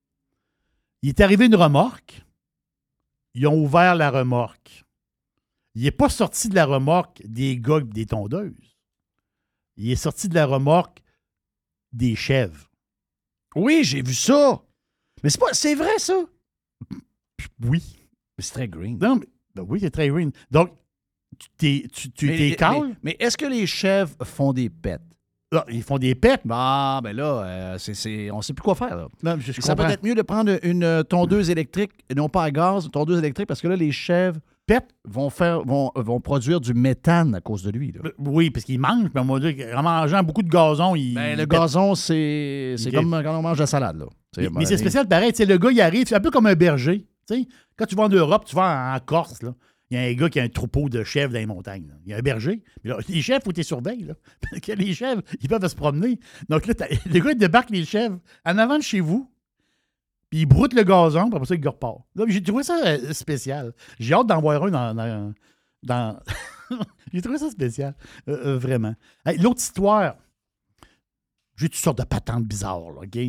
Il est arrivé une remorque. Ils ont ouvert la remorque. Il n'est pas sorti de la remorque des gars et des tondeuses. Il est sorti de la remorque des chèvres. Oui, j'ai vu ça. Mais c'est vrai, ça. Oui. Mais c'est très green. Non, mais, oui, c'est très green. Donc, tu t'es calme. Mais est-ce que les chèvres font des pets? Là, ils font des pets. Ah, ben là, on ne sait plus quoi faire. Là. Non, ça peut être mieux de prendre une tondeuse électrique, non pas à gaz, une tondeuse électrique, parce que là, les chèvres vont produire du méthane à cause de lui. Là. Oui, parce qu'ils mangent. Mais en mangeant beaucoup de gazon, le gazon, c'est comme quand on mange de la salade. Là. Mais c'est spécial pareil. Le gars, il arrive, c'est un peu comme un berger. T'sais, quand tu vas en Europe, tu vas en Corse, là. Il y a un gars qui a un troupeau de chèvres dans les montagnes. Là. Il y a un berger. Mais là, les chèvres, il faut que tu les surveilles. Là. Parce que les chèvres, ils peuvent se promener. Donc là, le gars, il débarque les chèvres en avant de chez vous. Puis il broute le gazon, puis après ça, il repart. Là, j'ai trouvé ça spécial. J'ai hâte d'en voir un dans... J'ai trouvé ça spécial. Vraiment. Hey, l'autre histoire, j'ai toutes sortes de patentes bizarres, là, OK?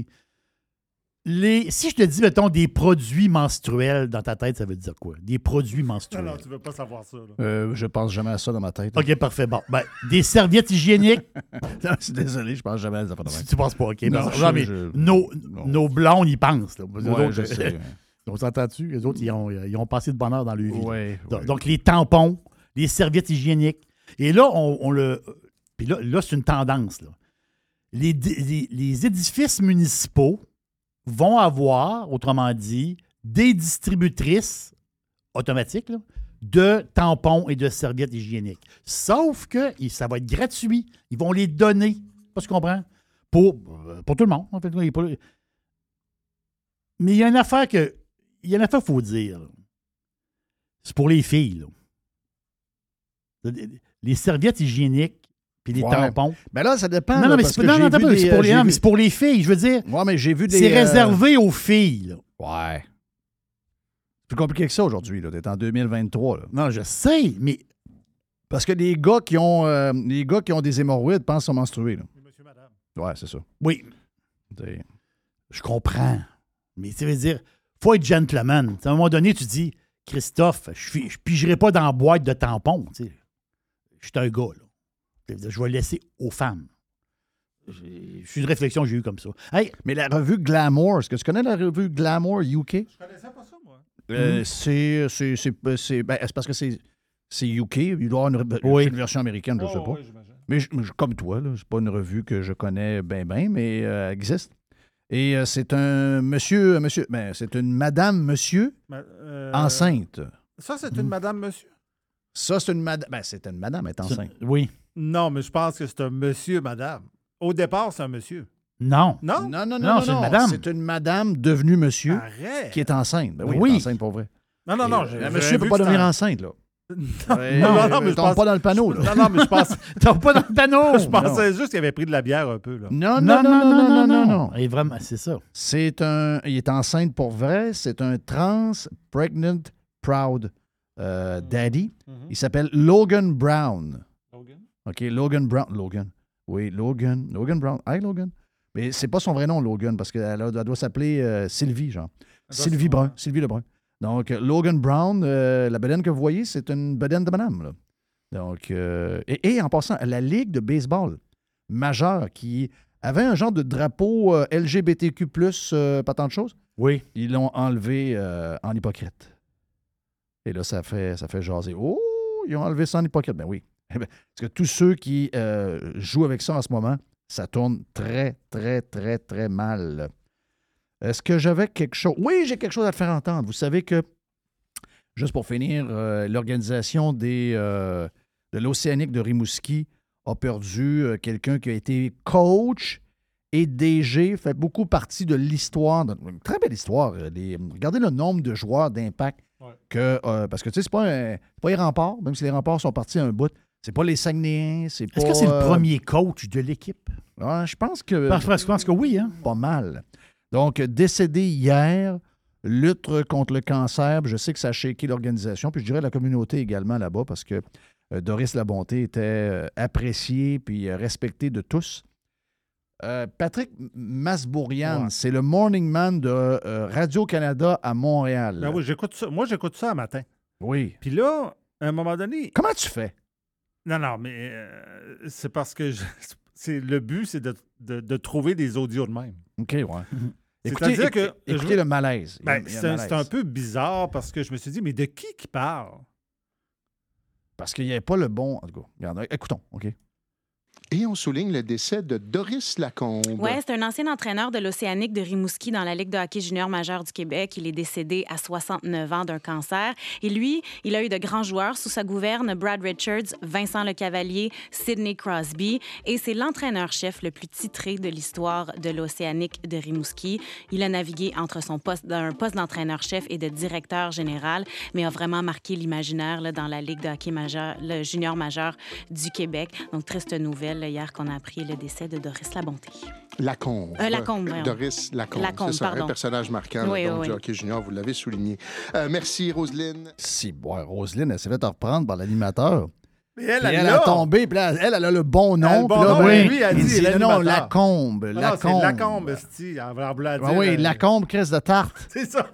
Si je te dis, mettons, des produits menstruels dans ta tête, ça veut dire quoi? Des produits menstruels. Non, tu ne veux pas savoir ça. Là. Je pense jamais à ça dans ma tête. Là. OK, parfait. Bon, des serviettes hygiéniques. Désolé, je pense jamais à ça. Tu penses pas, OK? Non, nos blondes, ils pensent. Là. Ouais, je sais. On s'entend-tu? Les autres, ils ont passé de bonheur dans leur vie. Ouais, Donc, les tampons, les serviettes hygiéniques. Et là, Puis là, c'est une tendance. Là. Les édifices municipaux vont avoir, autrement dit, des distributrices automatiques là, de tampons et de serviettes hygiéniques. Sauf que ça va être gratuit. Ils vont les donner. Pas ce qu'on comprend? Pour tout le monde, en fait. Mais il y a une affaire qu'il faut dire. Là. C'est pour les filles. Là. Les serviettes hygiéniques puis les tampons. Ben là, ça dépend. Non, mais c'est pour les filles, je veux dire. Ouais, mais j'ai vu des... C'est réservé aux filles. Là. Ouais. C'est plus compliqué que ça aujourd'hui. T'es en 2023. Là. Non, je sais, mais... Parce que les gars qui ont des hémorroïdes pensent à menstruer. Là. Monsieur, madame. Ouais, c'est ça. Oui. Je comprends. Mais ça veut dire, faut être gentleman. À un moment donné, tu dis, Christophe, je pigerai pas dans la boîte de tampons. Je suis un gars, là. Je vais laisser aux femmes. C'est une réflexion que j'ai eue comme ça. Hey, mais la revue Glamour, est-ce que tu connais la revue Glamour UK? Je connaissais pas ça, moi. C'est parce que c'est UK. Il doit y avoir une version américaine, je ne sais pas. Mais comme toi, ce n'est pas une revue que je connais bien, mais elle existe. Et c'est un monsieur, c'est une madame, monsieur, enceinte. Ça, c'est une madame, monsieur? Ça, c'est une madame. C'est une madame, elle est enceinte. Oui. Non, mais je pense que c'est un monsieur, madame. Au départ, c'est un monsieur. Non. Non? Non, c'est une madame. C'est une madame devenue monsieur. Arrête. Qui est enceinte. Ben oui, oui. Elle est enceinte pour vrai. Non. Monsieur ne peut pas devenir enceinte, là. Non, mais je pense pas dans le panneau, là. Non, mais je pense... Tombe pas dans le panneau! Je pensais juste qu'il avait pris de la bière un peu, là. Non. Et vraiment, c'est ça. Il est enceinte pour vrai. C'est un trans, pregnant, proud daddy. Mm-hmm. Il s'appelle Logan Brown. Logan? OK, Logan Brown. Logan. Oui, Logan. Logan Brown. Hi, Logan. Mais c'est pas son vrai nom, Logan, parce qu'elle doit s'appeler Sylvie, genre. Sylvie Brun. Sylvie Lebrun. Donc, Logan Brown, la bedaine que vous voyez, c'est une bedaine de madame. Là. Donc, et en passant, la Ligue de baseball majeure qui avait un genre de drapeau LGBTQ+, pas tant de choses. Oui. Ils l'ont enlevé en hypocrite. Et là, ça fait jaser. Oh, ils ont enlevé ça en hypocrite. Ben oui. Parce que tous ceux qui jouent avec ça en ce moment, ça tourne très, très, très, très mal. Est-ce que j'avais quelque chose? Oui, j'ai quelque chose à te faire entendre. Vous savez que juste pour finir, l'organisation de l'Océanique de Rimouski a perdu quelqu'un qui a été coach et DG, fait beaucoup partie de l'histoire, une très belle histoire. Regardez le nombre de joueurs d'Impact que... parce que, tu sais, c'est pas les remparts, même si les remparts sont partis à un bout. C'est pas les Saguenayens, c'est pas... Est-ce que c'est le premier coach de l'équipe? Ouais, je pense que... Je pense que oui, hein? Pas mal. Donc, décédé hier, lutte contre le cancer. Je sais que ça a shaké l'organisation, puis je dirais la communauté également là-bas, parce que Doris Labonté était apprécié puis respecté de tous. Patrick Masbourian, c'est le morning man de Radio-Canada à Montréal. Ben oui, j'écoute ça. Moi, j'écoute ça un matin. Oui. Puis là, à un moment donné... Comment tu fais? Non, mais c'est parce que le but, c'est de trouver des audios de même. OK, ouais. C'est-à-dire que... Écoutez le malaise. C'est un peu bizarre parce que je me suis dit, mais de qui parle? Parce qu'il n'y avait pas le bon... En tout cas, regarde, écoutons, OK? Et on souligne le décès de Doris Lacombe. Oui, c'est un ancien entraîneur de l'Océanique de Rimouski dans la Ligue de hockey junior majeur du Québec. Il est décédé à 69 ans d'un cancer. Et lui, il a eu de grands joueurs sous sa gouverne, Brad Richards, Vincent Lecavalier, Sidney Crosby. Et c'est l'entraîneur-chef le plus titré de l'histoire de l'Océanique de Rimouski. Il a navigué entre un poste d'entraîneur-chef et de directeur général, mais a vraiment marqué l'imaginaire là, dans la Ligue de hockey le junior majeur du Québec. Donc, triste nouvelle hier qu'on a appris le décès de Doris Labonté. Lacombe. Lacombe, Doris Lacombe. C'est ça, pardon. Un personnage marquant du hockey junior, vous l'avez souligné. Merci, Roselyne. Roselyne, elle s'est fait reprendre par l'animateur. Mais elle a tombé, puis elle a le bon nom. Lui, elle dit non, Lacombe. C'est Lacombe, oui, Lacombe, Chris de tarte. C'est ça.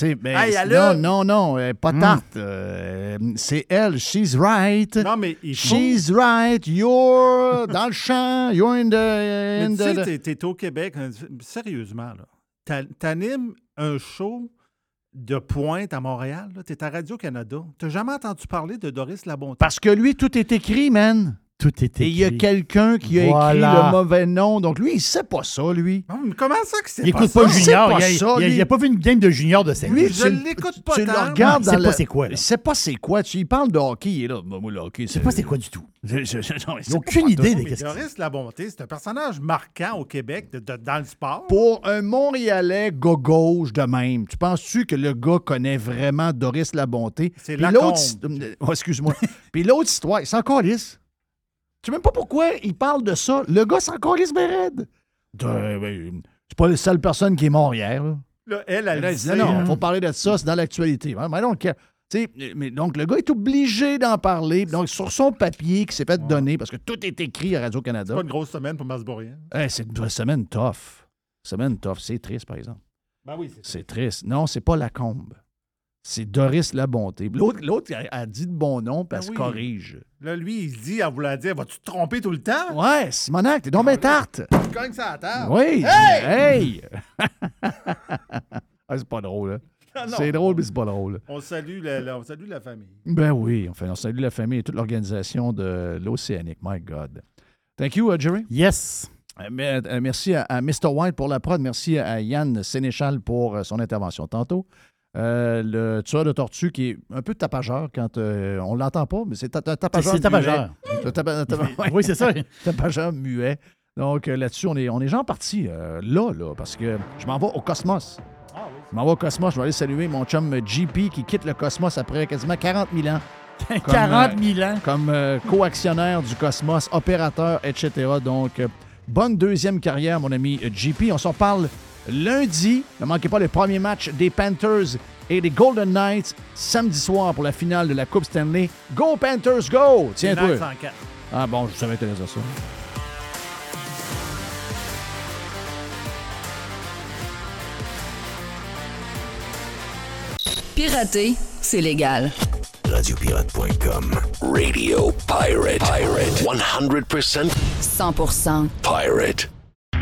Non, pas tarte. C'est elle. She's right. Non, mais she's right. You're dans le champ. You're in the... tu sais, t'es au Québec. Sérieusement, là. T'animes un show de pointe à Montréal. T'es à Radio-Canada. T'as jamais entendu parler de Doris Labonté? Parce que lui, tout est écrit, man. Tout est écrit. Et il y a quelqu'un qui a écrit le mauvais nom. Donc, lui, il sait pas ça, lui. Non, mais comment ça que c'est il pas écoute ça? pas Junior. Il a pas vu une game de Junior de sa vie. Lui, je l'écoute pas tu tant. le regardes il sait pas c'est quoi. Il sait pas c'est quoi. Il parle de hockey. Il est là. Moi, le hockey, il sait pas c'est quoi du tout. Il n'a aucune idée de qu'est-ce que c'est. Doris Labonté, c'est un personnage marquant au Québec dans le sport. Pour un Montréalais gauche de même, tu penses-tu que le gars connaît vraiment Doris Labonté? C'est Lacombe. Excuse-moi. Puis l'autre histoire, il s'en calisse. Tu sais même pas pourquoi il parle de ça. Le gars s'en calisse bien raide. C'est pas la seule personne qui est mort hier. Là, elle dit non, il faut parler de ça, c'est dans l'actualité. Mais donc, donc, le gars est obligé d'en parler. Donc, sur son papier qui s'est fait donner, parce que tout est écrit à Radio-Canada. C'est pas une grosse semaine pour Masbourian. C'est une semaine tough. C'est triste, par exemple. Ben oui, c'est triste. Non, c'est pas Lacombe. C'est Doris Labonté. L'autre a dit le bon nom, puis elle se corrige. Là, lui, il se dit, elle voulait dire, vas-tu te tromper tout le temps? Ouais, Simonac, t'es donc bien tarte. Tu cognes ça à la table. Oui. Hey! C'est pas drôle, hein? Non. C'est drôle, mais c'est pas drôle. On salue la famille. Ben oui, on salue la famille et toute l'organisation de l'Océanique. My God. Thank you, Jerry. Yes. Merci à Mr. White pour la prod. Merci à Yann Sénéchal pour son intervention tantôt. Le tueur de tortue qui est un peu tapageur quand on l'entend pas, mais c'est tapageur. C'est tapageur. Oui, c'est ça. Tapageur muet. Donc là-dessus, on est genre parti là, parce que je m'en vais au Cosmos. Je m'en vais au Cosmos. Je vais aller saluer mon chum JP qui quitte le Cosmos après quasiment 40 000 ans. 40 000 ans? Comme co-actionnaire du Cosmos, opérateur, etc. Donc, bonne deuxième carrière, mon ami JP. On s'en parle lundi. Ne manquez pas le premier match des Panthers et des Golden Knights samedi soir pour la finale de la Coupe Stanley. Go Panthers, go! Tiens-toi. Ah bon, je savais que tu allais dire ça. Pirater, c'est légal. Radiopirate.com. Radio Pirate. 100%. 100%. Pirate.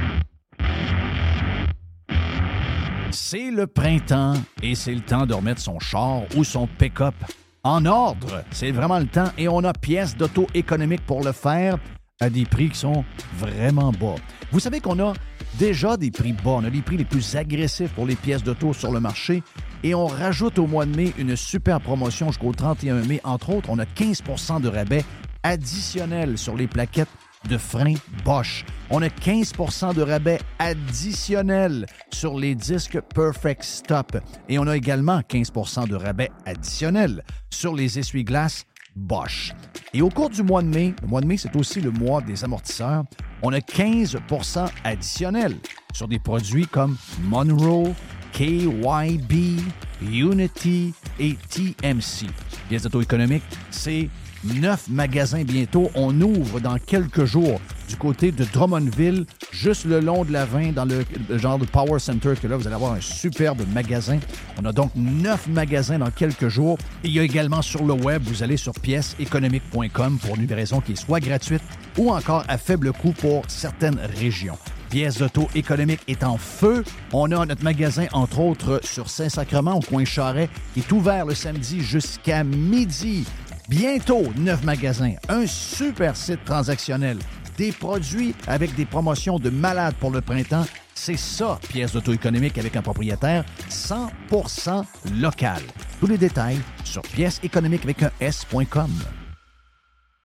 C'est le printemps et c'est le temps de remettre son char ou son pick-up en ordre. C'est vraiment le temps et on a pièces d'auto économiques pour le faire à des prix qui sont vraiment bas. Vous savez qu'on a déjà des prix bas. On a les prix les plus agressifs pour les pièces d'auto sur le marché Et on rajoute au mois de mai une super promotion jusqu'au 31 mai. Entre autres, on a 15 % de rabais additionnel sur les plaquettes de frein Bosch. On a 15 % de rabais additionnel sur les disques Perfect Stop. Et on a également 15 % de rabais additionnel sur les essuie-glaces Bosch. Et au cours du mois de mai, le mois de mai, c'est aussi le mois des amortisseurs, on a 15 % additionnel sur des produits comme Monroe, KYB, Unity et TMC. Pièces d'auto-économique, c'est 9 magasins bientôt. On ouvre dans quelques jours du côté de Drummondville, juste le long de la 20, dans le genre de Power Center, que là, vous allez avoir un superbe magasin. On a donc 9 magasins dans quelques jours. Et il y a également sur le web, vous allez sur pièceséconomique.com pour une livraison qui est soit gratuite ou encore à faible coût pour certaines régions. Pièces d'auto économique est en feu. On a notre magasin, entre autres, sur Saint-Sacrement, au coin Charret, qui est ouvert le samedi jusqu'à midi. Bientôt, 9 magasins, un super site transactionnel, des produits avec des promotions de malades pour le printemps. C'est ça, pièces d'auto-économique avec un propriétaire 100% local. Tous les détails sur pièceséconomique avec un S.com.